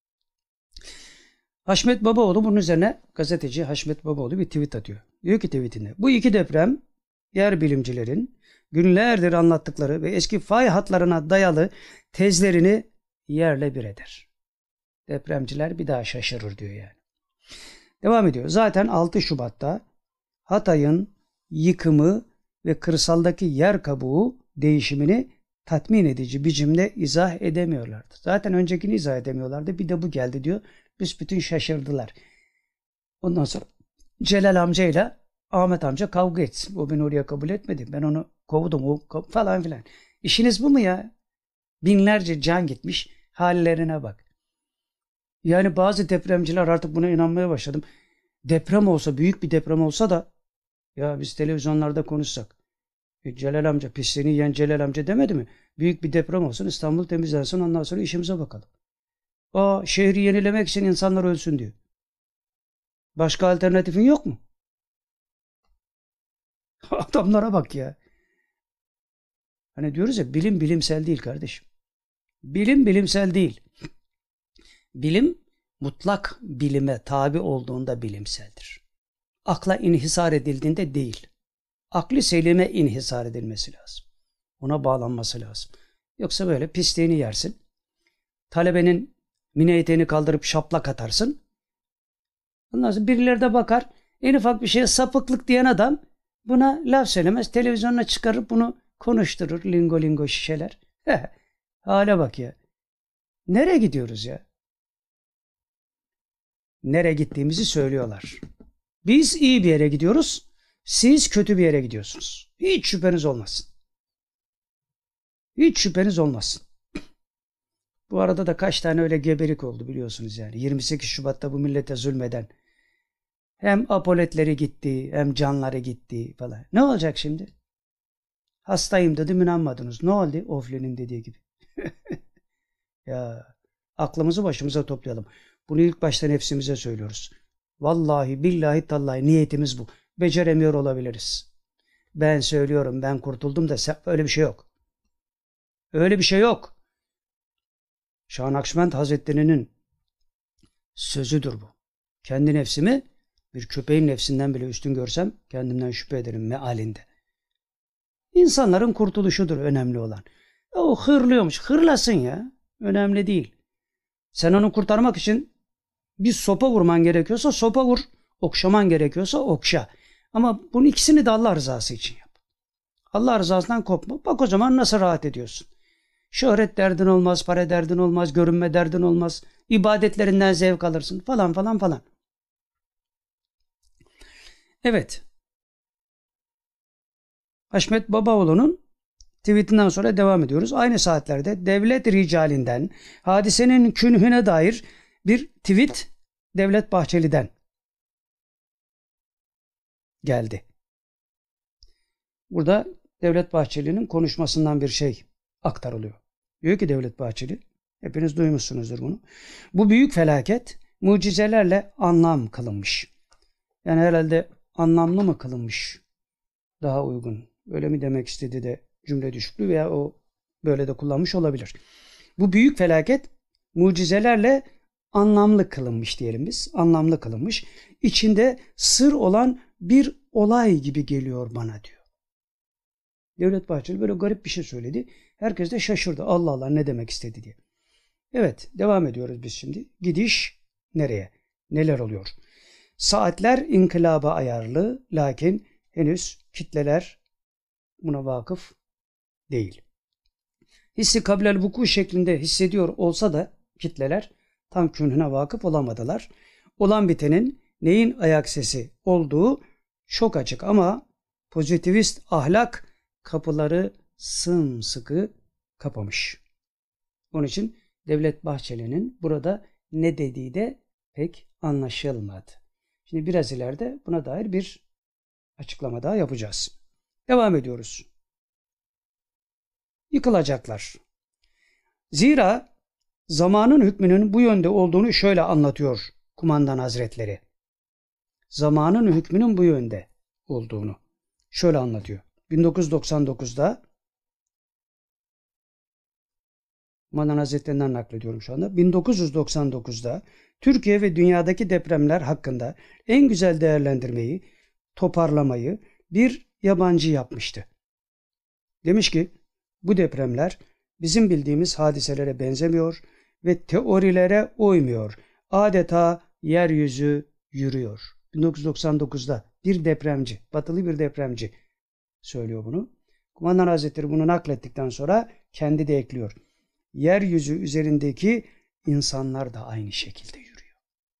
Haşmet Babaoğlu bunun üzerine, gazeteci Haşmet Babaoğlu bir tweet atıyor. Diyor ki tweetinde, bu iki deprem yer bilimcilerin günlerdir anlattıkları ve eski fay hatlarına dayalı tezlerini yerle bir eder. Depremciler bir daha şaşırır diyor yani. Devam ediyor. Zaten 6 Şubat'ta Hatay'ın yıkımı ve kırsaldaki yer kabuğu değişimini tatmin edici biçimde izah edemiyorlardı. Zaten öncekini izah edemiyorlardı. Bir de bu geldi diyor. Büsbütün şaşırdılar. Ondan sonra Celal amcayla Ahmet amca kavga etsin. O beni oraya kabul etmedi. Ben onu kovdum falan filan. İşiniz bu mu ya? Binlerce can gitmiş. Hallerine bak. Yani bazı depremciler artık buna inanmaya başladım. Deprem olsa, büyük bir deprem olsa da ya biz televizyonlarda konuşsak. Celal amca, pisliğini yiyen Celal amca demedi mi? Büyük bir deprem olsun, İstanbul temizlensin, ondan sonra işimize bakalım. Şehri yenilemek için insanlar ölsün diyor. Başka alternatifin yok mu? Adamlara bak ya. Hani diyoruz ya, bilim bilimsel değil kardeşim. Bilim bilimsel değil. Bilim mutlak bilime tabi olduğunda bilimseldir. Akla inhisar edildiğinde değil. Aklı selime inhisar edilmesi lazım. Ona bağlanması lazım. Yoksa böyle pisliğini yersin. Talebenin mini eteğini kaldırıp şaplak atarsın. Ondan sonra birileri de bakar. En ufak bir şeye sapıklık diyen adam buna laf söylemez. Televizyonuna çıkarıp bunu konuşturur. Lingo lingo şişeler. Hale bak ya. Nereye gidiyoruz ya? Nereye gittiğimizi söylüyorlar. Biz iyi bir yere gidiyoruz. Siz kötü bir yere gidiyorsunuz. Hiç şüpheniz olmasın. Hiç şüpheniz olmasın. Bu arada da kaç tane öyle geberik oldu biliyorsunuz yani. 28 Şubat'ta bu millete zulmeden. Hem apoletleri gitti, hem canları gitti falan. Ne olacak şimdi? Hastayım dedim, inanmadınız. Ne oldu? Ofli'nin dediği gibi. Ya aklımızı başımıza toplayalım. Bunu ilk başta nefsimize söylüyoruz. Vallahi billahi tallahi niyetimiz bu. Beceremiyor olabiliriz. Ben söylüyorum, ben kurtuldum da öyle bir şey yok. Öyle bir şey yok. Şah Nakşibend Hazretleri'nin sözüdür bu. Kendi nefsimi bir köpeğin nefsinden bile üstün görsem kendimden şüphe ederim mealinde. İnsanların kurtuluşudur önemli olan. O hırlıyormuş. Hırlasın ya. Önemli değil. Sen onu kurtarmak için bir sopa vurman gerekiyorsa sopa vur. Okşaman gerekiyorsa okşa. Ama bunun ikisini de Allah rızası için yap. Allah rızasından kopma. Bak o zaman nasıl rahat ediyorsun. Şöhret derdin olmaz, para derdin olmaz, görünme derdin olmaz. İbadetlerinden zevk alırsın falan falan falan. Evet. Haşmet Babaoğlu'nun tweetinden sonra devam ediyoruz. Aynı saatlerde devlet ricalinden hadisenin künhüne dair bir tweet Devlet Bahçeli'den geldi. Burada Devlet Bahçeli'nin konuşmasından bir şey aktarılıyor. Diyor ki Devlet Bahçeli, hepiniz duymuşsunuzdur bunu. Bu büyük felaket mucizelerle anlam kılınmış. Yani herhalde anlamlı mı kılınmış? Daha uygun. Öyle mi demek istedi de cümle düşüklüğü veya o böyle de kullanmış olabilir. Bu büyük felaket mucizelerle anlamlı kılınmış diyelim biz. Anlamlı kılınmış. İçinde sır olan bir olay gibi geliyor bana diyor. Devlet Bahçeli böyle garip bir şey söyledi. Herkes de şaşırdı. Allah Allah ne demek istedi diye. Evet, devam ediyoruz biz şimdi. Gidiş nereye? Neler oluyor? Saatler inkılaba ayarlı, lakin henüz kitleler buna vakıf değil. Hissi kablel vuku şeklinde hissediyor olsa da kitleler tam künhüne vakıf olamadılar. Olan bitenin neyin ayak sesi olduğu çok açık ama pozitivist ahlak kapıları sımsıkı kapamış. Onun için Devlet Bahçeli'nin burada ne dediği de pek anlaşılmadı. Şimdi biraz ileride buna dair bir açıklama daha yapacağız. Devam ediyoruz. Yıkılacaklar. Zira zamanın hükmünün bu yönde olduğunu şöyle anlatıyor Kumandan Hazretleri. Zamanın hükmünün bu yönde olduğunu. şöyle anlatıyor. 1999'da Kumandan Hazretlerinden naklediyorum şu anda. 1999'da Türkiye ve dünyadaki depremler hakkında en güzel değerlendirmeyi, toparlamayı bir yabancı yapmıştı. Demiş ki bu depremler bizim bildiğimiz hadiselere benzemiyor ve teorilere uymuyor. Adeta yeryüzü yürüyor. 1999'da bir depremci, batılı bir depremci söylüyor bunu. Kumandan Hazretleri bunu naklettikten sonra kendi de ekliyor. Yeryüzü üzerindeki insanlar da aynı şekilde yürüyor.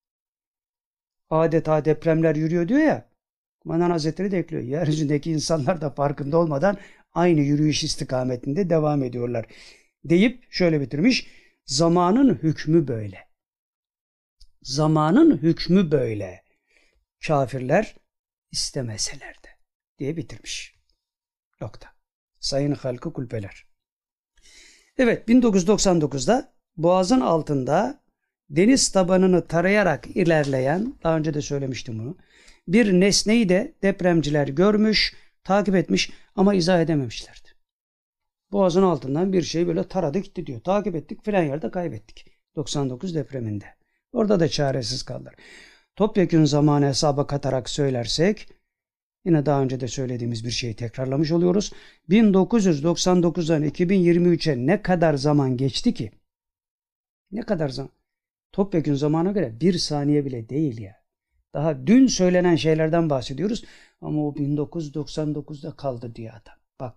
Adeta depremler yürüyor diyor ya. Kumandan Hazretleri de ekliyor. Yeryüzündeki insanlar da farkında olmadan aynı yürüyüş istikametinde devam ediyorlar. Deyip şöyle bitirmiş. Zamanın hükmü böyle. Zamanın hükmü böyle. Kafirler istemeseler de diye bitirmiş. Nokta. Sayın halkı kulpeler. Evet, 1999'da Boğaz'ın altında deniz tabanını tarayarak ilerleyen, daha önce de söylemiştim bunu, bir nesneyi de depremciler görmüş, takip etmiş ama izah edememişlerdi. Boğaz'ın altından bir şey böyle taradı gitti diyor. Takip ettik, filan yerde kaybettik. 99 depreminde. Orada da çaresiz kaldılar. Topyekün zamanı hesaba katarak söylersek, yine daha önce de söylediğimiz bir şeyi tekrarlamış oluyoruz. 1999'dan 2023'e ne kadar zaman geçti ki? Ne kadar zaman? Topyekün zamana göre bir saniye bile değil ya. Daha dün söylenen şeylerden bahsediyoruz. Ama o 1999'da kaldı diyor adam. Bak.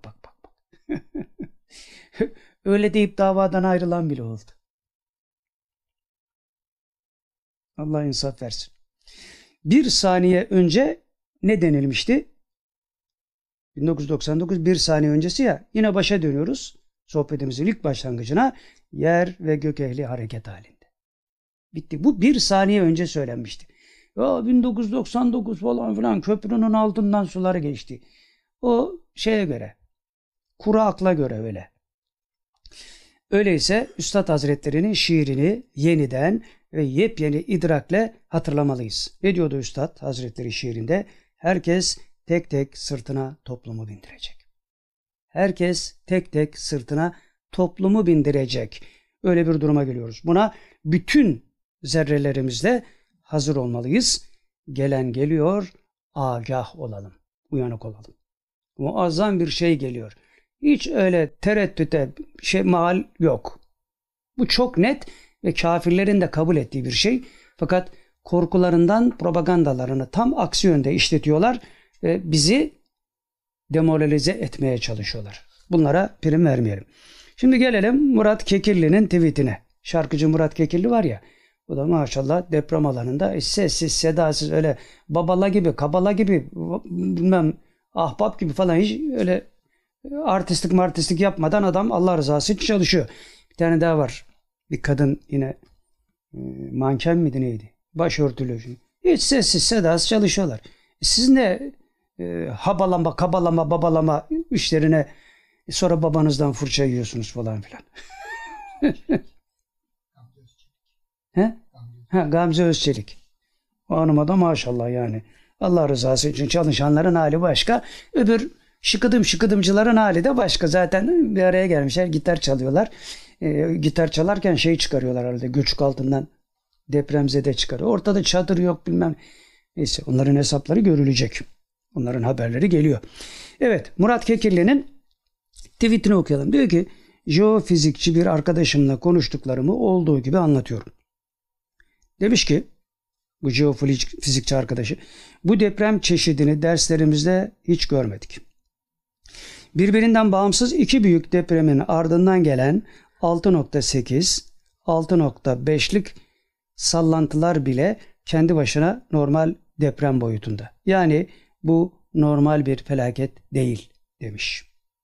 Öyle deyip davadan ayrılan bile oldu. Allah insaf versin. Bir saniye önce ne denilmişti? 1999 bir saniye öncesi ya. Yine başa dönüyoruz. Sohbetimizin ilk başlangıcına. Yer ve gök ehli hareket halinde. Bitti. Bu bir saniye önce söylenmişti. Ya 1999 falan filan köprünün altından suları geçti. O şeye göre. Kuru akla göre öyle. Öyleyse Üstad Hazretleri'nin şiirini yeniden ve yepyeni idrakle hatırlamalıyız. Ne diyordu Üstad Hazretleri şiirinde? Herkes tek tek sırtına toplumu bindirecek. Herkes tek tek sırtına toplumu bindirecek. Öyle bir duruma geliyoruz. Buna bütün zerrelerimizle hazır olmalıyız. Gelen geliyor, agah olalım, uyanık olalım. Muazzam bir şey geliyor. Hiç öyle tereddüte mahal yok. Bu çok net ve kafirlerin de kabul ettiği bir şey. Fakat korkularından propagandalarını tam aksi yönde işletiyorlar ve bizi demoralize etmeye çalışıyorlar. Bunlara prim vermeyelim. Şimdi gelelim Murat Kekilli'nin tweetine. Şarkıcı Murat Kekilli var ya, bu da maşallah deprem alanında sessiz, sedasız, öyle babala gibi, kabala gibi, bilmem ahbap gibi falan hiç öyle artistlik yapmadan adam Allah rızası için çalışıyor. Bir tane daha var. Bir kadın yine manken miydi neydi? Başörtülü. Hiç sessiz sedasız çalışıyorlar. Siz ne habalama, kabalama, babalama işlerine sonra babanızdan fırça yiyorsunuz falan filan. He? Gamze Özçelik. O hanıma da maşallah yani. Allah rızası için çalışanların hali başka. Öbür şıkıdımcıların hali de başka. Zaten bir araya gelmişler. Gitar çalıyorlar. Gitar çalarken şey çıkarıyorlar herhalde. Göçük altından depremzede çıkarıyor. Ortada çadır yok bilmem. Neyse onların hesapları görülecek. Onların haberleri geliyor. Evet, Murat Kekilli'nin tweetini okuyalım. Diyor ki jeofizikçi bir arkadaşımla konuştuklarımı olduğu gibi anlatıyorum. Demiş ki bu jeofizikçi arkadaşı, bu deprem çeşidini derslerimizde hiç görmedik. Birbirinden bağımsız iki büyük depremin ardından gelen 6.8, 6.5'lik sallantılar bile kendi başına normal deprem boyutunda. Yani bu normal bir felaket değil demiş.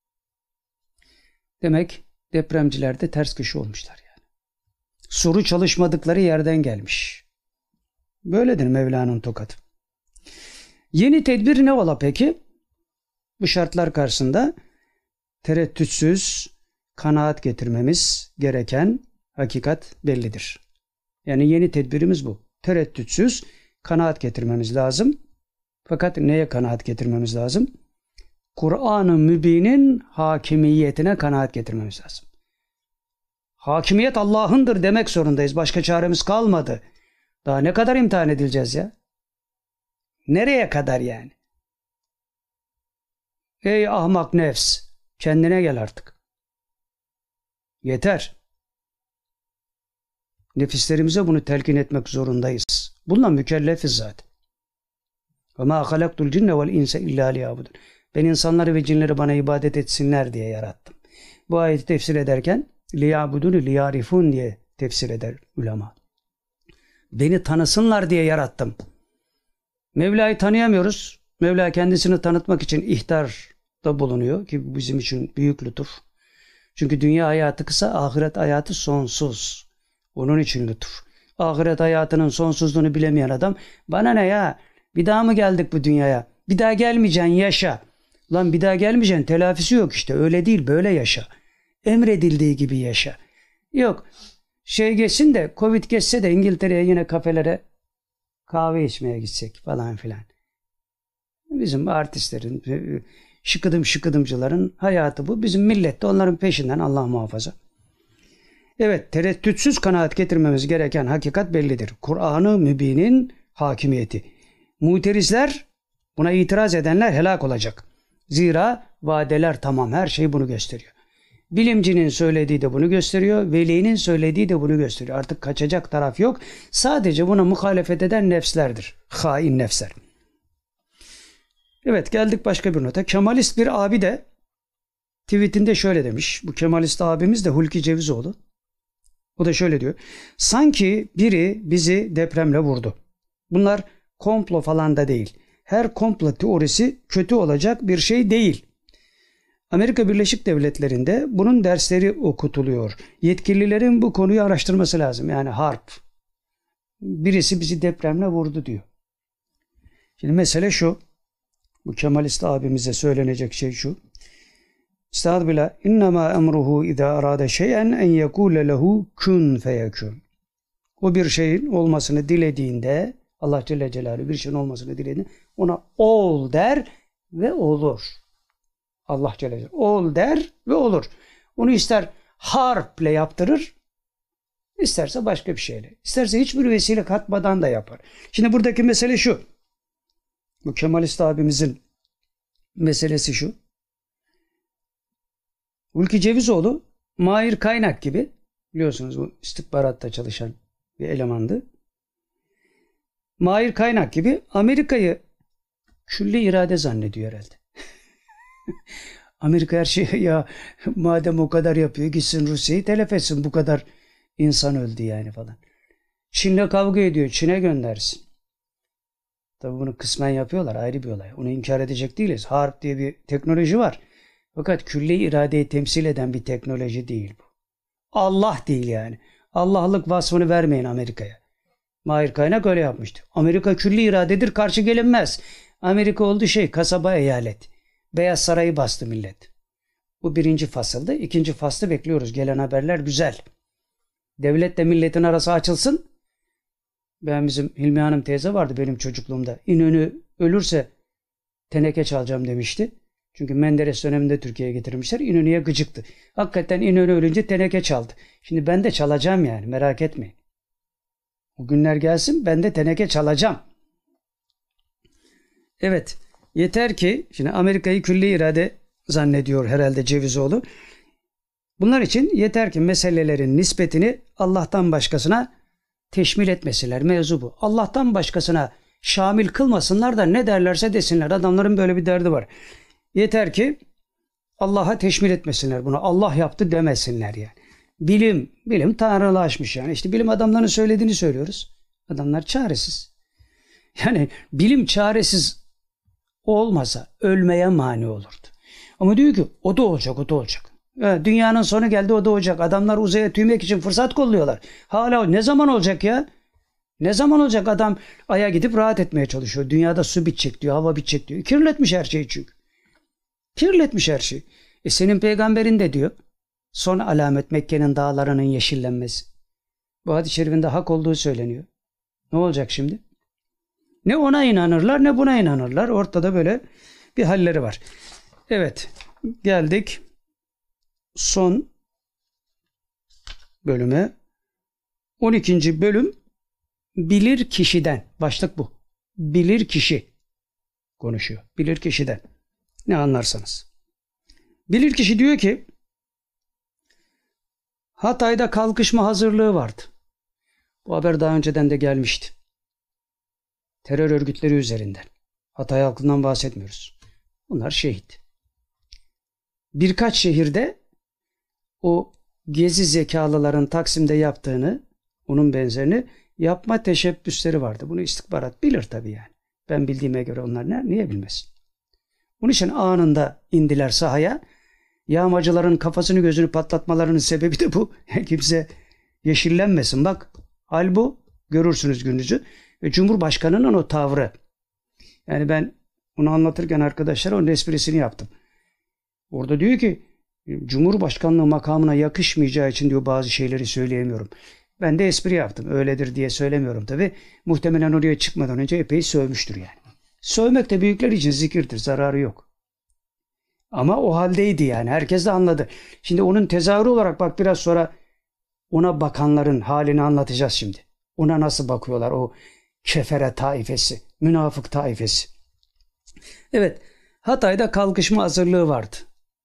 Demek depremciler de ters köşe olmuşlar yani. Soru çalışmadıkları yerden gelmiş. Böyledir Mevla'nın tokadı. Yeni tedbir ne ola peki? Bu şartlar karşısında tereddütsüz kanaat getirmemiz gereken hakikat bellidir. Yani yeni tedbirimiz bu. Tereddütsüz kanaat getirmemiz lazım. Fakat neye kanaat getirmemiz lazım? Kur'an-ı Mübin'in hakimiyetine kanaat getirmemiz lazım. Hakimiyet Allah'ındır demek zorundayız. Başka çaremiz kalmadı. Daha ne kadar imtihan edileceğiz ya? Nereye kadar yani? Ey ahmak nefs! Kendine gel artık. Yeter. Nefislerimize bunu telkin etmek zorundayız. Bununla mükellefiz zaten. وَمَا خَلَقْتُ الْجِنَّ وَالْاِنْسَ اِلَّا لِيَعْبُدُونَ. Ben insanları ve cinleri bana ibadet etsinler diye yarattım. Bu ayeti tefsir ederken liyabudunu liyarifun diye tefsir eder ulema. Beni tanısınlar diye yarattım. Mevla'yı tanıyamıyoruz. Mevla kendisini tanıtmak için ihtarda bulunuyor ki bu bizim için büyük lütuf. Çünkü dünya hayatı kısa, ahiret hayatı sonsuz. Onun için lütuf. Ahiret hayatının sonsuzluğunu bilemeyen adam bana ne ya? Bir daha mı geldik bu dünyaya? Bir daha gelmeyeceksin, yaşa. Lan bir daha gelmeyeceksin, telafisi yok işte. Öyle değil, böyle yaşa. Emredildiği gibi yaşa. Yok, geçsin de, Covid geçse de İngiltere'ye yine kafelere kahve içmeye gitsek falan filan. Bizim artistlerin, şıkıdımcıların hayatı bu. Bizim millet de onların peşinden, Allah muhafaza. Evet, tereddütsüz kanaat getirmemiz gereken hakikat bellidir. Kur'an-ı Mübin'in hakimiyeti. Muterizler, buna itiraz edenler helak olacak. Zira vadeler tamam, her şey bunu gösteriyor. Bilimcinin söylediği de bunu gösteriyor, velinin söylediği de bunu gösteriyor. Artık kaçacak taraf yok. Sadece buna muhalefet eden nefslerdir. Hain nefsler. Evet, geldik başka bir nota. Kemalist bir abi de tweetinde şöyle demiş. Bu Kemalist abimiz de Hulki Cevizoğlu. O da şöyle diyor. Sanki biri bizi depremle vurdu. Bunlar komplo falan da değil. Her komplo teorisi kötü olacak bir şey değil. Amerika Birleşik Devletleri'nde bunun dersleri okutuluyor. Yetkililerin bu konuyu araştırması lazım. Yani harp. Birisi bizi depremle vurdu diyor. Şimdi mesele şu. Bu Kemalist abimize söylenecek şey şu. Estağfirullah. İnnemâ emruhu izâ arâde şey'en en yekûle lehu kun feyekûn. O bir şeyin olmasını dilediğinde, Allah Celle Celaluhu bir şeyin olmasını dilediğinde ona ol der ve olur. Allah Celle Celaluhu ol der ve olur. Onu ister harple yaptırır, isterse başka bir şeyle. İsterse hiçbir vesile katmadan da yapar. Şimdi buradaki mesele şu. Bu Kemalist abimizin meselesi şu. Hulki Cevizoğlu, Mahir Kaynak gibi, biliyorsunuz bu istihbaratta çalışan bir elemandı. Mahir Kaynak gibi Amerika'yı külli irade zannediyor herhalde. Amerika her şeyi ya madem o kadar yapıyor gitsin Rusya'yı telef etsin, bu kadar insan öldü yani falan. Çin'le kavga ediyor, Çin'e göndersin. Tabii bunu kısmen yapıyorlar, ayrı bir olay. Onu inkar edecek değiliz. Harp diye bir teknoloji var. Fakat külli iradeyi temsil eden bir teknoloji değil bu. Allah değil yani. Allah'lık vasfını vermeyin Amerika'ya. Mahir Kaynak öyle yapmıştı. Amerika külli iradedir, karşı gelinmez. Amerika oldu kasaba eyalet. Beyaz Sarayı bastı millet. Bu birinci fasıldı. İkinci faslı bekliyoruz. Gelen haberler güzel. Devletle milletin arası açılsın. Bizim Hilmi Hanım teyze vardı benim çocukluğumda. İnönü ölürse teneke çalacağım demişti. Çünkü Menderes döneminde Türkiye'ye getirmişler. İnönü'ye gıcıktı. Hakikaten İnönü ölünce teneke çaldı. Şimdi ben de çalacağım yani, merak etmeyin. O günler gelsin, ben de teneke çalacağım. Evet, yeter ki şimdi Amerika'yı külli irade zannediyor herhalde Cevizoğlu. Bunlar için yeter ki meselelerin nispetini Allah'tan başkasına teşmil etmesinler. Mevzu bu. Allah'tan başkasına şamil kılmasınlar da ne derlerse desinler. Adamların böyle bir derdi var. Yeter ki Allah'a teşmil etmesinler bunu. Allah yaptı demesinler yani. Bilim tanrılaşmış yani. İşte bilim adamlarının söylediğini söylüyoruz. Adamlar çaresiz. Yani bilim çaresiz olmasa ölmeye mani olurdu. Ama diyor ki o da olacak, o da olacak. Dünyanın sonu geldi, o da olacak. Adamlar uzaya tüymek için fırsat kolluyorlar. Hala ne zaman olacak ya? Ne zaman olacak? Adam Ay'a gidip rahat etmeye çalışıyor. Dünyada su bitecek diyor, hava bitecek diyor. Kirletmiş her şeyi çünkü. Kirletmiş her şeyi. Senin peygamberin de diyor. Son alamet Mekke'nin dağlarının yeşillenmesi. Bu hadis-i şerifinde hak olduğu söyleniyor. Ne olacak şimdi? Ne ona inanırlar ne buna inanırlar. Ortada böyle bir halleri var. Evet, geldik son bölüme. 12. bölüm bilir kişiden. Başlık bu. Bilir kişi konuşuyor. Bilir kişiden. Ne anlarsanız. Bilir kişi diyor ki Hatay'da kalkışma hazırlığı vardı. Bu haber daha önceden de gelmişti. Terör örgütleri üzerinden. Hatay halkından bahsetmiyoruz. Bunlar şehit. Birkaç şehirde o gezi zekalıların Taksim'de yaptığını, onun benzerini yapma teşebbüsleri vardı. Bunu istihbarat bilir tabii yani. Ben bildiğime göre onlar niye bilmesin? Bunun için anında indiler sahaya. Yağmacıların kafasını gözünü patlatmalarının sebebi de bu. Kimse yeşillenmesin. Bak hal bu. Görürsünüz gününüzü. Ve Cumhurbaşkanı'nın o tavrı. Yani ben bunu anlatırken arkadaşlara onun esprisini yaptım. Orada diyor ki Cumhurbaşkanlığı makamına yakışmayacağı için diyor bazı şeyleri söyleyemiyorum. Ben de espri yaptım. Öyledir diye söylemiyorum tabii. Muhtemelen oraya çıkmadan önce epey sövmüştür yani. Sövmek de büyükler için zikirdir. Zararı yok. Ama o haldeydi yani. Herkes de anladı. Şimdi onun tezahürü olarak bak biraz sonra ona bakanların halini anlatacağız şimdi. Ona nasıl bakıyorlar o kefere taifesi, münafık taifesi. Evet, Hatay'da kalkışma hazırlığı vardı.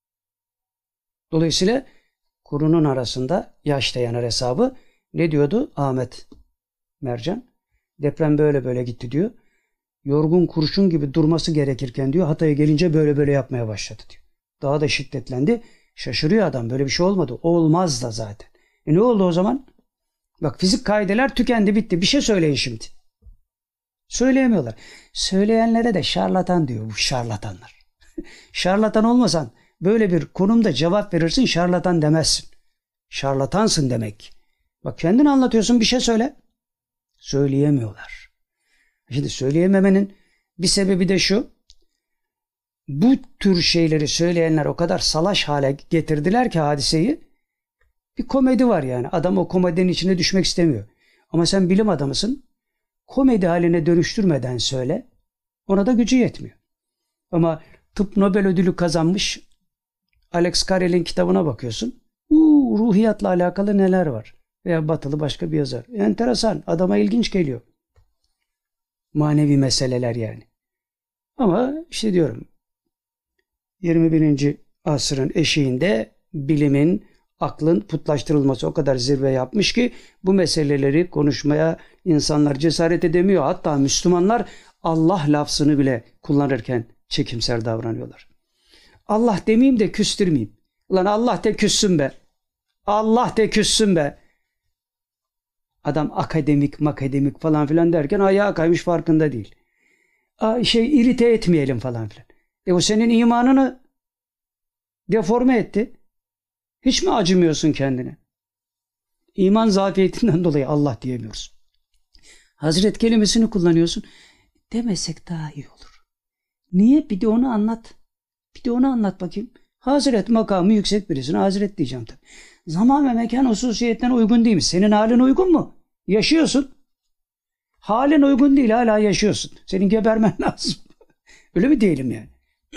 Dolayısıyla kurunun arasında yaş dayanır hesabı. Ne diyordu Ahmet Mercan? Deprem böyle böyle gitti diyor. Yorgun kurşun gibi durması gerekirken diyor Hatay'a gelince böyle böyle yapmaya başladı diyor. Daha da şiddetlendi. Şaşırıyor adam. Böyle bir şey olmadı. Olmaz da zaten. Ne oldu o zaman? Bak fizik kaideler tükendi bitti. Bir şey söyleyin şimdi. Söyleyemiyorlar. Söyleyenlere de şarlatan diyor bu şarlatanlar. Şarlatan olmasan böyle bir konumda cevap verirsin şarlatan demezsin. Şarlatansın demek. Bak kendin anlatıyorsun bir şey söyle. Söyleyemiyorlar. Şimdi söyleyememenin bir sebebi de şu. Bu tür şeyleri söyleyenler o kadar salaş hale getirdiler ki hadiseyi. Bir komedi var yani. Adam o komedinin içine düşmek istemiyor. Ama sen bilim adamısın. Komedi haline dönüştürmeden söyle. Ona da gücü yetmiyor. Ama tıp Nobel ödülü kazanmış Alex Carrel'in kitabına bakıyorsun. Ruhiyatla alakalı neler var? Veya batılı başka bir yazar. Enteresan. Adama ilginç geliyor. Manevi meseleler yani. Ama işte diyorum 21. asrın eşiğinde bilimin, aklın putlaştırılması o kadar zirve yapmış ki bu meseleleri konuşmaya insanlar cesaret edemiyor. Hatta Müslümanlar Allah lafzını bile kullanırken çekimser davranıyorlar. Allah demeyeyim de küstürmeyeyim. Ulan Allah de küssün be. Allah de küssün be. Adam akademik falan filan derken ayağa kaymış farkında değil. İrite etmeyelim falan filan. O senin imanını deforme etti. Hiç mi acımıyorsun kendine? İman zafiyetinden dolayı Allah diyemiyoruz. Hazret kelimesini kullanıyorsun. Demesek daha iyi olur. Niye? Bir de onu anlat. Bir de onu anlat bakayım. Hazret makamı yüksek birisine Hazret diyeceğim tabii. Zaman ve mekan hususiyetlerine uygun değil mi? Senin halin uygun mu? Yaşıyorsun. Halin uygun değil, hala yaşıyorsun. Senin gebermen lazım. Öyle mi diyelim yani?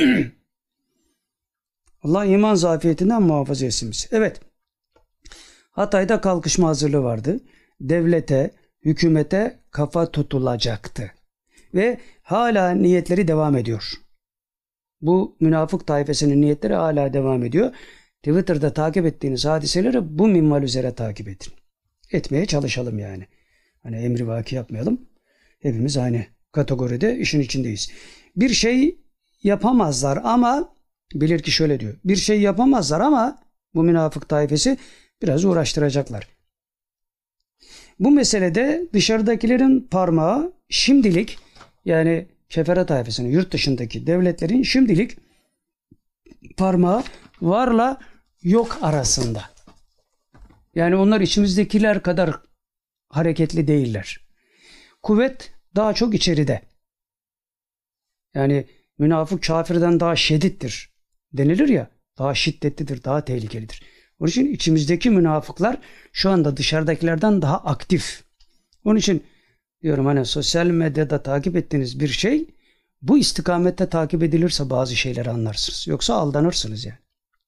Allah iman zafiyetinden muhafaza etsin bizi. Evet. Hatay'da kalkışma hazırlığı vardı. Devlete, hükümete kafa tutulacaktı. Ve hala niyetleri devam ediyor. Bu münafık taifesinin niyetleri hala devam ediyor. Twitter'da takip ettiğiniz hadiseleri bu minval üzere takip edin. Etmeye çalışalım yani. Hani emri vaki yapmayalım. Hepimiz aynı kategoride işin içindeyiz. Bir şey yapamazlar ama bilir ki şöyle diyor. Bir şey yapamazlar ama bu münafık taifesi biraz uğraştıracaklar. Bu meselede dışarıdakilerin parmağı şimdilik yani kefere taifesinin yurt dışındaki devletlerin şimdilik parmağı varla yok arasında. Yani onlar içimizdekiler kadar hareketli değiller. Kuvvet daha çok içeride. Yani münafık kafirden daha şiddetlidir denilir ya, daha şiddetlidir, daha tehlikelidir. Onun için içimizdeki münafıklar şu anda dışarıdakilerden daha aktif. Onun için diyorum hani sosyal medyada takip ettiğiniz bir şey Bu istikamette takip edilirse bazı şeyleri anlarsınız. Yoksa aldanırsınız yani.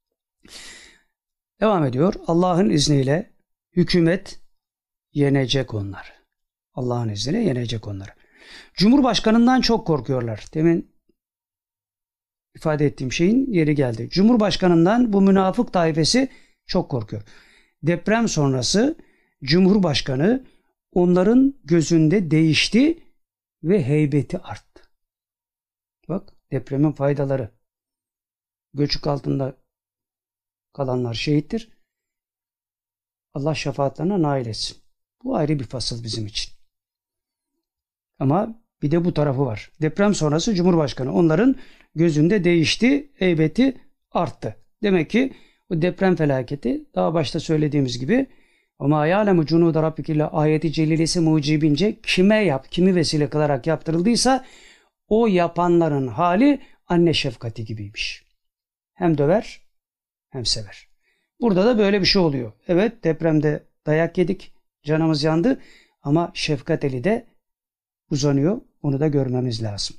Devam ediyor. Allah'ın izniyle hükümet yenecek onları. Allah'ın izniyle yenecek onları. Cumhurbaşkanından çok korkuyorlar. Demin ifade ettiğim şeyin yeri geldi. Cumhurbaşkanından bu münafık taifesi çok korkuyor. Deprem sonrası Cumhurbaşkanı onların gözünde değişti ve heybeti arttı. Bak, depremin faydaları. Göçük altında kalanlar şehittir. Allah şefaatlerine nail etsin. Bu ayrı bir fasıl bizim için. Ama bir de bu tarafı var. Deprem sonrası Cumhurbaşkanı onların gözünde değişti, heybeti arttı. Demek ki bu deprem felaketi daha başta söylediğimiz gibi ama ya'lemu cunude rabbike ayeti celilesi mucibince kimi vesile kılarak yaptırıldıysa o yapanların hali anne şefkati gibiymiş. Hem döver hem sever. Burada da böyle bir şey oluyor. Evet, depremde dayak yedik, canımız yandı ama şefkat eli de uzanıyor. Onu da görmemiz lazım.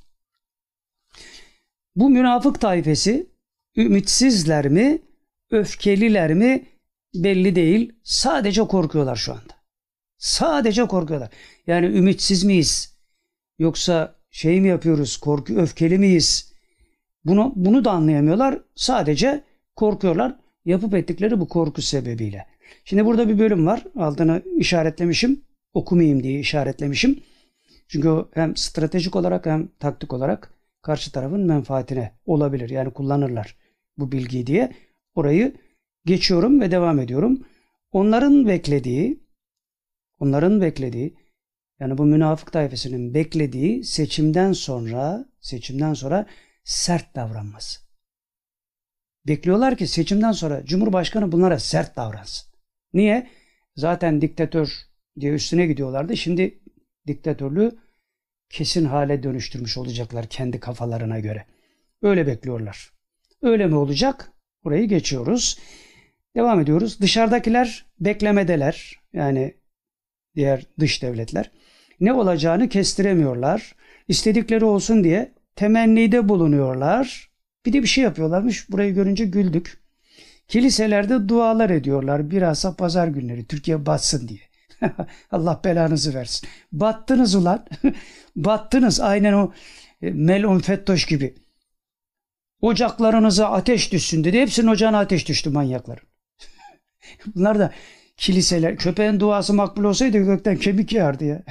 Bu münafık taifesi ümitsizler mi, öfkeliler mi belli değil. Sadece korkuyorlar şu anda. Sadece korkuyorlar. Yani ümitsiz miyiz? Yoksa şey mi yapıyoruz? Öfkeli miyiz? Bunu da anlayamıyorlar. Sadece korkuyorlar. Yapıp ettikleri bu korku sebebiyle. Şimdi burada bir bölüm var. Altını işaretlemişim. Okumayayım diye işaretlemişim. Çünkü o hem stratejik olarak hem taktik olarak karşı tarafın menfaatine olabilir. Yani kullanırlar bu bilgiyi diye. Orayı geçiyorum ve devam ediyorum. Onların beklediği yani bu münafık tayfasının beklediği seçimden sonra sert davranması. Bekliyorlar ki seçimden sonra Cumhurbaşkanı bunlara sert davransın. Niye? Zaten diktatör diye üstüne gidiyorlardı. Şimdi diktatörlüğü kesin hale dönüştürmüş olacaklar kendi kafalarına göre. Öyle bekliyorlar. Öyle mi olacak? Burayı geçiyoruz. Devam ediyoruz. Dışarıdakiler beklemedeler. Yani diğer dış devletler. Ne olacağını kestiremiyorlar. İstedikleri olsun diye temennide bulunuyorlar. Bir de bir şey yapıyorlarmış. Burayı görünce güldük. Kiliselerde dualar ediyorlar. Bilhassa pazar günleri Türkiye batsın diye. Allah belanızı versin. Battınız ulan. Battınız. Aynen o Melun Fettoş gibi. Ocaklarınıza ateş düşsün dedi. Hepsinin ocağına ateş düştü manyakların. Bunlar da kiliseler. Köpeğin duası makbul olsaydı gökten kemik yağardı ya.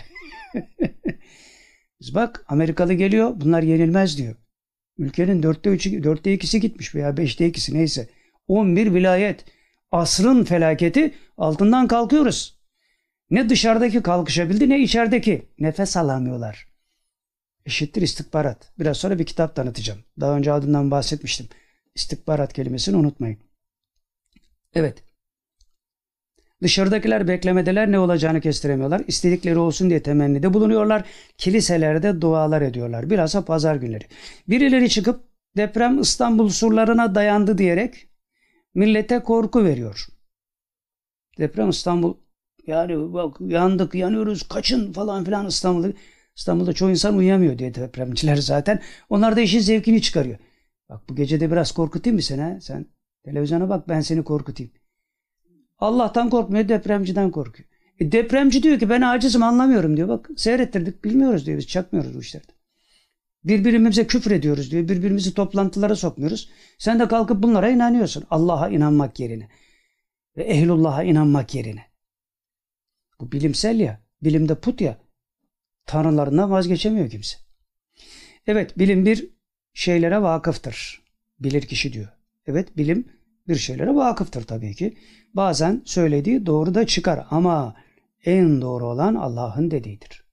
Bak, Amerikalı geliyor. Bunlar yenilmez diyor. Ülkenin 4'te 2'si gitmiş veya 5'te 2'si neyse. 11 vilayet. Asrın felaketi, altından kalkıyoruz. Ne dışarıdaki kalkışabildi ne içerideki. Nefes alamıyorlar. Eşittir istihbarat. Biraz sonra bir kitap tanıtacağım. Daha önce adından bahsetmiştim. İstihbarat kelimesini unutmayın. Evet. Dışarıdakiler beklemedeler, ne olacağını kestiremiyorlar. İstedikleri olsun diye temennide bulunuyorlar. Kiliselerde dualar ediyorlar. Bilhassa pazar günleri. Birileri çıkıp deprem İstanbul surlarına dayandı diyerek millete korku veriyor. Deprem İstanbul, yani bak yandık, yanıyoruz, kaçın falan filan İstanbul'da çoğu insan uyuyamıyor diye depremciler zaten. Onlar da işin zevkini çıkarıyor. Bak, bu gece de biraz korkutayım mı seni? Ha? Sen televizyona bak, ben seni korkutayım. Allah'tan korkmuyor, depremciden korkuyor. Depremci diyor ki ben acizim, anlamıyorum diyor. Bak, seyrettirdik, bilmiyoruz diyor, biz çakmıyoruz bu işlerde. Birbirimize küfür ediyoruz diyor. Birbirimizi toplantılara sokmuyoruz. Sen de kalkıp bunlara inanıyorsun. Allah'a inanmak yerine. Ve ehlullah'a inanmak yerine. Bu bilimsel ya. Bilimde put ya. Tanrılarından vazgeçemiyor kimse. Evet, bilim bir şeylere vakıftır. Bilir kişi diyor. Evet, bilim bir şeylere vakıftır tabii ki. Bazen söylediği doğru da çıkar ama en doğru olan Allah'ın dediğidir.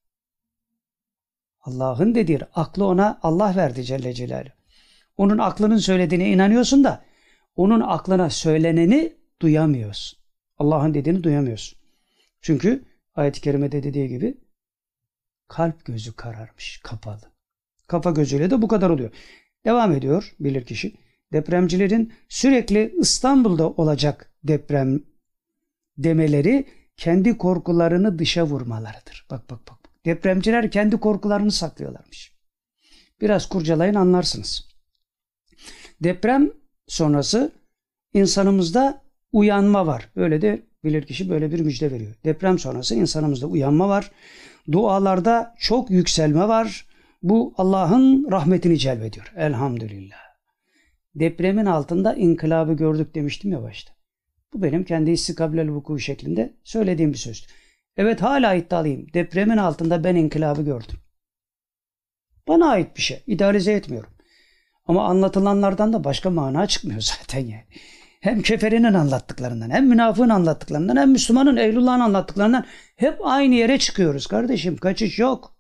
Allah'ın dediği, aklı ona Allah verdi Celle Celaluhu. Onun aklının söylediğine inanıyorsun da onun aklına söyleneni duyamıyorsun. Allah'ın dediğini duyamıyorsun. Çünkü ayet-i kerimede dediği gibi kalp gözü kararmış, kapalı. Kafa gözüyle de bu kadar oluyor. Devam ediyor bilirkişi. Depremcilerin sürekli İstanbul'da olacak deprem demeleri kendi korkularını dışa vurmalarıdır. Bak. Depremciler kendi korkularını saklıyorlarmış. Biraz kurcalayın anlarsınız. Deprem sonrası insanımızda uyanma var. Öyle de bilirkişi böyle bir müjde veriyor. Deprem sonrası insanımızda uyanma var. Dualarda çok yükselme var. Bu Allah'ın rahmetini celbediyor. Elhamdülillah. Depremin altında inkılabı gördük demiştim ya başta. Bu benim kendi istikablel vuku şeklinde söylediğim bir söz. Evet, hala iddialıyım. Depremin altında ben inkılabı gördüm. Bana ait bir şey. İdealize etmiyorum. Ama anlatılanlardan da başka mana çıkmıyor zaten yani. Hem keferinin anlattıklarından, hem münafığın anlattıklarından, hem Müslümanın, ehlullahın anlattıklarından hep aynı yere çıkıyoruz kardeşim. Kaçış yok.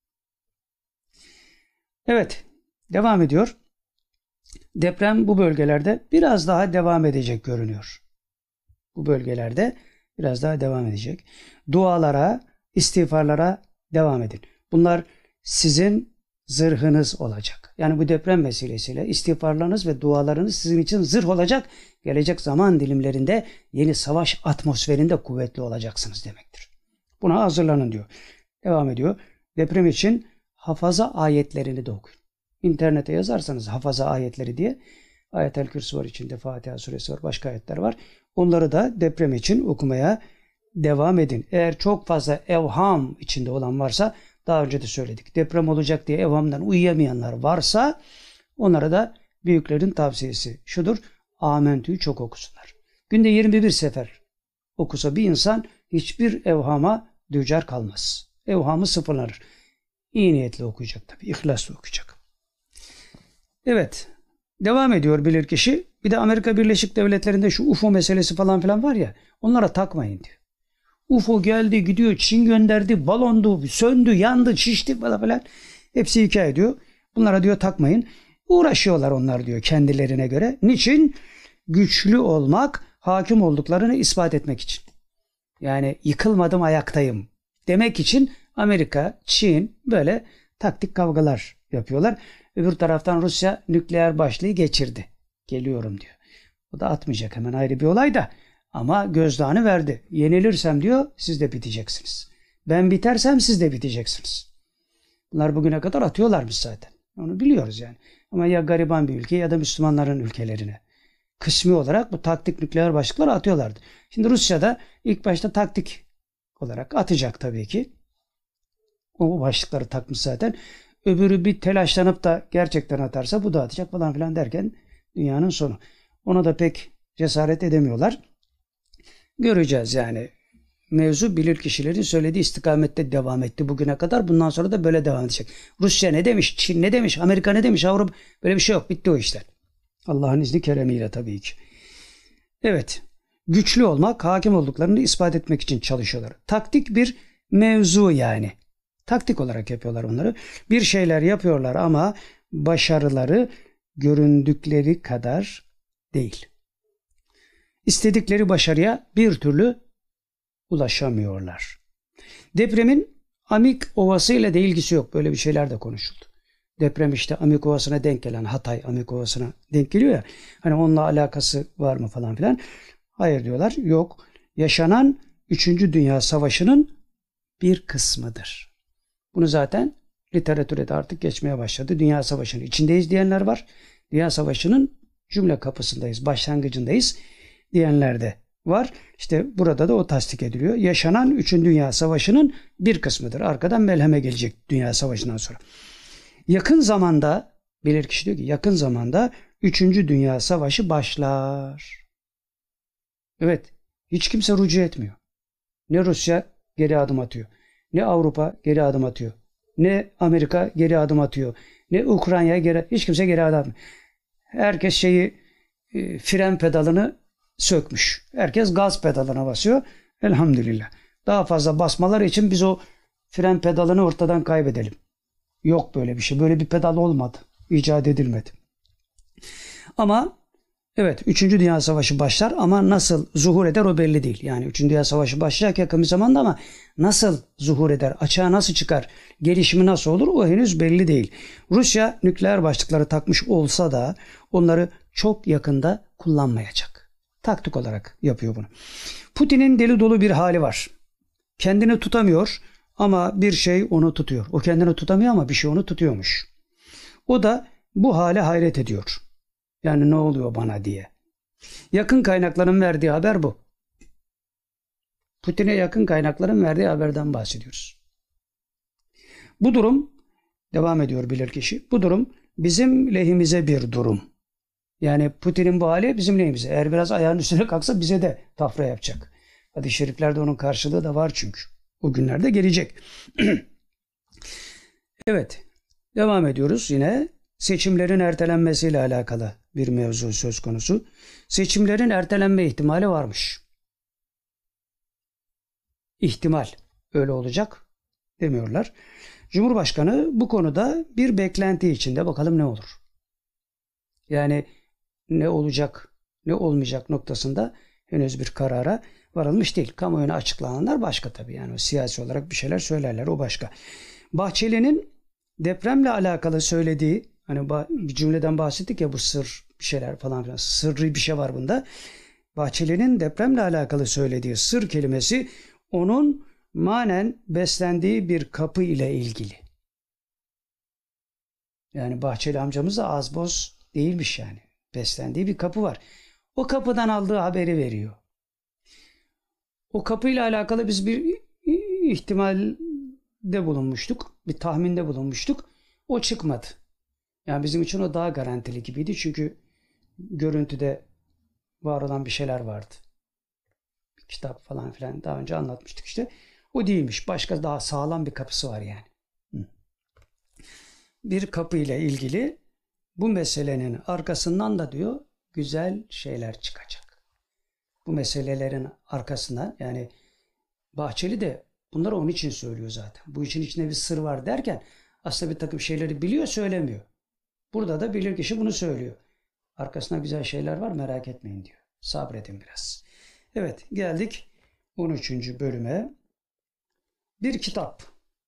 Evet, devam ediyor. Deprem bu bölgelerde biraz daha devam edecek görünüyor. Bu bölgelerde biraz daha devam edecek. Dualara, istiğfarlara devam edin. Bunlar sizin zırhınız olacak. Yani bu deprem vesilesiyle istiğfarlarınız ve dualarınız sizin için zırh olacak. Gelecek zaman dilimlerinde yeni savaş atmosferinde kuvvetli olacaksınız demektir. Buna hazırlanın diyor. Devam ediyor. Deprem için hafaza ayetlerini de okuyun. İnternete yazarsanız hafaza ayetleri diye Ayet-el Kürsü var içinde, Fatiha suresi var, başka ayetler var. Onları da deprem için okumaya devam edin. Eğer çok fazla evham içinde olan varsa, daha önce de söyledik, deprem olacak diye evhamdan uyuyamayanlar varsa onlara da büyüklerin tavsiyesi şudur: Amentü'yü çok okusunlar. Günde 21 sefer okusa bir insan hiçbir evhama düçar kalmaz. Evhamı sıfırlanır. İyi niyetle okuyacak tabii. İhlasla okuyacak. Evet. Devam ediyor bilirkişi. Bir de Amerika Birleşik Devletleri'nde şu UFO meselesi falan filan var ya, onlara takmayın diyor. UFO geldi gidiyor, Çin gönderdi, balondu, söndü, yandı, şişti falan filan. Hepsi hikaye diyor. Bunlara diyor takmayın. Uğraşıyorlar onlar diyor kendilerine göre. Niçin? Güçlü olmak, hakim olduklarını ispat etmek için. Yani yıkılmadım, ayaktayım demek için Amerika, Çin böyle taktik kavgalar yapıyorlar. Öbür taraftan Rusya nükleer başlığı geçirdi. Geliyorum diyor. O da atmayacak, hemen ayrı bir olay da. Ama gözdağını verdi. Yenilirsem diyor siz de biteceksiniz. Ben bitersem siz de biteceksiniz. Bunlar bugüne kadar atıyorlarmış zaten. Onu biliyoruz yani. Ama ya gariban bir ülke ya da Müslümanların ülkelerine kısmi olarak bu taktik nükleer başlıkları atıyorlardı. Şimdi Rusya da ilk başta taktik olarak atacak tabii ki. O başlıkları takmış zaten. Öbürü bir telaşlanıp da gerçekten atarsa bu da atacak falan filan derken dünyanın sonu. Ona da pek cesaret edemiyorlar. Göreceğiz yani. Mevzu bilirkişilerin söylediği istikamette devam etti bugüne kadar. Bundan sonra da böyle devam edecek. Rusya ne demiş, Çin ne demiş, Amerika ne demiş, Avrupa, böyle bir şey yok. Bitti o işler. Allah'ın izni keremiyle tabii ki. Evet. Güçlü olmak, hakim olduklarını ispat etmek için çalışıyorlar. Taktik bir mevzu yani. Taktik olarak yapıyorlar onları. Bir şeyler yapıyorlar ama başarıları göründükleri kadar değil. İstedikleri başarıya bir türlü ulaşamıyorlar. Depremin Amik Ovası ile de ilgisi yok. Böyle bir şeyler de konuşuldu. Deprem işte Amik Ovası'na denk gelen, Hatay Amik Ovası'na denk geliyor ya. Hani onunla alakası var mı falan filan. Hayır diyorlar. Yok. Yaşanan 3. Dünya Savaşı'nın bir kısmıdır. Bunu zaten literatüre de artık geçmeye başladı. Dünya Savaşı'nın içindeyiz diyenler var. Dünya Savaşı'nın cümle kapısındayız, başlangıcındayız diyenler de var. İşte burada da o tasdik ediliyor. Yaşanan 3. Dünya Savaşı'nın bir kısmıdır. Arkadan melheme gelecek Dünya Savaşı'ndan sonra. Yakın zamanda, bilirkişi diyor ki yakın zamanda 3. Dünya Savaşı başlar. Evet, hiç kimse rücu etmiyor. Ne Rusya geri adım atıyor, ne Avrupa geri adım atıyor, ne Amerika geri adım atıyor, ne Ukrayna geri, hiç kimse geri adım atmıyor. Herkes fren pedalını sökmüş. Herkes gaz pedalına basıyor. Elhamdülillah. Daha fazla basmaları için biz o fren pedalını ortadan kaybedelim. Yok böyle bir şey. Böyle bir pedal olmadı. İcat edilmedi. Ama evet 3. Dünya Savaşı başlar ama nasıl zuhur eder o belli değil. Yani 3. Dünya Savaşı başlayacak yakın bir zamanda ama nasıl zuhur eder, açığa nasıl çıkar, gelişimi nasıl olur o henüz belli değil. Rusya nükleer başlıkları takmış olsa da onları çok yakında kullanmayacak. Taktik olarak yapıyor bunu. Putin'in deli dolu bir hali var. Kendini tutamıyor ama bir şey onu tutuyor. O kendini tutamıyor ama bir şey onu tutuyormuş. O da bu hale hayret ediyor. Yani ne oluyor bana diye. Yakın kaynakların verdiği haber bu. Putin'e yakın kaynakların verdiği haberden bahsediyoruz. Bu durum, devam ediyor bilirkişi, bu durum bizim lehimize bir durum. Yani Putin'in bu hali bizim lehimize. Eğer biraz ayağının üstüne kalksa bize de tafra yapacak. Hadis-i şeriflerde onun karşılığı da var çünkü. O günlerde gelecek. Evet, devam ediyoruz yine. Seçimlerin ertelenmesiyle alakalı bir mevzu söz konusu. Seçimlerin ertelenme ihtimali varmış. İhtimal öyle olacak demiyorlar. Cumhurbaşkanı bu konuda bir beklenti içinde, bakalım ne olur. Yani ne olacak, ne olmayacak noktasında henüz bir karara varılmış değil. Kamuoyuna açıklananlar başka tabii. Yani o siyasi olarak bir şeyler söylerler, o başka. Bahçeli'nin depremle alakalı söylediği, hani bir cümleden bahsettik ya, bu sır bir şeyler falan filan, sırrı bir şey var bunda. Bahçeli'nin depremle alakalı söylediği sır kelimesi onun manen beslendiği bir kapı ile ilgili. Yani Bahçeli amcamız da az boz değilmiş yani. Beslendiği bir kapı var. O kapıdan aldığı haberi veriyor. O kapıyla alakalı biz bir ihtimalde bulunmuştuk. Bir tahminde bulunmuştuk. O çıkmadı. Yani bizim için o daha garantili gibiydi. Çünkü görüntüde var olan bir şeyler vardı. Bir kitap falan filan daha önce anlatmıştık işte. O değilmiş. Başka daha sağlam bir kapısı var yani. Bir kapı ile ilgili bu meselenin arkasından da diyor güzel şeyler çıkacak. Bu meselelerin arkasından, yani Bahçeli de bunları onun için söylüyor zaten. Bu işin içinde bir sır var derken aslında bir takım şeyleri biliyor, söylemiyor. Burada da bilirkişi bunu söylüyor. Arkasında güzel şeyler var, merak etmeyin diyor. Sabredin biraz. Evet, geldik 13. bölüme. Bir kitap.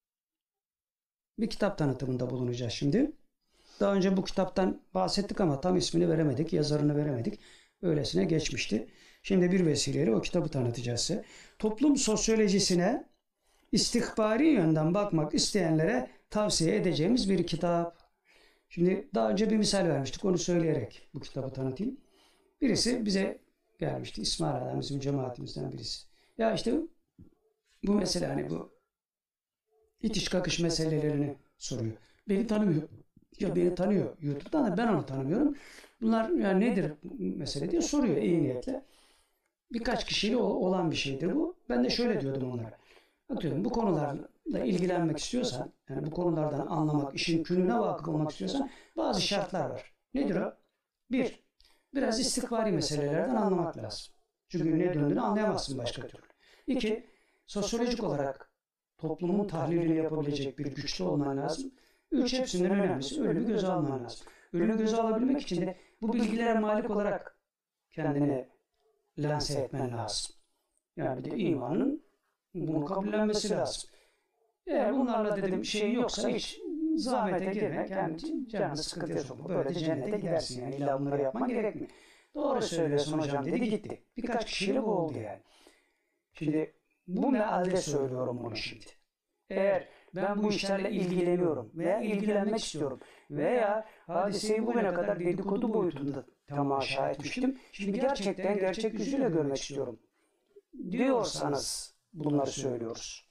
Bir kitap tanıtımında bulunacağız şimdi. Daha önce bu kitaptan bahsettik ama tam ismini veremedik, yazarını veremedik. Öylesine geçmişti. Şimdi bir vesileyle o kitabı tanıtacağız size. Toplum sosyolojisine istihbari yönden bakmak isteyenlere tavsiye edeceğimiz bir kitap. Şimdi daha önce bir misal vermiştik, onu söyleyerek bu kitabı tanıtayım. Birisi bize gelmişti, İsmaila'dan, bizim cemaatimizden birisi. Ya işte bu mesele, hani bu itiş kakış meselelerini soruyor. Beni tanımıyor. Ya beni tanıyor YouTube'dan da ben onu tanımıyorum. Bunlar yani nedir mesele diye soruyor iyi niyetle. Birkaç kişiyle olan bir şeydir bu. Ben de şöyle diyordum onlara. Atıyorum, bu konularla ilgilenmek istiyorsan, yani bu konulardan anlamak, işin külüne vakıf olmak istiyorsan bazı şartlar var. Nedir o? Bir, biraz istihbari meselelerden anlamak lazım. Çünkü ne döndüğünü anlayamazsın başka türlü. İki, sosyolojik olarak toplumun tahlilini yapabilecek bir güçlü olman lazım. Üç, hepsinden önemlisi ölümü göze alman lazım. Ölümü göze alabilmek için de bu bilgilere malik olarak kendini lanse etmen lazım. Yani bir de imanın bunu kabullenmesi lazım. Eğer bunlarla dedim şey yoksa hiç zahmete girmek, yani canını sıkıntıya sokma. Böylece cennete gidersin yani, illa bunları yapman gerekmiyor. Doğru söylüyorsun hocam dedi, gitti. Birkaç kişiyle bu oldu yani. Şimdi bu mealde söylüyorum bunu şimdi. Eğer ben bu işlerle ilgileniyorum veya ilgilenmek istiyorum veya hadiseyi bugüne kadar dedikodu boyutunda temaşa etmiştim, şimdi gerçekten gerçek yüzüyle görmek istiyorum diyorsanız bunları söylüyoruz.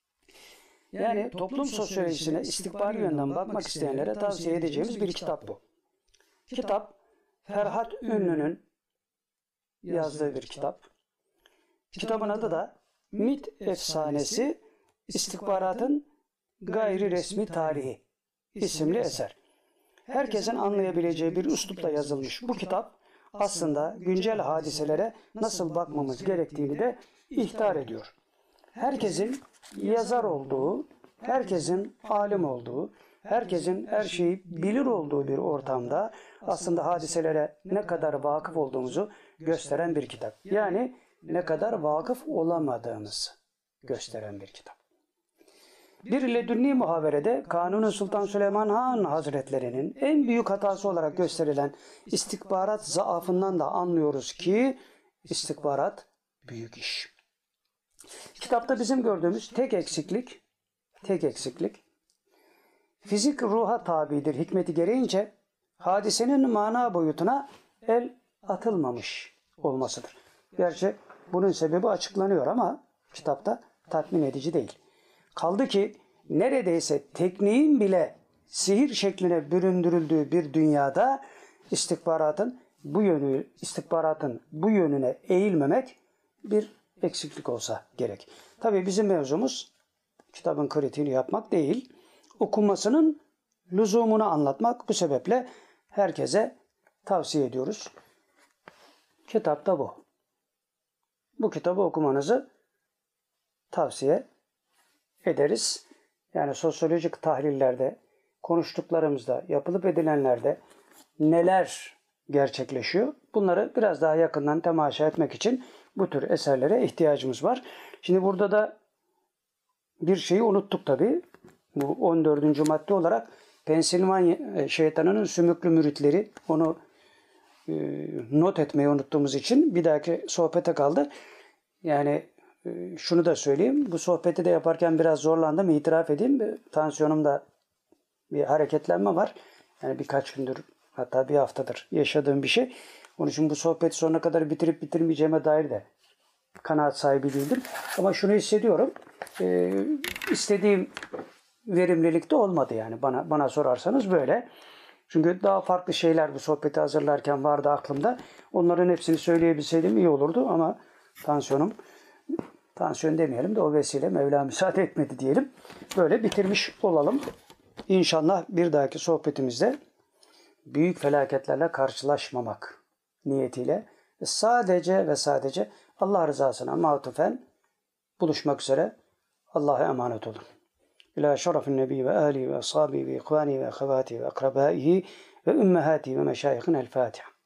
Yani toplum sosyolojisine istikbali yönden bakmak isteyenlere tavsiye edeceğimiz bir kitap bu. Kitap Ferhat Ünlü'nün yazdığı bir kitap. Kitabın adı da Mit Efsanesi İstihbaratın Gayri Resmi Tarihi isimli eser. Herkesin anlayabileceği bir üslupla yazılmış bu kitap aslında güncel hadiselere nasıl bakmamız gerektiğini de ihtar ediyor. Herkesin yazar olduğu, herkesin alim olduğu, herkesin her şeyi bilir olduğu bir ortamda aslında hadiselere ne kadar vakıf olduğumuzu gösteren bir kitap. Yani ne kadar vakıf olamadığımızı gösteren bir kitap. Bir ledünni muhaberede Kanuni Sultan Süleyman Han Hazretlerinin en büyük hatası olarak gösterilen istihbarat zaafından da anlıyoruz ki istihbarat büyük iş. Kitapta bizim gördüğümüz tek eksiklik fizik ruha tabidir hikmeti gereğince hadisenin mana boyutuna el atılmamış olmasıdır. Gerçi bunun sebebi açıklanıyor ama kitapta tatmin edici değil. Kaldı ki neredeyse tekniğin bile sihir şekline büründürüldüğü bir dünyada istihbaratın bu yönüne eğilmemek bir eksiklik olsa gerek. Tabii bizim mevzumuz kitabın kritiğini yapmak değil, okunmasının lüzumunu anlatmak. Bu sebeple herkese tavsiye ediyoruz. Kitap da bu. Bu kitabı okumanızı tavsiye ederiz. Yani sosyolojik tahlillerde, konuştuklarımızda, yapılıp edilenlerde neler gerçekleşiyor? Bunları biraz daha yakından temaşa etmek için bu tür eserlere ihtiyacımız var. Şimdi burada da bir şeyi unuttuk tabii. Bu 14. madde olarak Pensilvanya şeytanının sümüklü müritleri, onu not etmeyi unuttuğumuz için bir dahaki sohbete kaldı. Yani şunu da söyleyeyim. Bu sohbeti de yaparken biraz zorlandım. İtiraf edeyim. Tansiyonumda bir hareketlenme var. Yani birkaç gündür, hatta bir haftadır yaşadığım bir şey. Onun için bu sohbeti sonuna kadar bitirip bitirmeyeceğime dair de kanaat sahibi değildim. Ama şunu hissediyorum. İstediğim verimlilikte olmadı yani. Bana sorarsanız böyle. Çünkü daha farklı şeyler bu sohbeti hazırlarken vardı aklımda. Onların hepsini söyleyebilseydim iyi olurdu ama tansiyon demeyelim de o vesile Mevla müsaade etmedi diyelim. Böyle bitirmiş olalım. İnşallah bir dahaki sohbetimizde büyük felaketlerle karşılaşmamak niyetiyle sadece ve sadece Allah rızasına matufen buluşmak üzere. Allah'a emanet olun. İlâ şerefin nebi ve âli ve ashabi ve ihvani ve ahevati ve akrabâihi ve ümmehâti ve meşâyihin el Fatiha.